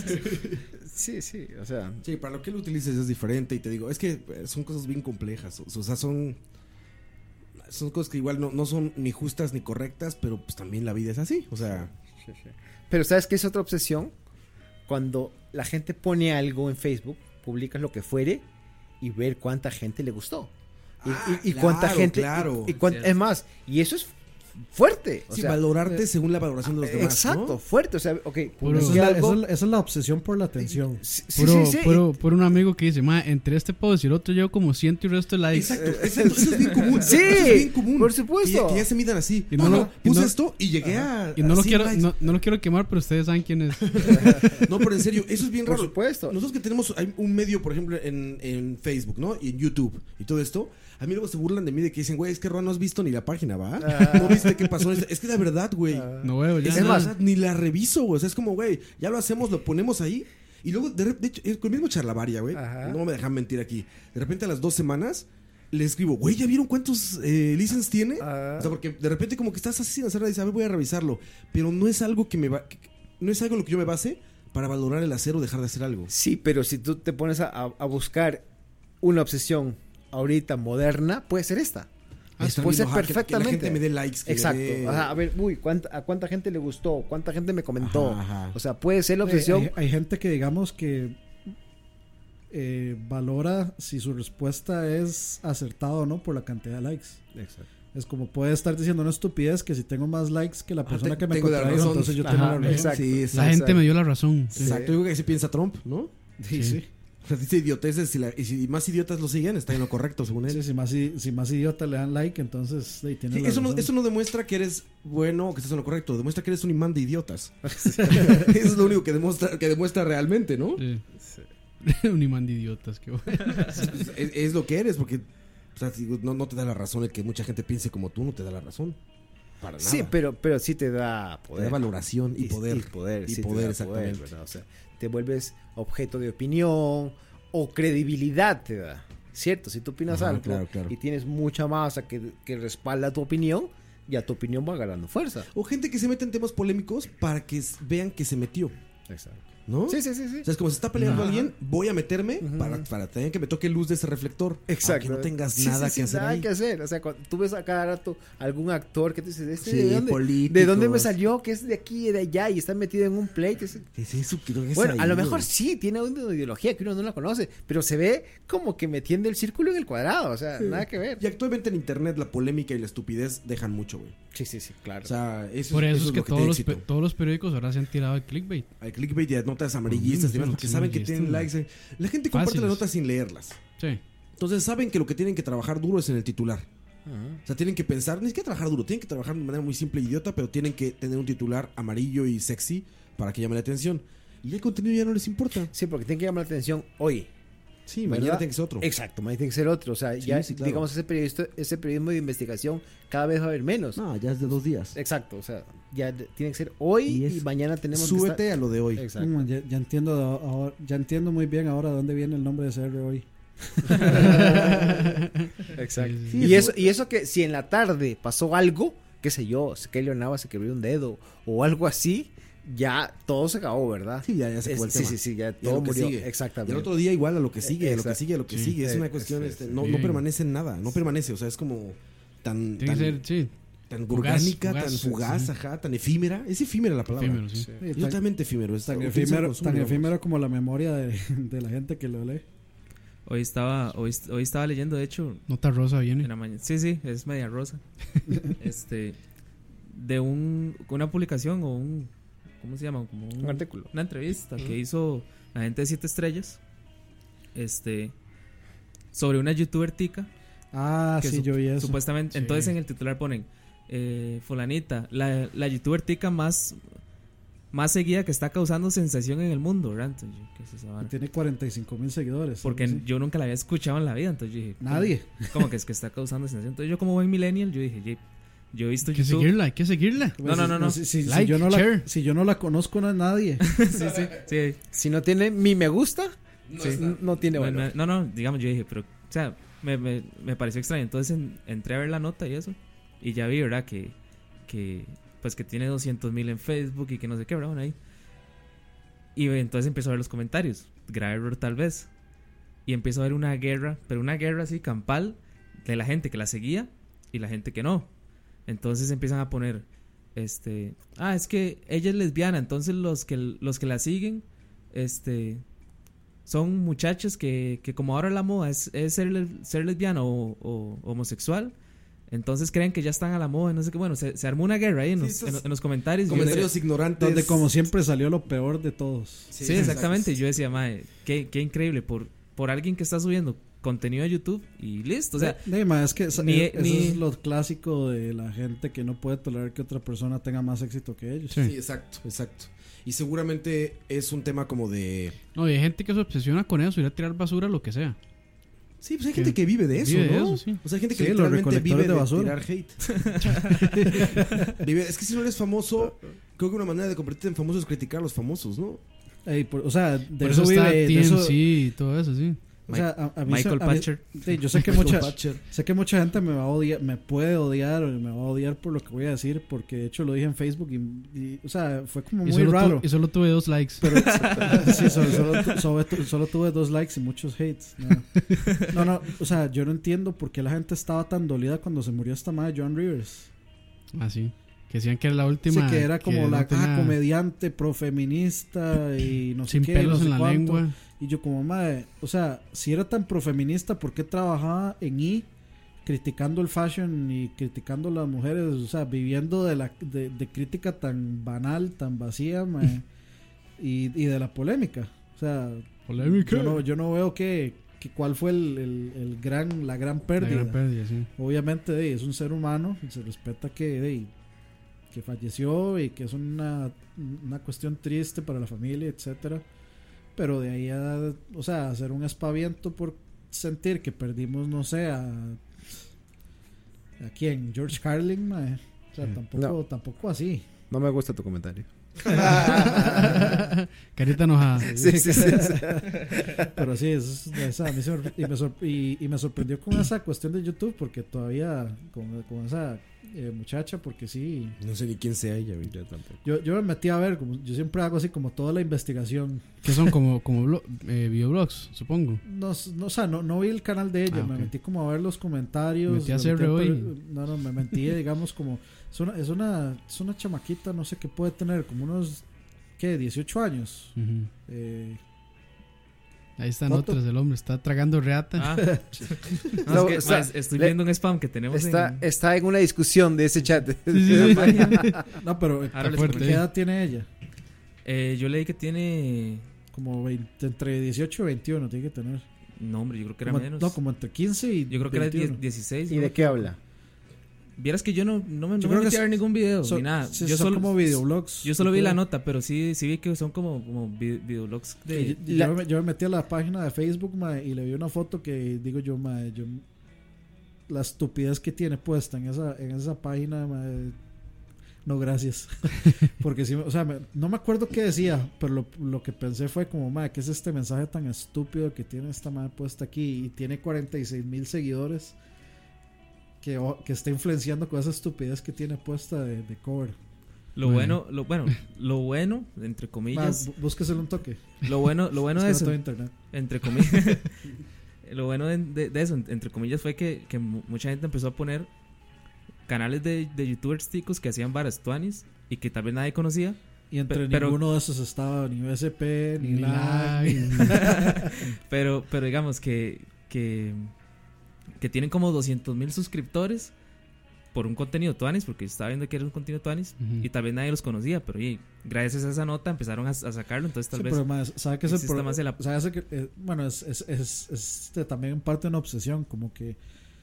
sí, sí, o sea, Sí, para lo que lo utilices es diferente. Y te digo, es que eh, son cosas bien complejas. O, o sea, son. Son cosas que igual no, no son ni justas ni correctas, pero pues también la vida es así. O sea, pero ¿sabes qué es otra obsesión? Cuando la gente pone algo en Facebook, publicas lo que fuere y ver cuánta gente le gustó. Y, Ah, y- y claro, cuánta gente. claro. y- y cuán- Cierto. es más, y eso es fuerte. O sí, sea, valorarte según la valoración de los demás. exacto, ¿no? fuerte. O sea, ok, Puro- publiqué Esa es, la, algo- esa es- esa es la obsesión por la atención. Sí, sí, Puro, sí, sí. puro, puro un amigo que dice, ma, entre este post y el otro llevo como ciento y resto de likes. Exacto, exacto, eso es bien común. Sí, eso es bien común. por supuesto. Que, que ya se midan así. Y Y no no, lo- y puse no- esto y llegué a. Y no a lo cien quiero, likes. no, no lo quiero quemar, pero ustedes saben quién es. No, pero en serio, eso es bien Por raro. supuesto. Nosotros que tenemos hay un medio, por ejemplo, en, en Facebook, ¿no? Y en YouTube y todo esto. A mí luego se burlan de mí de que dicen, güey, es que Ron, no has visto ni la página, ¿va? Ah. No viste qué pasó. Es que la verdad, güey. No veo ya. Es Es más, más- ni la reviso, güey. O sea, es como, güey, ya lo hacemos, lo ponemos ahí. Y luego, de, re- de hecho, eh, con el mismo charlavaria, güey. Ajá. No me dejan mentir aquí. De repente a las dos semanas le escribo, güey, ¿ya vieron cuántos eh, licenses tiene? Ah. O sea, porque de repente como que estás así sin hacer nada y dices, a ver, voy a revisarlo. Pero no es algo que me va... que- no es algo en lo que yo me base para valorar el hacer o dejar de hacer algo. Sí, pero si tú te pones a, a- a buscar una obsesión ahorita moderna, puede ser esta. Ah, está puede bien, ser ajá, que- que perfectamente. la gente me dé likes. que le Exacto. dé- Ajá, a ver, uy, ¿cuánta, ¿a cuánta gente le gustó? ¿Cuánta gente me comentó? Ajá, ajá. O sea, puede ser la Hay, obsesión. hay- hay gente que digamos que eh, valora si su respuesta es acertada o no por la cantidad de likes. Exacto. Es como puede estar diciendo una estupidez que si tengo más likes que la persona te- que me tengo la contradijo, razón. entonces yo Ajá, tengo la razón. exacto. Sí, La exacto. gente me dio la razón. Sí. Exacto, yo creo que así piensa Trump, ¿no? Sí, sí. O sea, dice idioteces y, la- y si más idiotas lo siguen, está en lo correcto, según él. Sí, si, más, i- si más idiotas le dan like, entonces ahí tiene Sí, la eso, no, razón. eso no demuestra que eres bueno o que estás en lo correcto, demuestra que eres un imán de idiotas. Eso es lo único que demuestra, que demuestra realmente, ¿no? Sí. Un imán de idiotas, qué bueno. Es, es lo que eres, porque O sea, digo, no, no te da la razón el que mucha gente piense como tú, no te da la razón. Para nada. Sí, pero, pero sí te da Te poder. da valoración y, poder. Y poder, Y sí, poder, te da poder, exactamente. ¿verdad? O sea, te vuelves objeto de opinión o credibilidad te da. ¿Cierto? Si tú opinas Ajá, algo claro, claro. y tienes mucha masa que, que respalda tu opinión, ya tu opinión va ganando fuerza. O gente que se mete en temas polémicos para que s- vean que se metió, Exacto. ¿no? Sí, sí, sí, sí. O sea, es como se está peleando Ajá. alguien, voy a meterme Ujú. para, para también que me toque luz de ese reflector. Exacto. Para que no tengas Sí, nada sí, que sí, hacer nada ahí. que hacer. O sea, cuando tú ves a cada rato algún actor que te dices, ¿este Sí, de dónde? políticos. ¿De dónde me salió? Que es de aquí y de allá y está metido en un pleito. Es- ¿Qué es eso? ¿Qué es Bueno, ahí, a lo mejor güey? sí, tiene una ideología que uno no la conoce, pero se ve como que metiendo el círculo en el cuadrado. O sea, nada que ver. Y actualmente en internet la polémica y la estupidez dejan mucho, güey. Sí, sí, sí, claro. O sea, eso, Por eso, eso es que, lo todos, tiene los, éxito. pe- todos los periódicos ahora se han tirado el clickbait. Hay clickbait y notas amarillistas Ujú, y demás, sí, porque sí, saben que amarillistas, tienen güey. likes. eh. La gente comparte Fáciles. las notas sin leerlas. Sí. Entonces saben que lo que tienen que trabajar duro es en el titular. Ajá. O sea, tienen que pensar, ni siquiera trabajar duro, tienen que trabajar de manera muy simple e idiota, pero tienen que tener un titular amarillo y sexy para que llame la atención. Y el contenido ya no les importa. Sí, porque tiene que llamar la atención hoy. Sí, ¿verdad? mañana tiene que ser otro. Exacto, mañana tiene que ser otro. O sea, Sí, ya, sí, claro. digamos, ese, periodista, ese periodismo de investigación cada vez va a haber menos. No, ya es de dos días. Exacto, o sea, ya de- tiene que ser hoy Y y, es- mañana tenemos Súbete que a lo de hoy. estar... Exacto. Mm, ya, ya entiendo ahora, ya entiendo muy bien ahora de dónde viene el nombre de C R hoy. Exacto. Sí, sí, y, sí. eso, y eso que si en la tarde pasó algo, qué sé yo, Keylor Navas se quebró un dedo o algo así, ya todo se acabó, ¿verdad? Sí, ya, ya se Es- acabó el sí, tema. sí, sí, ya Y a todo lo que murió. sigue. Y Exactamente. el otro día igual a lo que sigue, a lo que Exacto. sigue, a lo que Sí. sigue. Es una Eh, cuestión, sí, este, sí. no, Sí. no permanece en nada, no permanece. O sea, es como tan, Tiene tan, que ser, sí. tan fugaz, orgánica, fugaz, tan sí, fugaz, sí. ajá, tan efímera. Es efímera la palabra. Efímero, sí. Sí, tan, Totalmente efímero. Es tan utiliza el efímero, consumo, tan digamos. efímero como la memoria de, de la gente que lo lee. Hoy estaba, hoy, hoy estaba leyendo, de hecho, Nota rosa viene. en la mañana. Sí, sí, es media rosa. este, de un, una publicación o un, ¿cómo se llama? Como Un artículo. Una entrevista que hizo la gente de Siete Estrellas, este, sobre una youtuber tica. Ah, que sí, sup- yo vi eso. Supuestamente, Sí. entonces en el titular ponen, eh, fulanita, la, la youtuber tica más, más seguida que está causando sensación en el mundo, ¿verdad? Entonces, yo, ¿qué es esa vara? Tiene cuarenta y cinco mil seguidores. Porque algo así. yo nunca la había escuchado en la vida, entonces yo dije, ¿cómo- Nadie. ¿Cómo que es que está causando sensación? Entonces yo como buen millennial, yo dije, "Ye- yo he visto Hay que YouTube". seguirla, hay que seguirla. No, no, no, no. Si, si- si Like, yo no la, share. si yo no la conozco, no es nadie. sí, sí, sí. Si no tiene mi me gusta, Sí. n- no tiene No, valor. no, no, no, digamos, yo dije, pero, o sea, me, me, me pareció extraño. Entonces en- entré a ver la nota y eso. Y ya vi, ¿verdad? Que, que pues que tiene doscientos mil en Facebook y que no sé qué, ¿verdad? Bueno, ahí. Y entonces empiezo a ver los comentarios. Grave error tal vez. Y empiezo a ver una guerra, pero una guerra así campal de la gente que la seguía y la gente que no. Entonces empiezan a poner, este, ah, es que ella es lesbiana, entonces los que, los que la siguen, este... son muchachos que, que como ahora la moda es, es ser, le- ser lesbiana o, o homosexual, entonces creen que ya están a la moda, no sé qué, bueno, se, se armó una guerra ahí en, Sí, los, estos en, en los comentarios. y yo Comentarios decía- ignorantes. Donde como siempre salió lo peor de todos. sí, exactamente, yo decía, mae, qué, qué increíble, por, por alguien que está subiendo contenido a YouTube y listo, o sea, Sí, ma, es que esa- ni- eso ni- es lo clásico de la gente que no puede tolerar que otra persona tenga más éxito que ellos. Sí. Sí, exacto, exacto. Y seguramente es un tema como de... No, y hay gente que se obsesiona con eso, ir a tirar basura, lo que sea. Sí, pues hay Que gente que vive de eso, vive de ¿no? eso, sí. O sea, hay gente que Sí, los literalmente vive recolectores de, de basura. tirar hate. Vive- es que si no eres famoso, creo que una manera de convertirte en famoso es criticar a los famosos, ¿no? Ey, por- o sea, de Por eso, eso está vive. De T M C eso, y todo eso, sí. o sea, a, a mí se- Michael a mí- Patcher. sí, yo sé que Michael mucha Patcher. sé que mucha gente me va a odiar, me puede odiar o me va a odiar por lo que voy a decir, porque de hecho lo dije en Facebook y, y, o sea, fue como Y muy solo, raro. tu- y solo tuve dos likes. Pero sí, solo, solo, tu- solo tu- solo tuve dos likes y muchos hates. No. no, no, o sea, yo no entiendo por qué la gente estaba tan dolida cuando se murió esta madre Joan Rivers. Ah, sí. Que decían que era la Sí, última. que era como no la tenía- ah, comediante profeminista y no sé sin qué. pelos no sé en la cuánto. lengua. Y yo como, madre, o sea, si era tan profeminista, ¿por qué trabajaba en I criticando el fashion y criticando las mujeres? O sea, viviendo de la de, de crítica tan banal, tan vacía, mae, y, y de la polémica. O sea, Polémica. yo no, yo no veo que, que cuál fue el, el- el gran, la gran La pérdida. gran pérdida, sí. Obviamente de, es un ser humano y se respeta que, de, que falleció y que es una, una cuestión triste para la familia, etcétera. Pero de ahí a, o sea, hacer un espaviento por sentir que perdimos, no sé, a. ¿A quién? George Carlin, mae. O sea, tampoco, No. tampoco así. No me gusta tu comentario. Carita enojada. Sí, sí, sí, sí. Pero sí, es, esa, a mí se me, y, me sor- y, y me sorprendió con esa cuestión de YouTube, porque todavía con, con esa eh, muchacha, porque sí, No sé ni quién sea ella, güey, yo tampoco. yo, yo me metí a ver, como, yo siempre hago así como toda la investigación. Que son como, como blo- eh, videoblogs, supongo. No, s- no, o sea, no, no vi el canal de ella, Ah, me ok. metí como a ver los comentarios. Metí a me hacer metí a reoí. per- No, no, me metí, digamos, como. Es una, es una, es una chamaquita, no sé qué puede tener, como unos, ¿qué? dieciocho años. Ujú. Eh, Ahí están Foto. otros, el hombre está tragando reata. Ah. No, No, es que, o sea, ma, estoy le- viendo un spam que tenemos Está, en, está en una discusión de ese chat. Sí, sí, sí. no, pero, Ahora les fuerte. ¿qué edad tiene ella? Eh, yo leí que tiene... Como veinte, entre dieciocho y veintiuno tiene que tener. No, hombre, yo creo que era Como- menos. No, como entre quince y Yo creo que era veintiuno. diez- dieciséis. ¿Y ¿no? de qué habla? Vieras que yo no, no me, no Yo me creo que metí a ver son- ningún video Son- ni nada. sí, yo son solo, como videoblogs. yo solo vi creo. la nota, pero sí, sí vi que son como, como vi- videoblogs Que de... yo, la- yo me, yo me metí a la página de Facebook, mae, y le vi una foto que digo yo, mae, yo, la estupidez que tiene puesta en esa, en esa página, mae, no gracias. Porque sí, o sea, me- no me acuerdo qué decía, pero lo, lo que pensé fue como, mae, ¿qué es este mensaje tan estúpido que tiene esta madre puesta aquí? Y tiene cuarenta y seis mil seguidores que, o- que está influenciando con esa estupidez que tiene puesta de, de cover. Lo Bueno. bueno, lo bueno, lo bueno, entre Mae, comillas, bú- búsqueselo un toque. lo bueno, lo bueno Es de que no eso, tengo internet. entre comillas, lo bueno de, de- de eso, entre comillas, fue que, que mu- mucha gente empezó a poner canales de, de youtubers ticos que hacían varas tuanis y que tal vez nadie conocía. Y entre Pe- pero- ninguno de esos estaba ni U S P, ni, Ni lag. lag. Pero, pero digamos que, que, que tienen como doscientos mil suscriptores por un contenido tuanis, porque estaba viendo que era un contenido tuanis Ujú. y tal vez nadie los conocía, pero oye, gracias a esa nota empezaron a, a sacarlo, entonces tal Sí, vez pero más, ¿sabe qué es el exista pro- más el ap- sabe ese que, eh, bueno, es, es, es, es, este, también parte de una obsesión, como que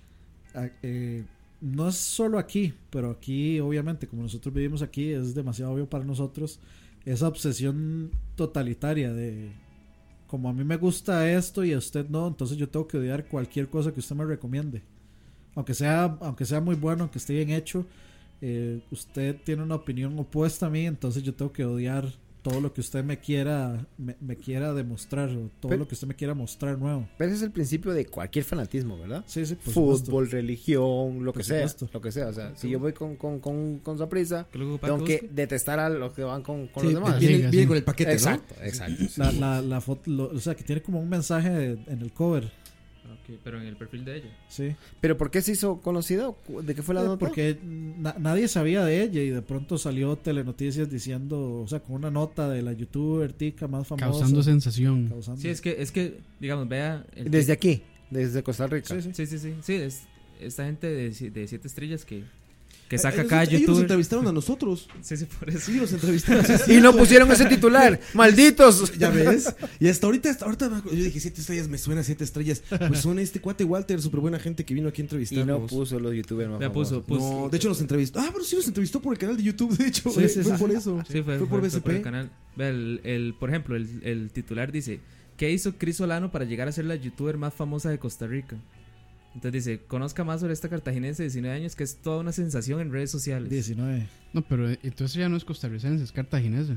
a- eh, no es solo aquí, pero aquí obviamente como nosotros vivimos aquí es demasiado obvio para nosotros esa obsesión totalitaria de como a mí me gusta esto y a usted no, entonces yo tengo que odiar cualquier cosa que usted me recomiende, aunque sea aunque sea muy bueno, aunque esté bien hecho. Eh, usted tiene una opinión opuesta a mí, entonces yo tengo que odiar todo lo que usted me quiera me, me quiera demostrar, o todo Pero- lo que usted me quiera mostrar nuevo. Pero ese es el principio de cualquier fanatismo, ¿verdad? Sí, sí, por Fútbol, supuesto. religión, lo Por que sea. supuesto. Lo que sea. O sea, si yo voy con, con, con, con Saprissa, ¿Qué luego, tengo Paco, que busca? detestar a los que van con, con Sí, los demás. viene, Sí, así. viene con el paquete, Exacto, exacto. La, la, la foto, lo- o sea, que tiene como un mensaje de- en el cover, Ok, pero en el perfil de ella. sí. Pero ¿por qué se hizo conocida? ¿De qué fue la Eh, nota? Porque na- nadie sabía de ella y de pronto salió Telenoticias diciendo, o sea, con una nota de la youtuber tica más famosa. Causando sensación. causando- Sí, es que, es que digamos, vea... el- Desde aquí, desde Costa Rica. Sí, sí. Sí, sí, sí, sí, es esta gente de, si- de siete estrellas que, que Eh, saca ellos- cada ellos nos youtuber. entrevistaron a nosotros. Sí, sí, por eso. Sí, los entrevistaron. sí, es Y no cierto. pusieron ese titular. ¡Malditos! Ya ves. Y hasta ahorita, hasta ahorita, me acuerdo, yo dije siete estrellas, me suena siete estrellas. Pues suena este cuate Walter, súper buena gente que vino aquí a Y entrevistarnos. no puso los youtubers más Ya puso, famosos. puso. No, de hecho nos entrevistó. Ah, pero sí nos entrevistó por el canal de YouTube, de hecho. Sí, eh, sí, fue sí, por sí. eso. Sí, fue, fue por B S por el P. canal. Vea, el, el- por ejemplo, el, el titular dice: ¿qué hizo Cris Solano para llegar a ser la youtuber más famosa de Costa Rica? Entonces dice: conozca más sobre esta cartaginense de diecinueve años que es toda una sensación en redes sociales. diecinueve. No, pero eh, entonces ya no es costarricense, es cartaginesa.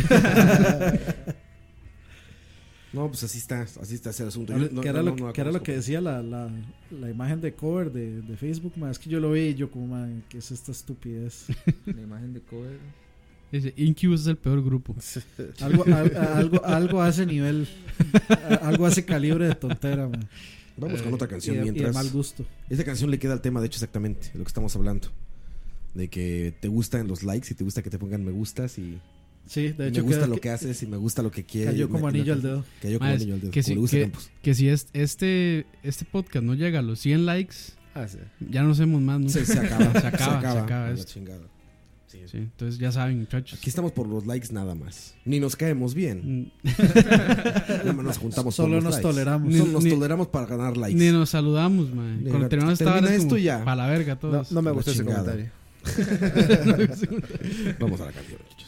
No, pues así está, así está ese asunto. Que Yo era, no- que era no- lo, no que, la que era lo conozco. que decía la, la, la imagen de cover de, de Facebook, ma. Es que yo lo vi y yo como, man, ¿qué es esta estupidez? La imagen de cover. Dice, Incubus es el peor grupo. Algo, al- a- algo, algo a ese nivel, a- algo a ese calibre de tontera, man. Vamos con otra Y canción de, y de mientras. mal gusto. Esta canción le queda al tema, de hecho, exactamente, de lo que estamos hablando. De que te gustan los likes y te gusta que te pongan me gustas y, Sí, y de hecho me gusta queda- lo que haces y me gusta lo que quieres. cayó como anillo al dedo. Cayó como Más, anillo al dedo. que, como si, le gusta a que, Campos. que si es- este, este podcast no llega a los cien likes, Ah, sí. ya no hacemos más, ¿no? Se, se acaba, Se acaba, se acaba a la esto. chingada. Sí. Sí, entonces ya saben, muchachos. Aquí estamos por los likes nada más. Ni nos caemos bien. Mm, Nada más nos juntamos por Solo los nos likes. toleramos. Solo Ni- nos ni- toleramos para ganar likes. Ni nos saludamos, man. Ni Cuando la- terminamos esta termina hora es esto como, y ya. para la verga No, todos. no me La gustó ese chingada. comentario. Vamos a la canción, muchachos.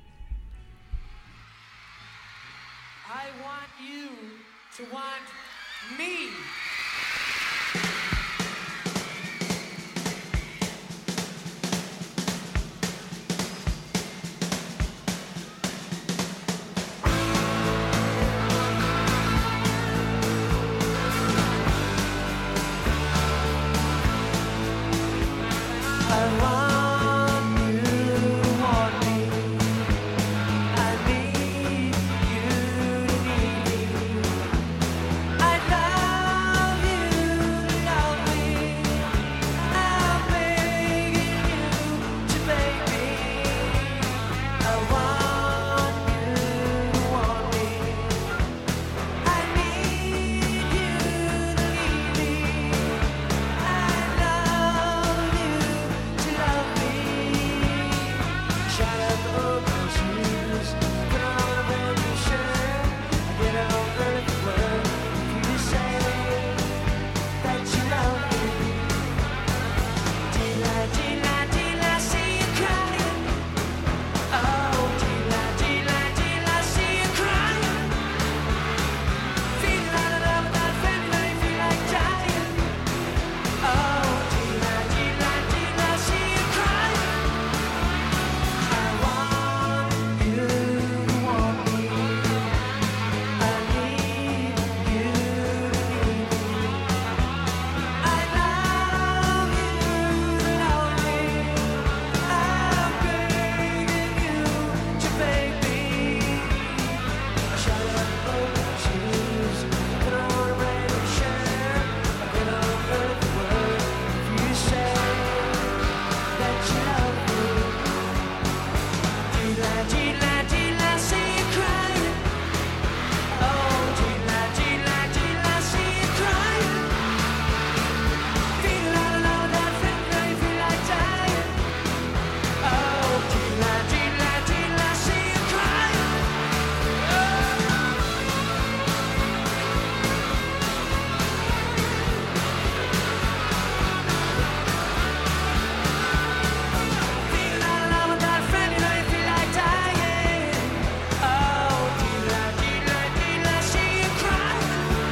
I want you to want me. I want you to want me. I need you to need me. I love you to love me. I'm begging you to make me. I want you to want me. I need you to need me. I love you to love me. Shut up, open shoes. Put on a brand new shirt. I get over the word. If you say that you love me. Dila, dila, dila, see you crying. Oh, dila, dila, dila, see you crying. Feel out of love without a friend, now you feel like dying. Oh, dila, dila, dila, see you crying. I want you to want me. I need you to need me. I love you to love me. I'm begging you to beg me. Shut up, open shoes. Put on a brand new shirt. I get over the word. If you say that you love me. Dila, dila, dila, see you crying. Oh, dila, dila, dila, see you crying. Feel out of love without a friend, now you feel like dying. Oh, dila, dila, dila, see you crying. Feel out of love without a friend, now you feel like dying. Oh, dila, dila, dila, see you crying.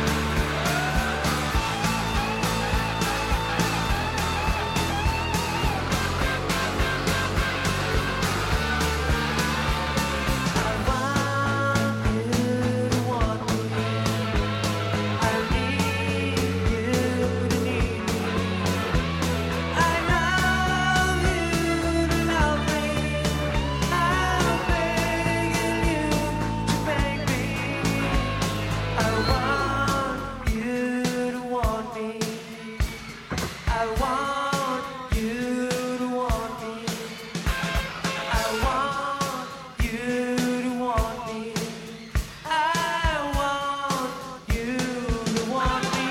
I want you to want me. I need you to need me. I love you to love me. I'm begging you to beg me. I want you to want me. I want you to want me. I want you to want me. I want you to want me.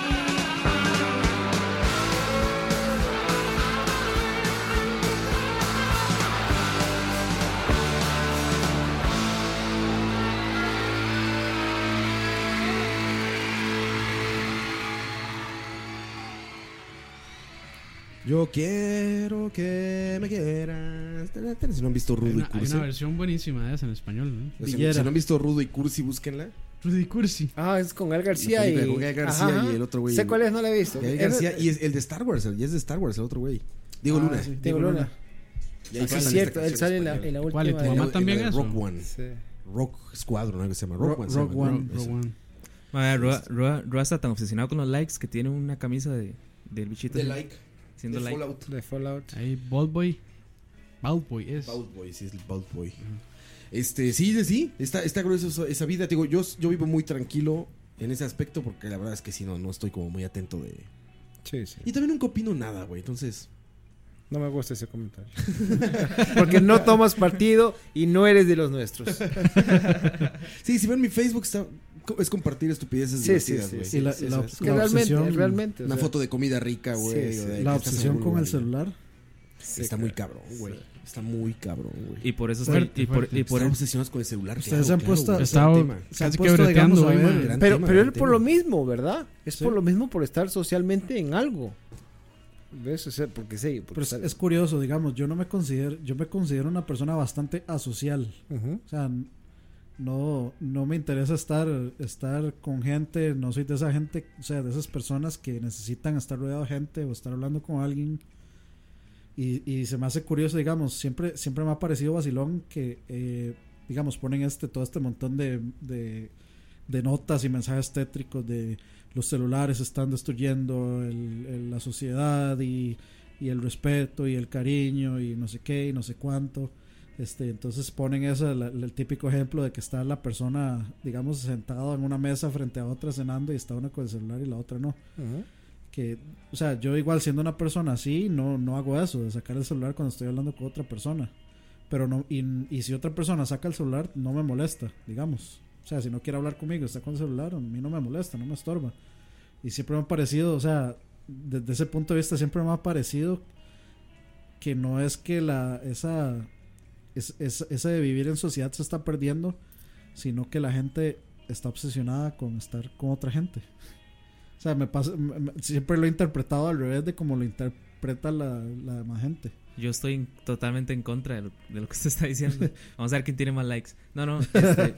Yo quiero que me quieras. Si no han visto Hay Rudo y una, hay Cursi. una versión buenísima de esa en español, ¿no? Si, Villera. si no han visto Rudo y Cursi, búsquenla. Rudy Cursi. Ah, es con Gael García La y... película con Gael García Ajá, y el otro güey. Sé cuál es, no la he visto. Gael Es- García y es el de Star Wars. Y es de Star Wars, el otro güey. Diego Ah, Luna. sí, Diego Luna. Y ahí Sí, cantan es esta cierto, él canción sale en la, española. en la ¿Cuál? ¿Y última. tu En mamá la- también en la de eso? Rock One. Sí. Rock Squadron, algo que se llama. Rock Ro- One. se Rock llama. One. Ese. Rogue One. Madre, Roa, Roa- Roa está tan obsesionado con los likes que tiene una camisa de, del bichito. De así, like. Haciendo de like. Fallout. De Fallout. Ahí, Bald Boy. Bald Boy es. Bald Boy, sí, es el Bald Boy. Este, sí, sí, está, está grueso esa, esa vida. Te digo, yo, yo vivo muy tranquilo en ese aspecto porque la verdad es que sí, no, no estoy como muy atento de... Sí, sí. Y también nunca opino nada, güey, entonces... No me gusta ese comentario. Porque no tomas partido y no eres de los nuestros. Sí, si ven mi Facebook está... Es compartir estupideces Sí, sí, divertidas, sí, güey. sí. Y la, Sí, la- eso es. Es que la realmente, obsesión, realmente. o Una sea, foto de comida rica, güey. Sí, o sí. de la que estás en obsesión algún con el lugar, celular. sí, Está muy claro. cabrón, güey. Está muy cabrón, güey. Y por eso Fuerte, estoy. Y por, fuerte. y por Están el- obsesionados con el celular. Ustedes claro, se han claro, puesto- güey, Estaba es un tema. Se han casi puesto, quebreteando digamos, a hoy, ver, man. Gran Pero, tema, pero gran es por tema. lo mismo, ¿verdad? Es Sí. por lo mismo, por estar socialmente en algo. ¿Ves? O sea, porque sí. Porque Pero es, está- es curioso, digamos, yo no me considero, yo me considero una persona bastante asocial. Ujú. O sea, n- no, no me interesa estar, estar con gente, no soy de esa gente, o sea, de esas personas que necesitan estar rodeado de gente o estar hablando con alguien. Y, y se me hace curioso, digamos, siempre, siempre me ha parecido vacilón que, eh, digamos, ponen este, todo este montón de, de, de notas y mensajes tétricos de los celulares están destruyendo el, el- la sociedad y, y el respeto y el cariño y no sé qué y no sé cuánto. Este, entonces ponen eso, la- el típico ejemplo de que está la persona, digamos, sentada en una mesa frente a otra cenando y está una con el celular y la otra no. Ujú. Que, o sea, yo igual siendo una persona así, no, no hago eso, de sacar el celular cuando estoy hablando con otra persona. Pero no, y, y si otra persona saca el celular, no me molesta, digamos. O sea, si no quiere hablar conmigo, está con el celular, a mí no me molesta, no me estorba. Y siempre me ha parecido, o sea, desde ese punto de vista siempre me ha parecido que no es que la, esa, es, es- esa de vivir en sociedad se está perdiendo, sino que la gente está obsesionada con estar con otra gente. O sea, me pasa, me- me- siempre lo he interpretado al revés de como lo interpreta la, la demás gente. Yo estoy en- totalmente en contra de lo, de lo que usted está diciendo. Vamos a ver quién tiene más likes. No, no. Este,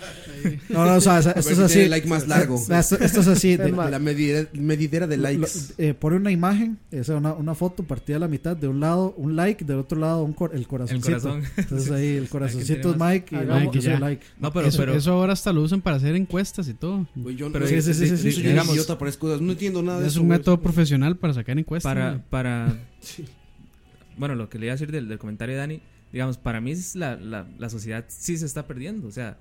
No, no, o sea, esto A ver es si tiene así. el like más largo. Esto, esto es así. de- La medidera, medidera de likes. Lo- eh, pone una imagen, o sea, una, una foto partida a la mitad, de un lado un like, del otro lado un cor- el el corazoncito. corazón. Entonces ahí el corazoncito es tiene más? Mike y Hagamos- luego Mike, yo soy ya. like. No, pero, eso, pero eso ahora hasta lo usan para hacer encuestas y todo. Güey, yo pero no, sí, sí, sí, sí, sí, soy un digamos- idiota para excusas. No entiendo nada de Es eso. un güey. método profesional para sacar encuestas. para, güey. para bueno, lo que le iba a decir del, del comentario de Dani, digamos, para mí es la, la, la sociedad sí se está perdiendo. O sea,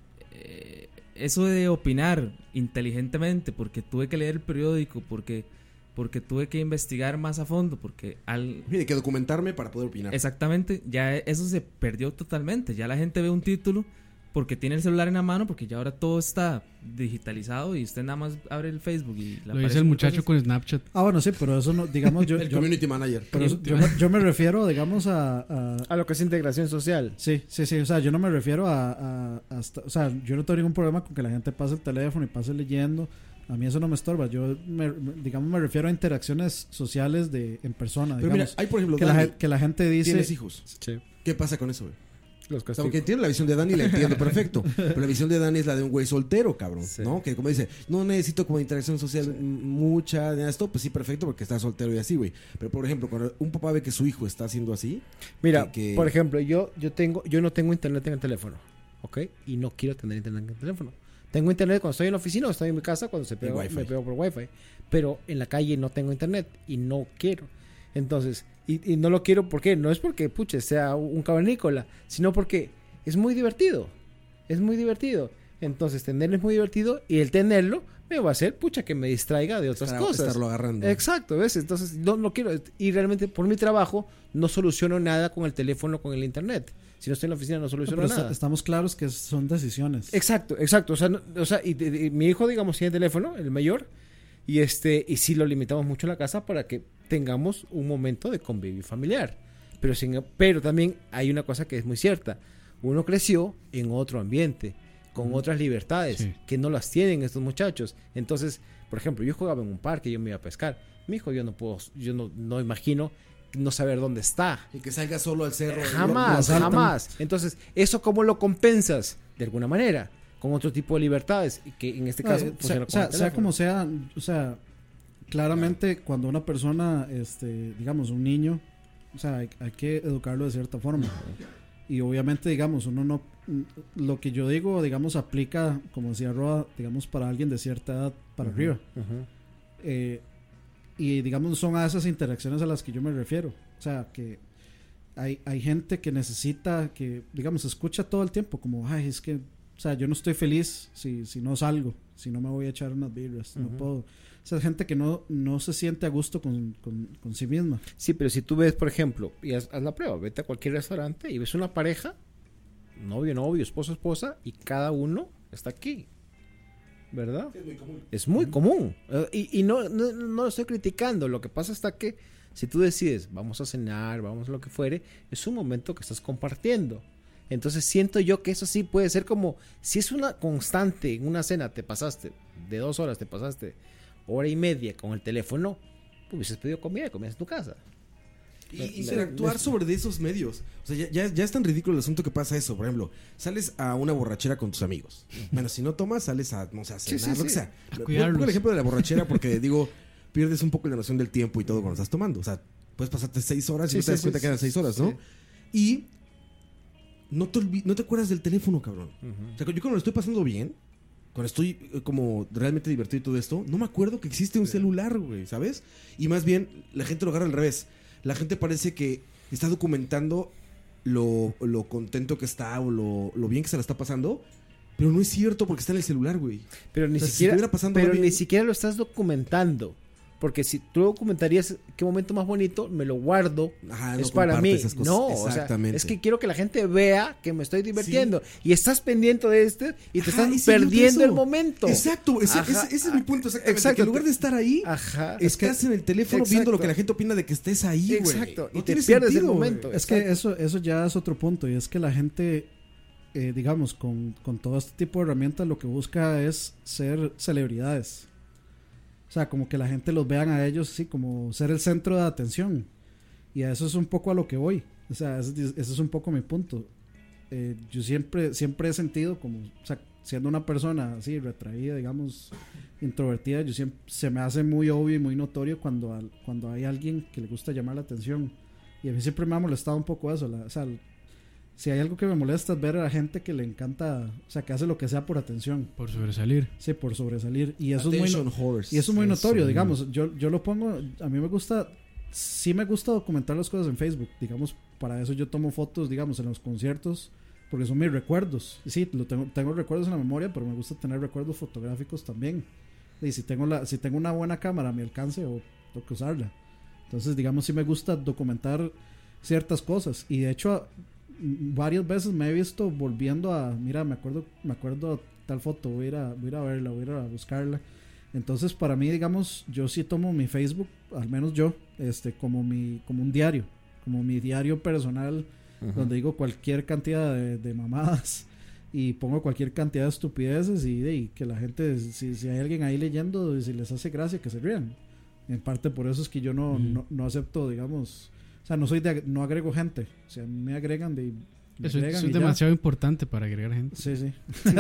eh, eso de opinar inteligentemente, porque tuve que leer el periódico, porque, porque tuve que investigar más a fondo, porque al, Mire, que documentarme para poder opinar. exactamente, ya eso se perdió totalmente. Ya la gente ve un título porque tiene el celular en la mano, porque ya ahora todo está digitalizado y usted nada más abre el Facebook y le Lo dice aparecen el muchacho cosas. con Snapchat. Ah, bueno, sí, pero eso no, digamos, yo, El yo, community manager. pero eso- yo, me, yo me refiero, digamos, a, a- A lo que es integración social. Sí, sí, sí, o sea, yo no me refiero a, a- a esta- o sea, yo no tengo ningún problema con que la gente pase el teléfono y pase leyendo. A mí eso no me estorba. Yo, me, me- digamos, me refiero a interacciones sociales de en persona, Pero mira, digamos. hay por ejemplo, que, la, Dani, gen- que la gente dice... tienes hijos. Sí. ¿Qué pasa con eso, güey? Los O sea, castigos. porque entiendo la visión de Dani, la entiendo perfecto. Pero la visión de Dani es la de un güey soltero, cabrón. Sí. ¿No? Que como dice, no necesito como interacción social m- mucha de esto. Pues sí, perfecto, porque está soltero y así, güey. Pero por ejemplo, cuando un papá ve que su hijo está haciendo así, Mira, que- que- por ejemplo, yo, yo tengo, yo no tengo internet en el teléfono, ¿ok? Y no quiero tener internet en el teléfono. Tengo internet cuando estoy en la oficina o estoy en mi casa cuando se pega, wifi. me pego por wifi. Pero en la calle no tengo internet y no quiero. Entonces, y, y no lo quiero porque no es porque, puche, sea un cavernícola, sino porque es muy divertido. Es muy divertido. Entonces, tenerlo es muy divertido y el tenerlo me va a hacer, pucha, que me distraiga de otras estar- cosas. estarlo agarrando. Exacto, ¿ves? Entonces no, no quiero. Y realmente por mi trabajo no soluciono nada con el teléfono, con el internet. Si no estoy en la oficina no No, soluciono pero está- nada. estamos claros que son decisiones. Exacto, exacto. O sea, no- o sea y, y- y mi hijo, digamos, tiene teléfono, el mayor. Y este y sí lo limitamos mucho en la casa para que tengamos un momento de convivio familiar. Pero, sin, pero también hay una cosa que es muy cierta. Uno creció en otro ambiente, con otras libertades, Sí. que no las tienen estos muchachos. Entonces, por ejemplo, yo jugaba en un parque, yo me iba a pescar. Mi hijo, yo no puedo, yo no, no imagino no saber dónde está. Y que salga solo al cerro. Jamás, lo asaltan. jamás. Entonces, ¿eso cómo lo compensas? De alguna manera, con otro tipo de libertades, y que en este No, caso eh, funciona sea, con sea- el sea teléfono. como sea, o sea, claramente cuando una persona, este, digamos, un niño, o sea, hay, hay que educarlo de cierta forma. Y obviamente, digamos, uno no, lo que yo digo, digamos, aplica, como decía Roa, digamos, para alguien de cierta edad para arriba. Ujú. Eh, y digamos, son a esas interacciones a las que yo me refiero. O sea, que hay, hay gente que necesita, que, digamos, escucha todo el tiempo, como, ay, es que, o sea, yo no estoy feliz si, si no salgo, si no me voy a echar unas birras, no Ujú. puedo. O sea, gente que no, no se siente a gusto con, con, con sí misma. Sí, pero si tú ves, por ejemplo, y haz, haz la prueba, vete a cualquier restaurante y ves una pareja, novio, novio, esposo, esposa, y cada uno está aquí. ¿Verdad? Es muy común. Eh, y y no, no, no lo estoy criticando. Lo que pasa está que si tú decides, vamos a cenar, vamos a lo que fuere, es un momento que estás compartiendo. Entonces siento yo que eso sí puede ser como, si es una constante en una cena, te pasaste de dos horas, te pasaste hora y media con el teléfono, hubieses pedido comida y comías en tu casa. Y interactuar sobre de esos medios. O sea, ya, ya, ya es tan ridículo el asunto que pasa eso. Por ejemplo, sales a una borrachera con tus amigos. Bueno, si no tomas, sales a, no sé, a cenar, Sí, sí, lo que sí. sea. A Pongo cuidarlos. el ejemplo de la borrachera porque, digo, pierdes un poco la noción del tiempo y todo cuando estás tomando. O sea, puedes pasarte seis horas y Sí, no te sí, das sí, cuenta que eran sí, seis horas, ¿no? sí. Y no te, olvi- no te acuerdas del teléfono, cabrón. Ujú. O sea, yo cuando lo estoy pasando bien, cuando estoy eh, como realmente divertido y todo esto, no me acuerdo que existe un celular, güey, ¿sabes? Y más bien, la gente lo agarra al revés. La gente parece que está documentando lo, lo contento que está o lo, lo bien que se la está pasando, pero no es cierto porque está en el celular, güey. Pero ni O sea, si siquiera, estuviera pasando pero bien- ni siquiera lo estás documentando. Porque si tú documentarías qué momento más bonito, me lo guardo, Ajá, no es para comparte mí. esas cosas. No, o sea, Exactamente. es que quiero que la gente vea que me estoy divirtiendo. Y estás pendiente de este y te Ajá, estás y se nota perdiendo eso. el momento. Exacto, ese, Ajá, ese- ese es mi punto exactamente. exacto. Que en lugar de estar ahí, Ajá. estás en el teléfono Exacto. viendo lo que la gente opina de que estés ahí, güey. Exacto, y No te tiene pierdes el sentido, momento. güey. Es que eso, eso ya es otro punto. Y es que la gente, eh, digamos, con, con todo este tipo de herramientas, lo que busca es ser celebridades. O sea, como que la gente los vean a ellos así, como ser el centro de atención. Y a eso es un poco a lo que voy. O sea, ese, ese es un poco mi punto. Eh, yo siempre, siempre he sentido como, o sea, siendo una persona así, retraída, digamos, introvertida, yo siempre, se me hace muy obvio y muy notorio cuando, al- cuando hay alguien que le gusta llamar la atención. Y a mí siempre me ha molestado un poco eso. La- o sea, si hay algo que me molesta es ver a la gente que le encanta, o sea, que hace lo que sea por atención. Por sobresalir. Sí, por sobresalir. Y eso es muy, no- Attention horse. y eso es muy notorio, Eso. digamos. Yo, yo lo pongo, a mí me gusta, sí me gusta documentar las cosas en Facebook. Digamos, para eso yo tomo fotos, digamos, en los conciertos, porque son mis recuerdos. Y sí, lo tengo, tengo recuerdos en la memoria, pero me gusta tener recuerdos fotográficos también. Y si tengo, la, si tengo una buena cámara a mi alcance, o tengo que usarla. Entonces, digamos, sí me gusta documentar ciertas cosas. Y de hecho, m- varias veces me he visto volviendo a, mira, me acuerdo, me acuerdo tal foto, voy a ir a, voy a, ir a verla, voy a ir a buscarla. Entonces, para mí, digamos, yo sí tomo mi Facebook, al menos yo, este, como mi, como un diario, como mi diario personal, donde digo cualquier cantidad de, de mamadas y pongo cualquier cantidad de estupideces y, de- y que la gente, si, si hay alguien ahí leyendo y si les hace gracia, que se rían. En parte por eso es que yo no, Mm. no, no acepto, digamos, o sea, no soy de, no agrego gente, o sea, me agregan de... me Eso, agregan eso y es ya. demasiado importante para agregar gente. Sí, sí.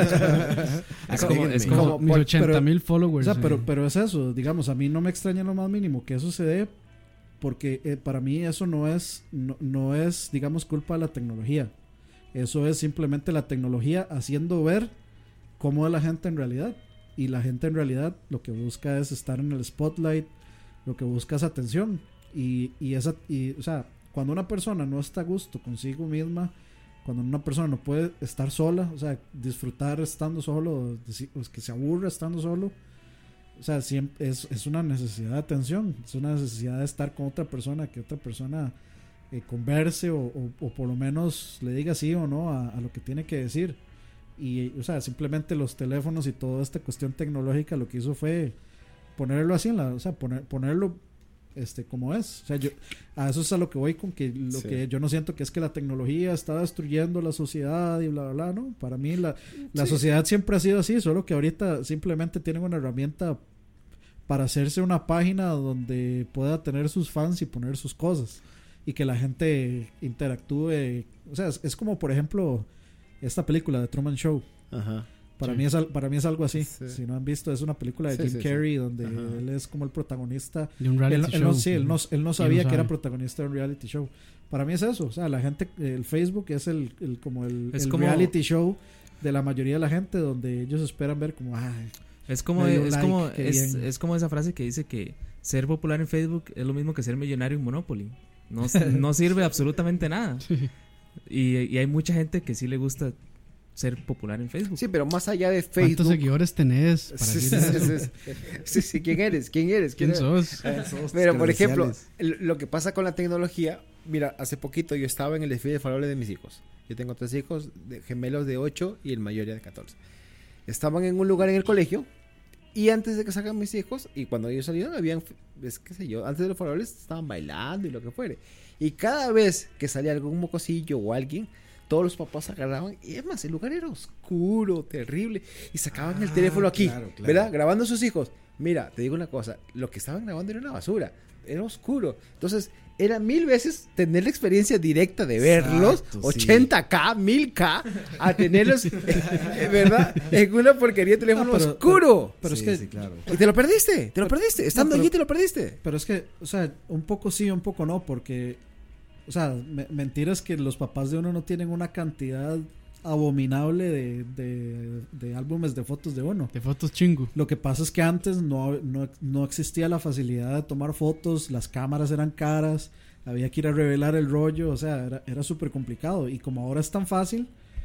Es como, es Agréguenme. como- Como- Mis por- ochenta pero- mil O followers. sea, eh. pero, pero es eso, digamos, a mí no me extraña en lo más mínimo que eso se dé, porque eh, para mí eso no es, no, no es, digamos, culpa de la tecnología. Eso es simplemente la tecnología haciendo ver cómo es la gente en realidad. Y la gente en realidad lo que busca es estar en el spotlight, lo que busca es atención. Y, y esa, y, o sea, cuando una persona no está a gusto consigo misma, cuando una persona no puede estar sola, o sea, disfrutar estando solo, deci- o es que se aburre estando solo, o sea, siempre es, es una necesidad de atención, es una necesidad de estar con otra persona, que otra persona eh, converse o, o- o por lo menos le diga sí o no a, a lo que tiene que decir. Y, o sea, simplemente los teléfonos y toda esta cuestión tecnológica lo que hizo fue ponerlo así en la, o sea, poner, ponerlo este como es. O sea, yo a eso es a lo que voy con que lo Sí. que yo no siento que es que la tecnología está destruyendo la sociedad y bla bla bla, ¿no? Para mí la, la Sí. sociedad siempre ha sido así, solo que ahorita simplemente tienen una herramienta para hacerse una página donde pueda tener sus fans y poner sus cosas y que la gente interactúe. O sea, es, es como por ejemplo esta película de Truman Show. Ajá. Para, Sí. mí es, al- para mí es algo así. Sí. Si no han visto, es una película de Sí, Jim sí, sí. Carrey donde Ajá. él es como el protagonista. De un Él, reality él show. no, sí, él, no, él no sabía que era sabe. protagonista de un reality show. Para mí es eso. O sea, la gente, el Facebook es el, el como el, Es el como- reality show de la mayoría de la gente donde ellos esperan ver como, ay, Es como, Me dio es, like, como qué es, bien. es como esa frase que dice que ser popular en Facebook es lo mismo que ser millonario en Monopoly. No, no sirve absolutamente nada. Y, y hay mucha gente que sí le gusta ser popular en Facebook. Sí, pero más allá de ¿Cuántos Facebook. seguidores tenés? Para Sí, sí, decir sí, eso? sí. Sí, sí, ¿quién eres? ¿Quién eres? ¿Quién eres? sos? Pero, por ejemplo, credenciales. l- lo que pasa con la tecnología, mira, hace poquito yo estaba en el desfile de faroles de mis hijos. Yo tengo tres hijos, de- gemelos de ocho y el mayor ya de catorce. Estaban en un lugar en el colegio y antes de que salgan mis hijos, y cuando ellos salieron, habían, es qué sé yo, antes de los faroles estaban bailando y lo que fuere. Y cada vez que salía algún mocosillo o alguien, todos los papás agarraban, y es más, el lugar era oscuro, terrible, y sacaban el Ah, teléfono aquí, claro, claro. ¿verdad? Grabando a sus hijos. Mira, te digo una cosa, lo que estaban grabando era una basura. era oscuro. Entonces, era mil veces tener la experiencia directa de verlos, Exacto, ochenta K, mil K, a tenerlos, ¿verdad? En una porquería de teléfono No, pero- oscuro. Pero Sí, es que sí, claro. Y te lo perdiste, te lo perdiste. Estando pero- allí te lo perdiste. Pero es que, o sea, un poco sí, un poco no, porque, o sea, me- mentiras que los papás de uno no tienen una cantidad abominable de, de, de álbumes de fotos de uno. De fotos chingo. Lo que pasa es que antes no, no, no existía la facilidad de tomar fotos, las cámaras eran caras, había que ir a revelar el rollo, o sea, era, era súper complicado. Y como ahora es tan fácil,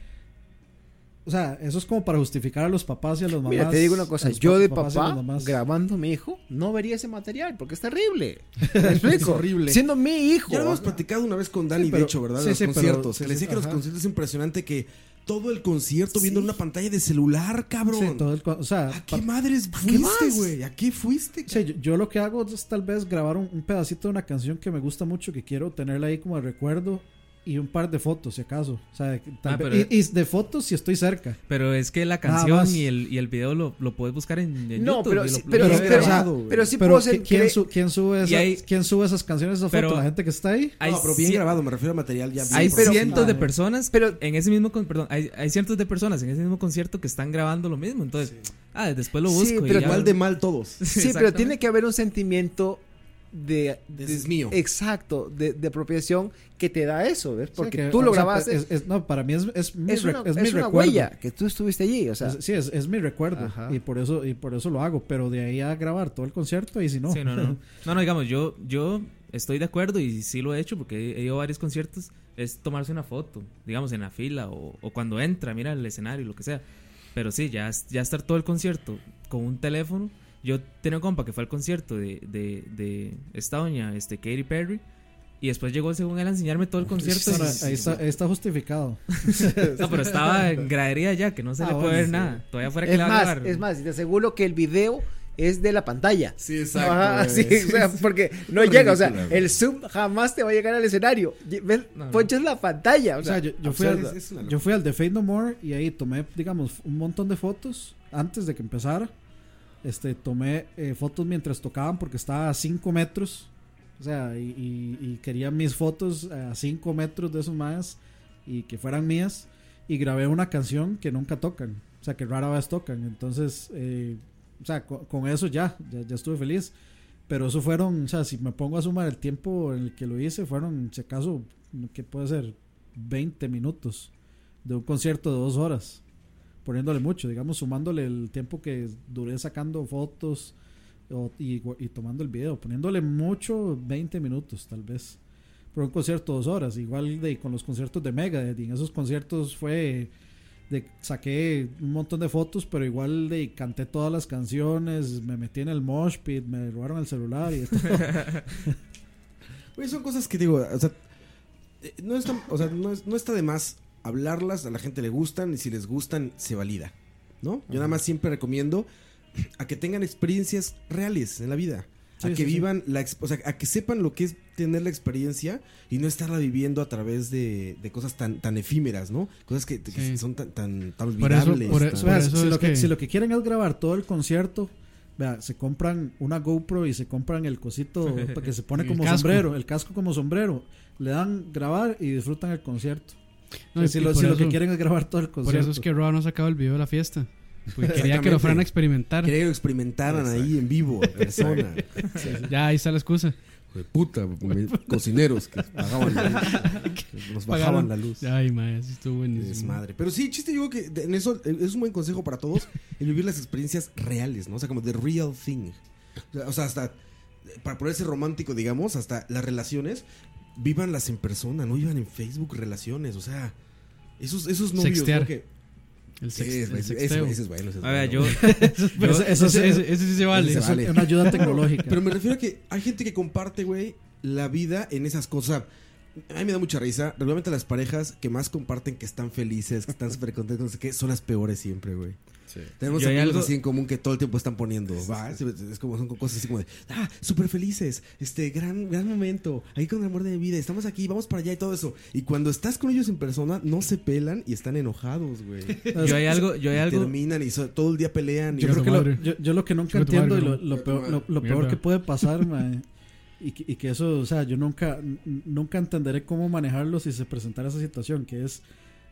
o sea, eso es como para justificar a los papás y a los mamás. Mira, te digo una cosa, a los yo de papás y a papá, las mamás. grabando a mi hijo, no vería ese material, porque es terrible. ¿Me explico? Es horrible. Siendo mi hijo. Ya lo hemos platicado una vez con Dani, Sí, de pero- hecho, ¿verdad? sí, De los sí, pero- conciertos. sí, que le sí, decía que los ajá. conciertos es impresionante que todo el concierto viendo en una pantalla de celular, cabrón. Sí, todo el co- o sea, ¿A qué pa- madres qué fuiste, más? güey? ¿A qué fuiste? Sí, yo, yo lo que hago es tal vez grabar un, un pedacito de una canción que me gusta mucho, que quiero tenerla ahí como de recuerdo, y un par de fotos, si acaso. O sea, que tal Ah, vez- pero- y, y de fotos si estoy cerca. Pero es que la Nada canción más. y el, y el video lo, lo puedes buscar en, en No, YouTube. pero y sí, lo- pero, lo pero, puedes pero, grabar. grabado, güey. pero sí Pero puedo ser. ¿qui- ¿quién, cre- su- quién sube Y esa- hay- ¿quién sube esas canciones, esas pero- fotos? ¿La gente que está ahí? Hay, No, pero bien cien- grabado, me refiero a material ya bien hay pero- cientos de Ah, personas pero- en ese mismo con- perdón, hay, hay cientos de personas en ese mismo concierto que están grabando lo mismo. Entonces, ah, después lo Sí, busco. y pero ya- Igual de mal todos. Sí, pero Exactamente. tiene que haber un sentimiento de, De ese es mío. Exacto, de, de apropiación que te da eso, ¿ves? Sí, Porque que, tú o lo sea, grabaste. es- es- no, para mí es, es mi, es rec- una, es mi es una recuerdo. huella que tú estuviste allí, o sea. Es- sí, es, es mi recuerdo. Ajá. Y por eso y por eso lo hago. Pero de ahí a grabar todo el concierto, y si no. Sí, no, no. No, no, digamos, yo, yo estoy de acuerdo y sí lo he hecho porque he, he ido a varios conciertos. Es tomarse una foto, digamos, en la fila o, o cuando entra, mira el escenario, lo que sea. Pero sí, ya, ya estar todo el concierto con un teléfono. Yo tenía un compa que fue al concierto de, de, de esta doña, este, Katy Perry. Y después llegó según él a enseñarme todo el concierto. Ahora, y- ahí, está, ahí está justificado. No, pero estaba en gradería ya, que no se Ah, le puede bueno, ver sí. nada. Todavía fuera que Es le va a más, grabar. es más, y te aseguro que el video es de la pantalla. Sí, exacto. Ajá, güey. sí, o sea, porque no Ridícula, llega, o sea, güey. el zoom jamás te va a llegar al escenario. Y- ¿Ves? No, no. Ponchas la pantalla, o O sea, sea, yo, yo fui absurdo. al, Es- es una locura. yo fui al de Fate No More y ahí tomé, digamos, un montón de fotos antes de que empezara. Este, tomé eh, fotos mientras tocaban porque estaba a cinco metros. O sea, y, y- y quería mis fotos a cinco metros de esos más y que fueran mías. Y grabé una canción que nunca tocan. O sea, que rara vez tocan. Entonces, eh, o sea, con, con eso ya, ya, ya estuve feliz. Pero eso fueron, o sea, si me pongo a sumar el tiempo en el que lo hice, fueron, si acaso, ¿qué puede ser? veinte minutos de un concierto de dos horas. Poniéndole mucho, digamos, sumándole el tiempo que duré sacando fotos o- y, y tomando el video. Poniéndole mucho, veinte minutos tal vez. Pero un concierto de dos horas. Igual de con los conciertos de Megadeth. Y en esos conciertos fue... De, saqué un montón de fotos, pero igual de canté todas las canciones, me metí en el mosh pit, me robaron el celular y todo. Güey, son cosas que digo, o sea, eh, no está, o sea, no, es- no está de más hablarlas, a la gente le gustan y si les gustan se valida, ¿no? Yo nada más siempre recomiendo a que tengan experiencias reales en la vida, a Sí, que sí, sí. vivan la, ex- o sea, a que sepan lo que es tener la experiencia y no estarla viviendo a través de, de cosas tan tan efímeras, ¿no? Cosas que, que Sí. son tan tan, tan Por eso- olvidables. por tan- eso- Vea, eso si, es lo que, que- si lo que quieren es grabar todo el concierto, vea, se compran una GoPro y se compran el cosito para que se pone El como casco. sombrero, el casco como sombrero. Le dan grabar y disfrutan el concierto. No, O sea, y si lo, por si lo eso- que quieren es grabar todo el Por concierto. eso es que Roa no sacaba el video de la fiesta. Porque quería que Exactamente. lo fueran a experimentar. Quería que lo experimentaran ahí en vivo, en persona. Ya ahí está la excusa. De puta, me- cocineros que pagaban la luz, que nos bajaban Pagaron. la luz. Ay, madre, eso estuvo buenísimo. Desmadre. Pero sí, chiste, yo creo que de- en eso eh, es un buen consejo para todos el vivir las experiencias reales, ¿no? O sea, como the real thing. O sea, o sea, hasta eh, para ponerse romántico, digamos, hasta las relaciones, vívanlas en persona, no vivan en Facebook relaciones, o sea, esos, esos novios, Sextear. ¿no? Que, El, sí, sex, es, el es- sexteo. ese es bueno, ese es A ver, bueno. yo, Pero yo- eso- eso ese, es- ese- ese sí se vale. Ese es vale. una ayuda tecnológica. Pero me refiero a que hay gente que comparte, güey, la vida en esas cosas. A mí me da mucha risa. Regularmente las parejas que más comparten que están felices, que están súper contentos, no sé qué, son las peores siempre, güey. Tenemos Yo hay amigos algo- así en común que todo el tiempo están poniendo. ¿va? Es, es como son cosas así como de, ah, súper felices, este, gran, gran momento, ahí con el amor de mi vida, estamos aquí, vamos para allá y todo eso. Y cuando estás con ellos en persona, no se pelan y están enojados, güey. yo hay algo, yo hay Y algo, terminan y so- todo el día pelean. Y Yo Chinga creo tu que lo, madre. yo, yo lo que nunca Chinga tu entiendo madre, y lo, bro. lo peor, lo, lo Mierda. peor que puede pasar, mae, y, que, y que eso, o sea, yo nunca, n- nunca entenderé cómo manejarlo si se presentara esa situación, que es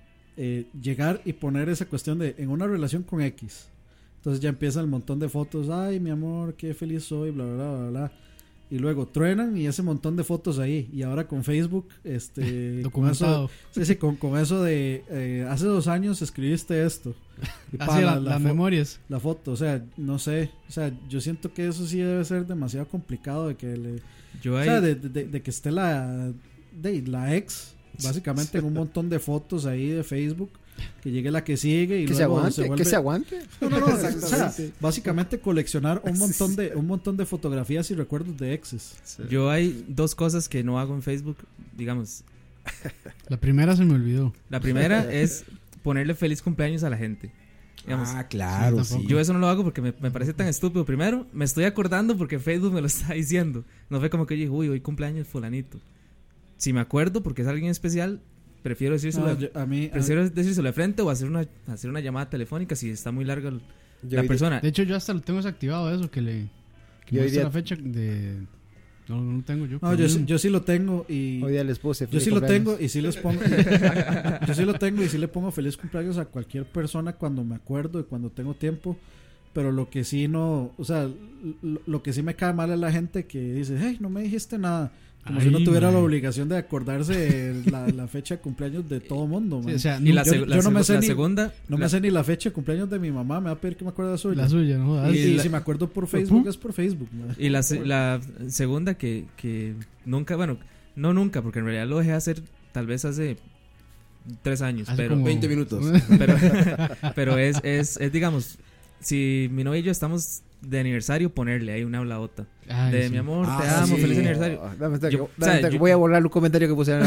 eh, llegar y poner esa cuestión de en una relación con X. Entonces ya empieza el montón de fotos, ay, mi amor, qué feliz soy, bla, bla, bla, bla, bla. Y luego truenan y ese montón de fotos ahí. Y ahora con Facebook, este... con eso, Documentado. sí, sí, con, con eso de eh, hace dos años escribiste esto. Y pa, Así la- la- la las fo- memorias. la foto, o sea, no sé, o sea, yo siento que eso sí debe ser demasiado complicado de que le, Yo o ahí, sea, de, de- de que esté la de la ex básicamente en un montón de fotos ahí de Facebook, que llegue la que sigue y Que se luego aguante, vuelve- que se aguante. No, no, no, o sea, básicamente coleccionar un montón de un montón de fotografías y recuerdos de exes. yo hay dos cosas que no hago en Facebook, digamos. La primera se me olvidó. La primera es ponerle feliz cumpleaños a la gente. Digamos, Ah, claro, Sí, sí. tampoco. yo eso no lo hago porque me, me parece tan estúpido. Primero, me estoy acordando porque Facebook me lo está diciendo. No fue como que yo dije, uy, hoy cumpleaños fulanito. Si me acuerdo porque es alguien especial, prefiero decírselo, No, de- yo- a mí, a- prefiero decírselo de frente o hacer una, hacer una llamada telefónica si está muy larga el- Yo la hoy- persona. De hecho, yo hasta lo tengo desactivado eso, que le que Yo muestra diría- la fecha de... No, no lo tengo yo. no, pero yo, no- sí- yo sí lo tengo y Hoy día les puse. yo feliz sí lo cumpleaños. tengo y sí les pongo yo sí lo tengo y sí le pongo feliz cumpleaños a cualquier persona cuando me acuerdo y cuando tengo tiempo, pero lo que sí no, o sea, lo, lo que sí me cae mal es la gente que dice, hey, no me dijiste nada, como si Ay, uno tuviera mae. la obligación de acordarse de la, la fecha de cumpleaños de todo mundo, Sí, mae. o sea, Y la, yo- seg- la yo no me seg- sé la ni- segunda, No la- me sé ni la fecha de cumpleaños de mi mamá, me va a pedir que me acuerde de la suya. la suya, ¿no? Ah, Y, Y y la- si me acuerdo por Facebook, es por Facebook, mae. y la, se- la segunda que, que nunca, bueno, no nunca, porque en realidad lo dejé hacer tal vez hace tres años, hace pero, como- veinte minutos. pero, pero es, es, es, digamos, si mi novia y yo estamos de aniversario, ponerle ahí una hablaota. Ay, De sí. mi amor, Ah, te amo, sí. feliz aniversario. Oh, dame un toque, Yo- dame o sea, un toque, yo- voy a borrar un comentario que pusieron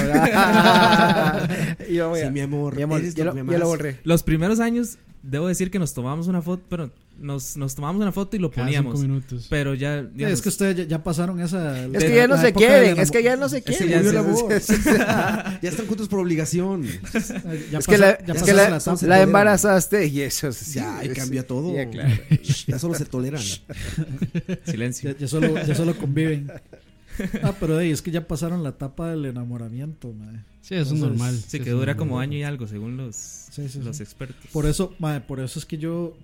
ahora. Y yo voy a- Sí, mi amor, mi amor, eres ya lo lo, que ya lo más- borré. Los primeros años, debo decir que nos tomamos una foto, pero nos, nos tomamos una foto y lo Cada cinco poníamos. minutos. Pero ya, Sí, digamos, es que ustedes ya, ya pasaron esa... Es que ya no se quieren, es que ya no se que quieren. ya Murió se- el amor. Ya están juntos por obligación. Ya Es que la, ya es que pasaron la, la etapa. la embarazaste y eso sí, Ya, y sí. cambia todo. Ya, claro. Ya solo se toleran. silencio. Ya, ya solo, ya solo conviven. Ah, pero ey, es que ya pasaron la etapa del enamoramiento, mae. Sí, eso es Entonces, normal. Sí, que Eso es dura normal. como año y algo, según los, Sí, sí, los sí. expertos. Por eso, mae, por eso es que yo,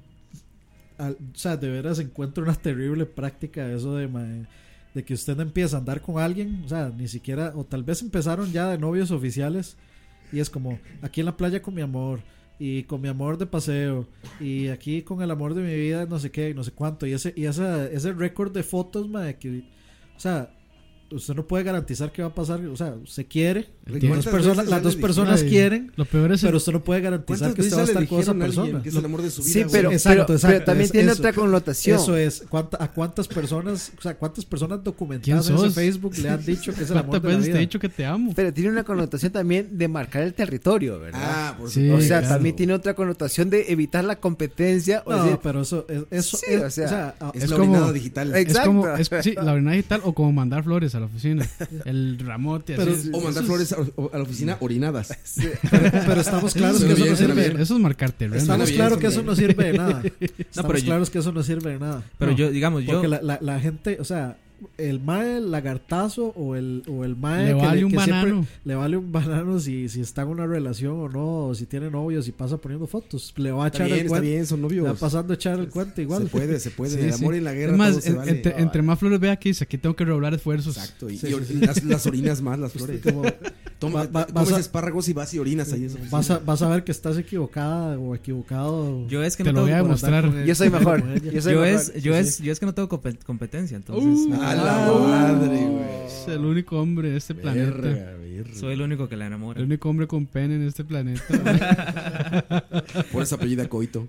al- o sea, de veras encuentro una terrible práctica eso de, mae, de que usted empieza a andar con alguien, o sea, ni siquiera, o tal vez empezaron ya de novios oficiales y es como, aquí en la playa con mi amor y con mi amor de paseo y aquí con el amor de mi vida, no sé qué, y no sé cuánto, y ese y esa, ese récord de fotos, mae, que, o sea, usted no puede garantizar qué va a pasar, o sea, se quiere, El las tiempo- dos ¿Cuántas personas, veces las ya dos le personas dijeron? quieren, Lo peor es el- pero usted no puede garantizar ¿Cuántas que usted veces va a ya le estar con esa dijeron a alguien persona. que es el amor de su vida? Sí, güey? pero, Exacto, pero, exacto, pero también es- tiene eso. otra connotación. Eso es, ¿cuánta- ¿a cuántas personas, o sea, cuántas personas ¿Quién documentadas en ese sos? Facebook le han dicho que es el amor ¿Cuántas de la veces te vida? he dicho que te amo? Pero tiene una connotación también de marcar el territorio, ¿verdad? Ah, por Sí, o supuesto. sea, claro. también tiene otra connotación de evitar la competencia. O No, decir, pero eso, es- eso Sí, es, o sea, a- Es, Es la como- orinada digital. Ex- Es como, Exacto. es, sí, la orina digital o como mandar flores a la oficina. El ramote Pero- así. O mandar flores a, a la oficina orinadas. pero, pero estamos claros Suena que eso bien, no suena sirve. bien. Eso es marcar terreno. Estamos bien, claros suena que eso bien. no sirve de nada. Estamos pero yo- claros que eso no sirve de nada. Pero No, yo, digamos, yo... porque la, la, la gente, o sea, el mae lagartazo o el, o el mae Le que, vale un que siempre banano. le vale un banano si, si está en una relación o no, o si tiene novios y pasa poniendo fotos, le va a Está echar bien, el está cuento, bien, son le va novios. pasando a echar el cuento igual. Se puede, se puede. Sí, En el sí. amor y en la guerra Es más, todo se en- vale. entre, entre más flores vea aquí, dice, aquí tengo que redoblar esfuerzos. Exacto. Y, Sí, y sí, or- sí. Las, las orinas más, las flores. Como, Toma, Va- va- tomas vas a- espárragos y vas y orinas ahí. en su vas, a, oficina. vas a ver que estás equivocada o equivocado. Yo es que Te no lo tengo... voy a por andar demostrar. con él- yo soy mejor. con ella. Yo soy Yo mejor. es, yo, Sí, es, sí. yo es que no tengo compe- competencia, entonces Uh, A la madre, güey. Es el único hombre de este planeta. Verga, verga. soy el único que la enamora. El único hombre con pene en este planeta. Por esa apellida Coito.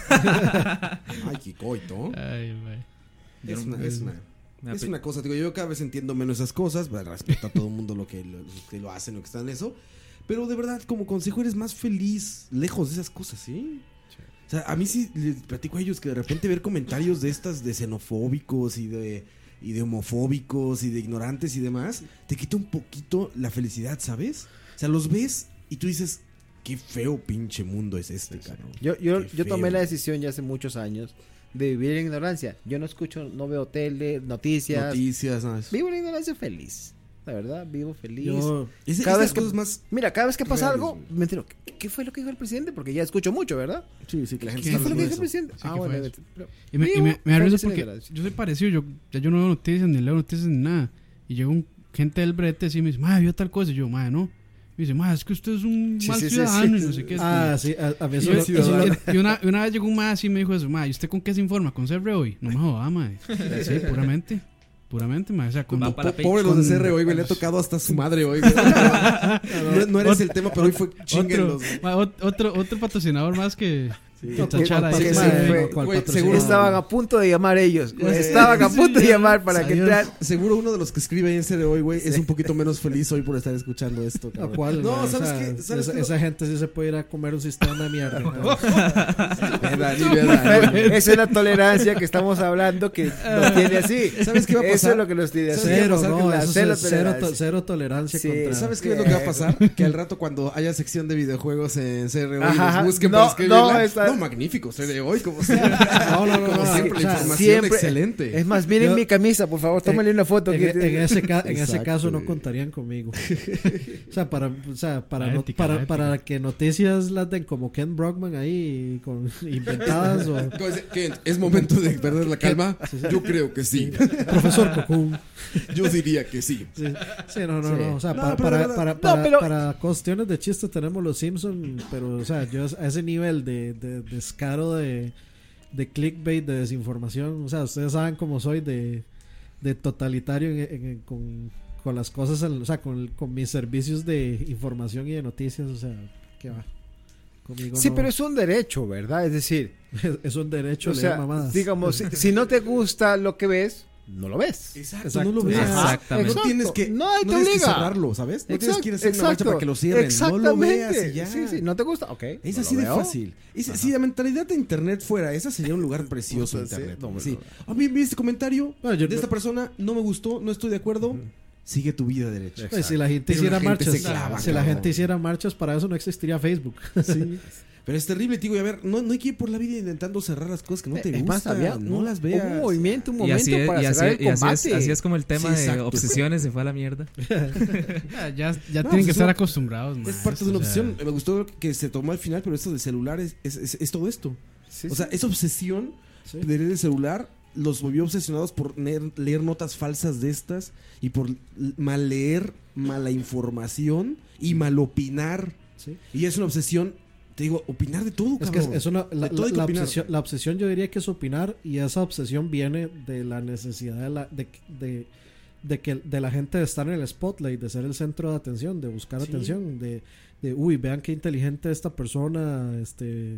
Ay, qué Coito. Ay, güey. Yo Es no- una, es una, me es ape- una cosa. Digo, yo cada vez entiendo menos esas cosas. Pues, respeto a todo el mundo lo que, lo, que lo hacen, lo que están en eso. Pero de verdad, como consejo, eres más feliz lejos de esas cosas, ¿sí? O sea, a mí sí les platico a ellos que de repente ver comentarios de estas de xenofóbicos y de, y de homofóbicos y de ignorantes y demás, te quita un poquito la felicidad, ¿sabes? O sea, los ves y tú dices, qué feo pinche mundo es este, cabrón. Yo, yo, Qué yo tomé feo. la decisión ya hace muchos años de vivir en ignorancia. Yo no escucho, no veo tele, noticias. Noticias, nada. Vivo en ignorancia feliz. La verdad, vivo feliz. Yo, Ese- Cada esas vez que- cosas más. Mira, cada vez que pasa reales, algo, güey. me entero. ¿Qué, qué fue lo que dijo el presidente? Porque ya escucho mucho, ¿verdad? Sí, sí, que la gente ¿Qué ¿Qué está fue lo que hablando dijo de el eso. presidente? Sí, ah, ¿qué bueno. fue eso? pero- Y me, y Vivo me, me da risa feliz en porque ignorancia. yo soy parecido, yo, ya yo no veo noticias, ni leo noticias, ni nada. Y llega un gente del brete así y me dice, madre, vio tal cosa. Y yo, madre, no. Me dice, madre, es que usted es un Sí, mal sí, sí, ciudadano sí. y no sé qué. ah, sí, a, a mí Y, eso, yo- lo- y- eso lo- y- y una, y una vez llegó un madre así y me dijo eso, madre, ¿y usted con qué se informa? ¿Con C R hoy? No me joda, madre. Sí, puramente. Puramente, madre. O sea, con, Va Po- para la Pobre los de con- C R hoy, güey. Le ha tocado hasta su madre hoy, güey. No, no eres el tema, pero hoy fue otro, chinguenlos. güey. ma, ot- otro, otro patrocinador más que, que No, tachara ¿cuál ahí. que patrocinador? se fue, No, ¿cuál güey, patrocinador? seguro Estaban a punto de llamar ellos. Ya sé, Estaban a sí, punto de ya. llamar para que Adiós. entraran. Seguro uno de los que escribe ahí en C R hoy, güey, es un poquito menos feliz hoy por estar escuchando esto. ¿A cabrón. cuál? No, man? ¿sabes O sea, qué? ¿Sabes esa, qué? esa gente sí se puede ir a comer un sistema de mierda. man. Verdad, ni verdad, ni verdad. Esa es la tolerancia que estamos hablando que nos tiene así. ¿Sabes qué va a Eso pasar? es lo que nos tiene así. ¿Sabes qué va a Cero, pasar? no, Que la eso cero es cero, to- tolerancia. cero tolerancia Sí, contra... ¿Sabes qué es lo que va a pasar? Que al rato cuando haya sección de videojuegos en C R hoy, Ajá, los busquen no, para escribirla. no, No, está- magnífico, C R hoy, como sea. No, no, no, Como no, siempre, o la sea, información siempre- excelente. Es más, miren Yo- mi camisa, por favor, tómale una foto. En, que- en ese ca- en ese Exacto, caso no güey. contarían conmigo. O sea, para, o sea, para, La no- ética, para, la ética. para que noticias las den como Ken Brockman ahí con inventadas o Entonces, ¿qué? ¿Es momento de perder la calma? Yo creo que sí. Profesor Cocoon. Yo diría que sí. Sí, sí, no, no, Sí. no. O sea, No, pa- pero para, de verdad- para, No, para, pero- para cuestiones de chiste tenemos los Simpsons, pero, o sea, yo a ese nivel de, de descaro de, de clickbait, de desinformación, o sea, ustedes saben cómo soy de, de totalitario en- en- en- con, con las cosas, en- o sea, con, con mis servicios de información y de noticias, o sea, ¿qué va? Conmigo Sí, no. pero es un derecho, ¿verdad? Es decir, es un derecho o leer sea, mamadas. digamos, si, si no te gusta lo que ves, no lo ves. Exacto, Exacto. no lo veas. Exactamente. No tienes que, No, no ahí te tienes que obliga. cerrarlo, ¿sabes? No tienes que ir a hacer una marcha exacto, para que lo cierren. No lo veas y exactamente. ya. Sí, sí, no te gusta, ok. Es no así lo de veo. fácil. Es- si la mentalidad de internet fuera esa, sería un lugar precioso Puta, sí, internet. no, güey, no, sí. no. A mí vi este comentario Bueno, yo- de esta persona, no me gustó, no estoy de acuerdo. Sigue tu vida derecha. Pues, si la gente Pero hiciera la gente marchas, se clava, si la cabrón. gente hiciera marchas, para eso no existiría Facebook. Sí. Pero es terrible, digo, y a ver, no, no hay que ir por la vida intentando cerrar las cosas que no te Es más, gustan. había no un- las veas. Un movimiento, un Y momento así, es, para y así, cerrar el y así combate. es, así es como el tema Sí, de exacto. obsesiones se fue a la mierda. Ya, ya, ya No, tienen pues que es estar una- acostumbrados, ma, Es parte de una o sea, obsesión. Me gustó que se tomó al final, pero esto del celular es, es, es- es todo esto. Sí, O sea, sí. esa obsesión Sí. de leer el celular los volvió obsesionados por leer, leer notas falsas de estas y por l- mal leer, mala información y mal opinar. Sí. Y es una obsesión, te digo, opinar de todo, Es que es, cabrón. es una, la, De todo hay la- que la opinar. obsesión, la obsesión yo diría que es opinar y esa obsesión viene de la necesidad de la, de, de, de que de la gente de estar en el spotlight, de ser el centro de atención, de buscar Sí. atención, de, de uy, vean qué inteligente esta persona, este,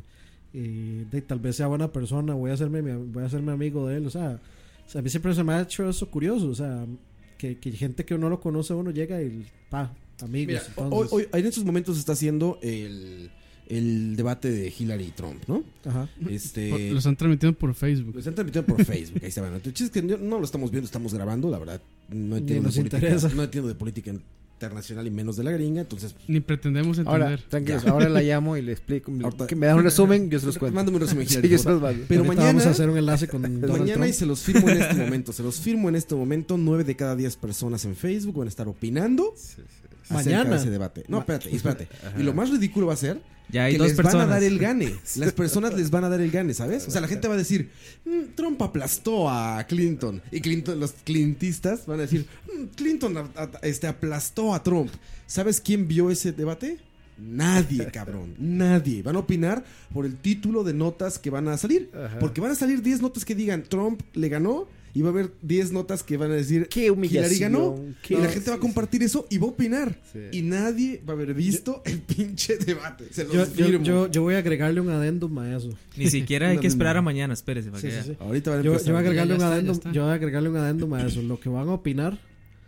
y de tal vez sea buena persona, voy a hacerme mi- voy a hacerme amigo de él, o sea, o sea, a mí siempre se me ha hecho eso curioso, o sea, que, que gente que uno lo conoce, uno llega y pa, amigos. Mira, entonces, hoy, hoy- en estos momentos se está haciendo el, el debate de Hillary y Trump, ¿no? ajá. Este, por- lo están transmitiendo por Facebook. Lo están transmitiendo por Facebook. Ahí está, bueno. El chiste es que yo- no lo estamos viendo, estamos grabando, la verdad. No Ni entiendo, nos de política, interesa. no entiendo de política internacional y menos de la gringa, entonces Ni pretendemos Ahora, entender. tranquilos, Ya. ahora la llamo y le explico. Ahorita- que me da un resumen, yo se los cuento. mándame un resumen, Sí, Hillary, yo por se los favor. mando. Pero Ahorita mañana, vamos a hacer un enlace con Donald mañana Trump. y se los firmo en este momento, se los firmo en este momento, nueve de cada diez personas en Facebook van a estar opinando acerca Mañana. de ese debate. No, espérate, espérate. Y lo más ridículo va a ser Ya hay que dos les personas. van a dar el gane. Las personas les van a dar el gane, ¿sabes? O sea, la gente va a decir, "Mm, Trump aplastó a Clinton. Y Clinton, los clintistas van a decir, "Mm, Clinton a- a- este, aplastó a Trump. ¿Sabes quién vio ese debate? Nadie, cabrón. Nadie. Van a opinar por el título de notas que van a salir. Porque van a salir diez notas que digan Trump le ganó. Y va a haber diez notas que van a decir Qué humillación. Hillary ganó. qué- Y la gente va a compartir eso y va a opinar. Sí. Y nadie va a haber visto el pinche debate. Se los Yo, yo, firmo. yo, yo voy a agregarle un adendum a eso. Ni siquiera hay Una que esperar a misma. mañana, espérese. Para Sí, que sí, vea. sí. Ahorita van a Yo, empezar. yo voy a agregarle Ya un está, ya adendum, está. yo voy a agregarle un adendum a eso. Lo que van a opinar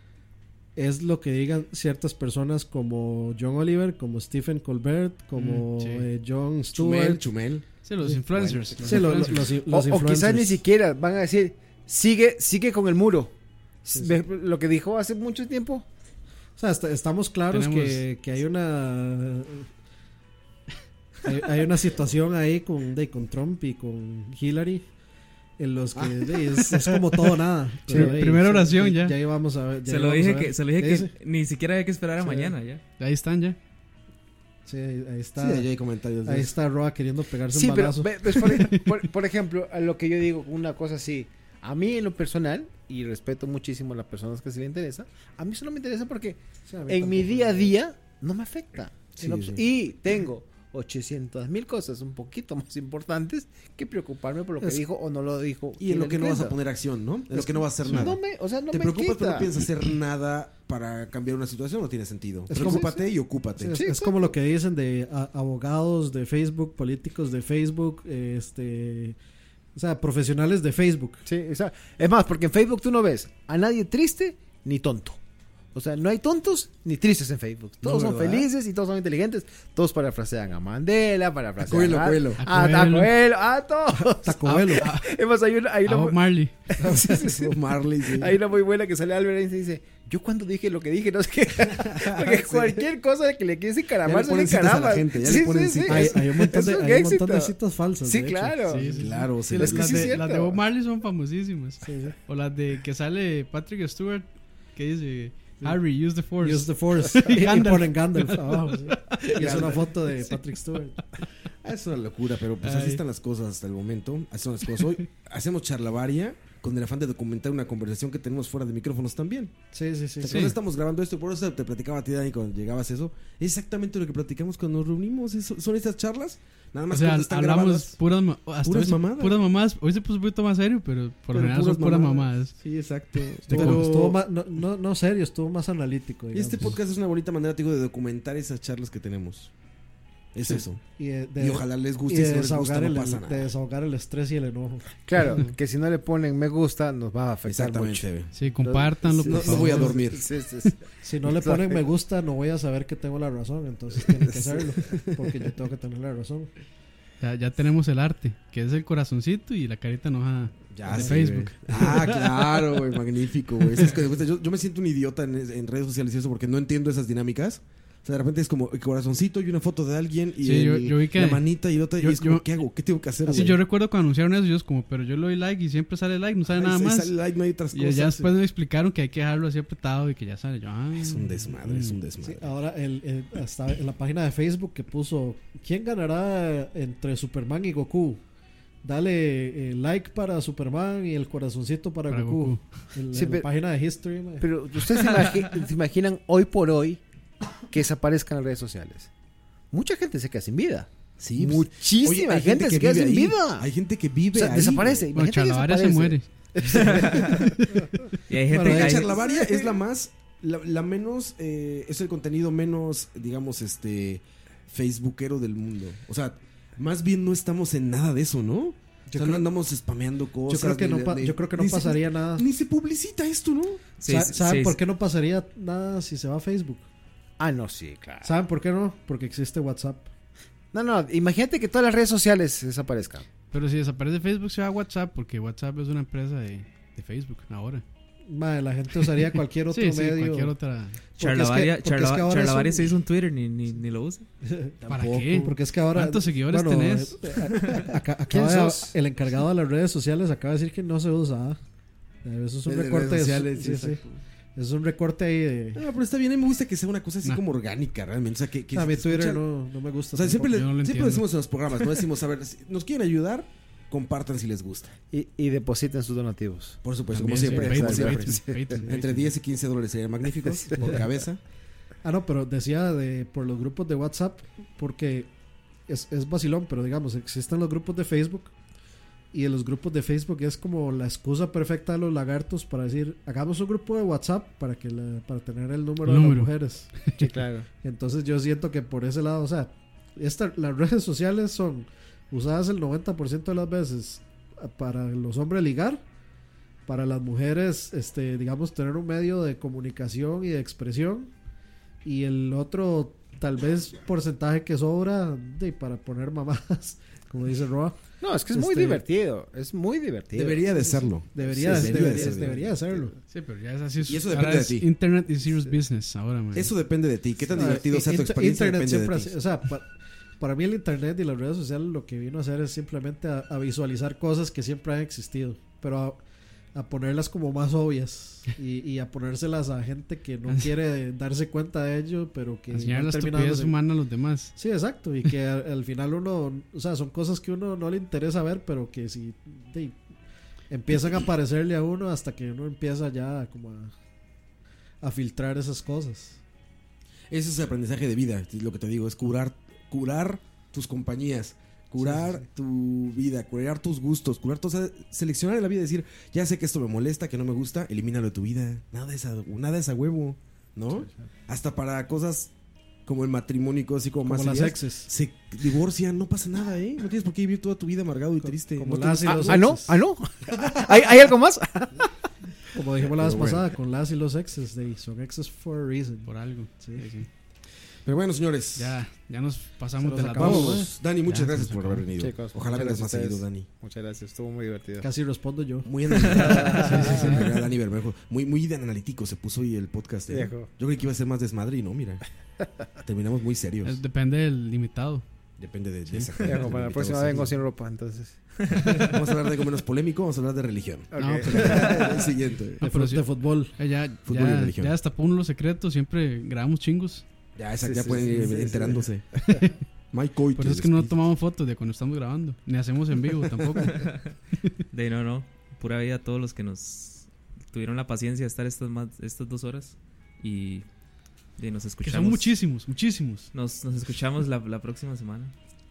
es lo que digan ciertas personas como John Oliver, como Stephen Colbert, como Mm, sí. eh, Jon Chumel, Stewart. Chumel. Sí, los Sí, influencers. los Sí, lo- lo- influencers. los, O, los o quizás influencers. ni siquiera van a decir, sigue, sigue con el muro. Sí, Ve- Lo que dijo hace mucho tiempo. O sea, est- estamos claros Tenemos- que, que hay una hay, hay una situación ahí con, de, con Trump y con Hillary en los que de, es, es como todo o nada. Sí, Pero, de, primera sí, oración sí, ya. Ya íbamos a ver. ya Se lo íbamos dije a ver. que, se lo dije Ese. que ni siquiera había que esperar a Sí. mañana ya. Ahí están ya. Sí, ahí ahí está. Sí, ahí hay comentarios de Ahí eso. está Roa queriendo pegarse Sí, un pero balazo. ve- ves, por, por- por ejemplo, a lo que yo digo, una cosa así, a mí en lo personal, y respeto muchísimo a las personas que se le interesa, a mí solo me interesa porque Sí, a mí en mi tampoco. día a día no me afecta. Sí, En abs- sí. Y tengo ochocientas mil cosas un poquito más importantes que preocuparme por lo que Es- dijo o no lo dijo. Y en lo quien que no vas a empresa. poner acción, ¿no? En lo que no vas a hacer nada. No me, o sea, no Te me preocupas pero quita. no piensas hacer nada para cambiar una situación, no tiene sentido. Es Preocúpate y ocúpate. Sí, es, Sí, es exacto. como lo que dicen de a- abogados de Facebook, políticos de Facebook, este, o sea, profesionales de Facebook. Sí, o sea, es más, porque en Facebook tú no ves a nadie triste ni tonto. O sea, no hay tontos ni tristes en Facebook. Todos No, son ¿verdad? felices y todos son inteligentes. Todos parafrasean a Mandela, parafrasean Coelho, a... Coelho. A A Taco Coelho. Coelho, a todos. Taco Bell. Es más, hay una, hay A una, Bob Marley. sí, sí, sí. Bob Marley, sí. Hay una muy buena que sale Albert Einstein y dice, yo cuando dije lo que dije, no sé qué. Porque Sí. cualquier cosa que le quieres encaramar, Ya le se le ponen citas a la encarama. gente, ya Sí, le ponen sí, sí. citas. Hay, hay un montón de, Es un hay un montón de éxito. citas falsas. Sí, de hecho. claro. Sí, sí, sí. Claro, Sí, sí. las, que las sí es de, cierto. las de Bob Marley son famosísimas. Sí, sí. O las de que sale Patrick Stewart, que dice Harry, use the force. Use the Force. y, y Gandalf. ponen Gandalf abajo. sí. Y es una foto de Patrick Stewart. Ah, es una locura, pero pues así Ay. están las cosas hasta el momento. Así son las cosas. Hoy hacemos charlavaria con el afán de documentar una conversación que tenemos fuera de micrófonos también. Sí, sí, sí. ¿Te sí. acuerdas? Estamos grabando esto, por eso te platicaba a ti, Dani, cuando llegabas eso. Es exactamente lo que platicamos cuando nos reunimos. Eso- son estas charlas. Nada O más sea, cuando están hablamos grabadas. puras, ma- hasta Puras hoy se- mamadas. Puras mamadas. Hoy se puso un poquito más serio, pero por lo Pero general son puras mamadas. Sí, exacto. Pero Pero- estuvo más, no, no, no serio, estuvo más analítico. Y este digamos. podcast es una bonita manera, te digo, de documentar esas charlas que tenemos. Es Sí. eso. Y, de, de- Y ojalá les y guste. Y de si no les gusta, desahogar, no el, pasa de nada. desahogar el estrés y el enojo. Claro, que si no le ponen me gusta, nos va a afectar mucho. Exactamente. Sí, compártanlo, No, por no favor. voy a dormir. Sí, sí, sí. Si no le ponen me gusta, no voy a saber que tengo la razón. Entonces tienen que hacerlo. Porque yo tengo que tener la razón. Ya, ya tenemos el arte, que es el corazoncito y la carita enojada. Ya, De sí, Facebook. güey. Ah, claro, güey, magnífico, güey. Es que me gusta. Yo, yo me siento un idiota en, en redes sociales y eso porque no entiendo esas dinámicas. O sea, de repente es como el corazoncito y una foto de alguien y Sí, el- yo- yo vi que- la manita y otra. yo- y es como, yo- ¿qué hago? ¿Qué tengo que hacer? Así güey? yo recuerdo cuando anunciaron eso, yo es como, pero yo le doy like y siempre sale like, no sale Ay, nada sí, más. sale like, no hay otras Y cosas. ya después me explicaron que hay que dejarlo así apretado y que ya sale. Yo, ah, Es un desmadre, es un mm. desmadre. Sí, ahora el, el- hasta en la página de Facebook que puso ¿quién ganará entre Superman y Goku? Dale eh, like para Superman y el corazoncito para, Para Goku. Goku. En, Sí, en la pero- página de History. mae. Pero ustedes se, imagi- se imaginan hoy por hoy que desaparezcan las redes sociales. Mucha gente se queda sin vida. Sí, pues, Muchísima oye, hay gente, se queda vive sin ahí. vida. Hay gente que O vive sea, ahí, desaparece. Bueno, Imagínate que Chalabaria se muere. Y hay gente Bueno, que la hay- charlavaria es la más, la, la menos, eh, es el contenido menos, digamos, este, facebookero del mundo. O sea, más bien no estamos en nada de eso, ¿no? O sea, no creo- andamos spameando Yo cosas. creo que ni- no, pa- ni- yo creo que no ni se- pasaría nada. Ni se publicita esto, ¿no? Sí, Sa- sí, ¿Saben sí, por sí. qué no pasaría nada si se va a Facebook? Ah, no, sí, claro. ¿Saben por qué no? Porque existe WhatsApp. No, no, imagínate que todas las redes sociales desaparezcan. Pero si desaparece Facebook, se va a WhatsApp, porque WhatsApp es una empresa de, de Facebook ahora. Mae, la gente usaría cualquier otro Sí, sí, medio. cualquier otra. Charlavaria, porque es que Charla- ahora Charlavaria es un- se hizo un Twitter ni, ni, ni lo usa. ¿Para Tampoco. qué? Porque es que ahora. ¿Cuántos seguidores bueno, tenés? eh, eh, acá- ¿Quién acaba de- sos? el encargado de las redes sociales acaba de decir que no se usa. ¿ah? Eso es un De recorte. redes de- sociales, sí, sí, sí. exacto. Es un recorte ahí de. Ah, pero está bien, a mí me gusta que sea una cosa así Nah. como orgánica, realmente. O sea, que, que a mí se Twitter escucha- no, no me gusta. O sea, siempre, tampoco. le- Yo no lo siempre entiendo. lo decimos en los programas, no decimos, a ver, si nos quieren ayudar, compartan si les gusta. Y, y depositen sus donativos. Por supuesto, También, como siempre. sí, como Patreon, siempre. Patreon, Patreon. Entre diez y quince dólares serían magníficos por cabeza. Ah, no, pero decía de por los grupos de WhatsApp, porque es, es vacilón, pero digamos, existen los grupos de Facebook y en los grupos de Facebook es como la excusa perfecta de los lagartos para decir, hagamos un grupo de WhatsApp para que la- para tener el número El de número. las mujeres. Sí, claro. Entonces yo siento que por ese lado, o sea, esta, las redes sociales son usadas el noventa por ciento de las veces para los hombres ligar, para las mujeres, este, digamos, tener un medio de comunicación y de expresión, y el otro, tal vez, porcentaje que sobra de, para poner mamadas, como dice Roa. No, es que es muy Este- divertido. Es muy divertido. Debería de serlo. Debería, Sí, debería, de ser debería hacerlo. Sí, pero ya es así. Y eso ahora depende de es ti. Internet is serious business ahora, man. Eso depende de ti. ¿Qué tan Ah, divertido i- sea tu inter- experiencia? Internet Depende siempre de ti. así, o sea, pa- para mí el internet y las redes sociales lo que vino a hacer es simplemente a, a visualizar cosas que siempre han existido, pero a, a ponerlas como más obvias y, y a ponérselas a gente que no quiere darse cuenta de ello, pero que Enseñar han la terminado estupidez de- humana a los demás. Sí, exacto, y que al, al final uno, o sea, son cosas que uno no le interesa ver, pero que si de, empiezan a aparecerle a uno hasta que uno empieza ya como a, a filtrar esas cosas. Ese es el aprendizaje de vida. Y lo que te digo es curar, curar tus compañías, curar Sí, sí, sí. tu vida, curar tus gustos, curar todo, o sea, seleccionar en la vida, decir, ya sé que esto me molesta, que no me gusta, elimínalo de tu vida. Nada de esa, nada de esa huevo, ¿no? Hasta para cosas como el matrimonio y cosas así como, Como más las serias, exes. se divorcian, no pasa nada, ¿eh? No tienes por qué vivir toda tu vida amargado y triste. como No te- las y Ah, los ah, no, exes. ah, no. ¿Hay, ¿Hay algo más? Como dijimos la vez Pero bueno. pasada, con las y los exes, de, son exes for a reason. Por algo. Sí. Sí, sí. Pero bueno, señores. Ya, ya nos pasamos Se de nos la acabó, dos. Vamos, Dani, muchas Ya, gracias se por nos haber venido. Chicos, Ojalá muchas vengas más gracias a seguido, ustedes. Dani. Muchas gracias, estuvo muy divertido. Casi respondo yo. Muy analítico. sí, sí, sí, me agrada Dani Bermejo. Muy, muy de analítico se puso hoy el podcast. ¿eh? Viejo. Yo creí que iba a ser más desmadre y no, mira. Terminamos muy serios. Eh, Depende del limitado. Depende de, de esa Viejo, para la próxima vengo sin ropa, entonces. Vamos a hablar de algo menos polémico, vamos a hablar de religión. No, Ok. pero, el siguiente. De, No, pero fu- sí. de fútbol. eh, ya, Fútbol y ya, religión. ya destapó uno los secretos. Siempre grabamos chingos. Ya, esa, Sí, ya sí, pueden sí, ir sí, sí. enterándose. Mike Coy. Por eso es que no tomamos fotos de cuando estamos grabando. Ni hacemos en vivo tampoco. De no, no. Pura vida a todos los que nos tuvieron la paciencia de estar estas, más, estas dos horas. Y, y nos Que escuchamos. son muchísimos, muchísimos. Nos, nos escuchamos la, la próxima semana.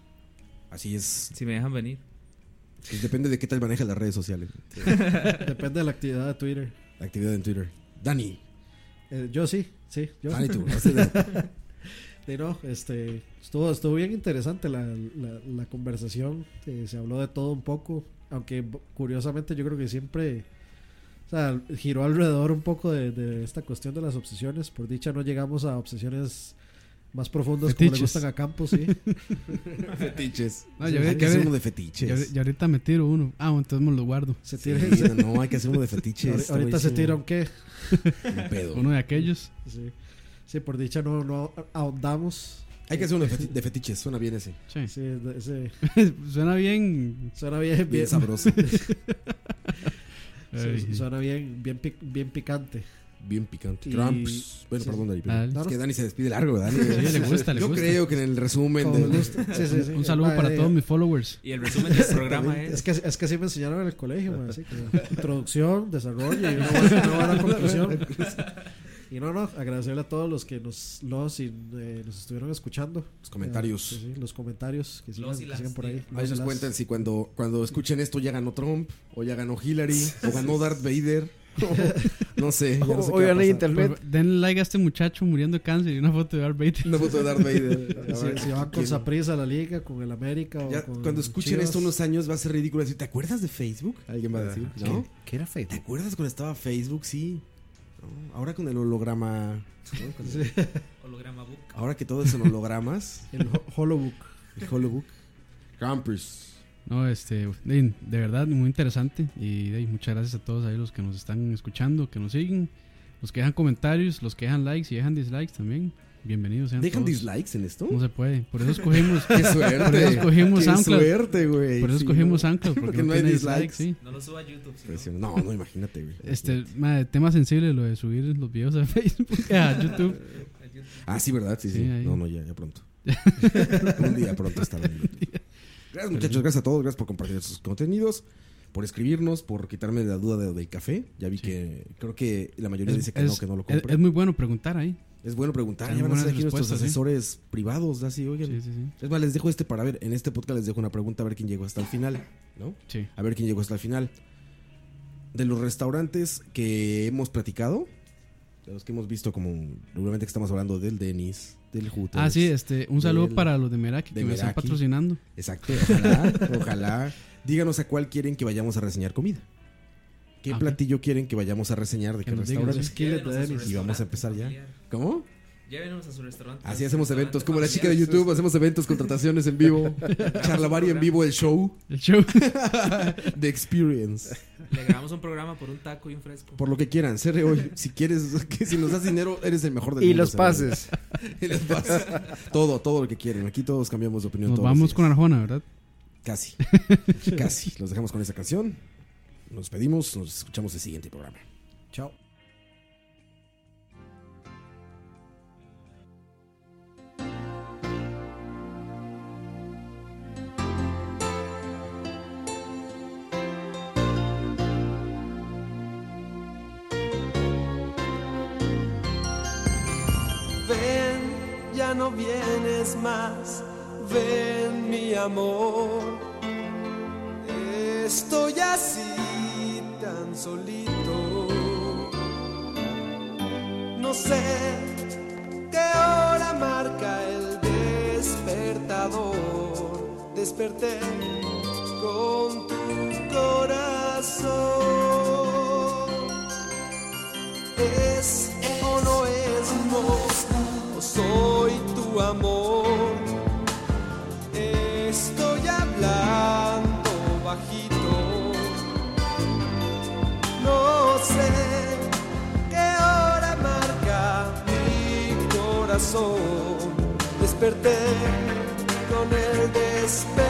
Así es. Si me dejan venir. Pues depende de qué tal manejas las redes sociales. Depende de la actividad de Twitter. La actividad en Twitter. Dani. Eh, yo sí, sí, yo. Dani, tú. Hazte de- Sí, no, este, estuvo, estuvo bien interesante la, la, la conversación. Eh, se habló de todo un poco. Aunque b- curiosamente yo creo que siempre, o sea, giró alrededor un poco de, de esta cuestión de las obsesiones. Por dicha no llegamos a obsesiones más profundas como le Fetiches. gustan a Campos, sí. Fetiches. No, Sí, ya, hay ve- que ya hacer ve- uno de ya, fetiches. ya ahorita me tiro uno. Ah, bueno, entonces me lo guardo. Se Sí, tira, no, hay que hacer uno de fetiches. ahori- está ahorita se buenísimo. tira un qué. Un pedo. Uno de aquellos. Sí. Sí, por dicha no, no ahondamos. Hay que hacer uno de, feti- de fetiches. Suena bien ese. Sí. Sí, de- ese, Suena bien. suena bien, Bien bien, sabroso. Ay, sí, suena bien, bien, pic- bien picante. Bien picante. Y- Trumps. Bueno, sí. perdón, Dani. pero Dale. Es que Dani se despide largo, Dani. Sí, le gusta, le Yo gusta. creo que en el resumen Como del- me gusta. Sí, sí, sí. Un saludo Ma, para eh, todos mis followers. Y el resumen del programa Es es. que, es que así me enseñaron en el colegio, ma, así como introducción, desarrollo y una buena, una buena conclusión. Y no, no, agradecerle a todos los que nos, los, y, eh, nos estuvieron escuchando. Los comentarios. Eh, sí, sí, los comentarios que sigan, Los y que las, sigan por ahí. diga. Ahí Los y nos las. cuentan si cuando, cuando escuchen esto ya ganó Trump, o ya ganó Hillary, o ganó Darth Vader. o- no sé. Ya no sé qué va a Oigan, hay pasar. internet. Por- denle like a este muchacho muriendo de cáncer y una foto de Darth Vader. Una foto de Darth Vader. A ver, Si, si van con ¿quién? Saprissa a la liga, con el América o Ya, con cuando escuchen Chivas. esto unos años va a ser ridículo decir, ¿te acuerdas de Facebook? Alguien va a decir, ¿no? ¿Qué era ¿Te Facebook? acuerdas cuando estaba Facebook? Sí. ¿No? Ahora con el holograma. ¿no? Con el- Sí, Holograma book. ahora que todo es en hologramas. el ho- Holobook. El holobook. Campers. No, este, de, de verdad, muy interesante. Y de, muchas gracias a todos ahí los que nos están escuchando, que nos siguen, los que dejan comentarios, los que dejan likes y dejan dislikes también. Bienvenidos sean ¿Dejan todos. dislikes en esto? No se puede. Por eso escogimos, ¡Qué suerte! por eso escogimos ¡Qué SoundCloud. suerte, güey! por eso Sí, escogimos ¿no? SoundCloud, porque, Porque no, no hay tiene dislikes. dislikes, sí. No lo suba a YouTube. sino- Presión. No, no, imagínate, güey. Este, madre, tema sensible lo de subir los videos a Facebook, a YouTube. Ah, sí, ¿verdad? Sí, sí. Sí, ahí. No, no, ya, ya pronto. Un día pronto estará. Gracias, muchachos. Gracias a todos. Gracias por compartir sus contenidos, por escribirnos, por quitarme la duda de- del café. Ya vi Sí. que creo que la mayoría Es, dice que es- no, que no lo es- compra. es muy bueno preguntar ahí. Es bueno preguntar. Hay Ya van a ser buenas aquí nuestros respuestas, ¿sí? asesores privados, así, oigan. Sí, sí, sí. Es más, les dejo este para ver. En este podcast les dejo una pregunta a ver quién llegó hasta el final, ¿no? Sí. A ver quién llegó hasta el final. De los restaurantes que hemos platicado, de los que hemos visto, como regularmente que estamos hablando del Denis, del Hooters. Ah, sí, este, un saludo del- para los de Meraki de que me están Meraki. patrocinando. Exacto, ojalá, ojalá. Díganos a cuál quieren que vayamos a reseñar comida. ¿Qué Ah, ok. platillo quieren que vayamos a reseñar de Que qué nos digan, restaurante? sí. Skillet Llévenos de a su Dennis. Y vamos a restaurante empezar ya. familiar. ¿Cómo? Llévenos a su restaurante. Así hacemos Restaurante eventos, como la chica de familiar. YouTube, hacemos eventos, contrataciones en vivo, Charlavaria en vivo, el show, El show. The Experience. Le grabamos un programa por un taco y un fresco. Por lo que quieran, C R hoy. Si quieres, que si nos das dinero, eres el mejor del Y mundo. los C R hoy. pases. Y los pases. Todo, todo lo que quieren. Aquí todos cambiamos de opinión. Nos todos los vamos días. con Arjona, ¿verdad? Casi. Casi. Los dejamos con esa canción. Nos pedimos. Nos escuchamos el siguiente programa. Chao. Ven, ya no vienes más. Ven, mi amor. Estoy así tan solito. No sé qué hora marca el despertador. Desperté con tu corazón. ¿Es o no es amor? ¿O soy tu amor? Estoy hablando bajito. No sé qué hora marca mi corazón. Desperté con el despertador.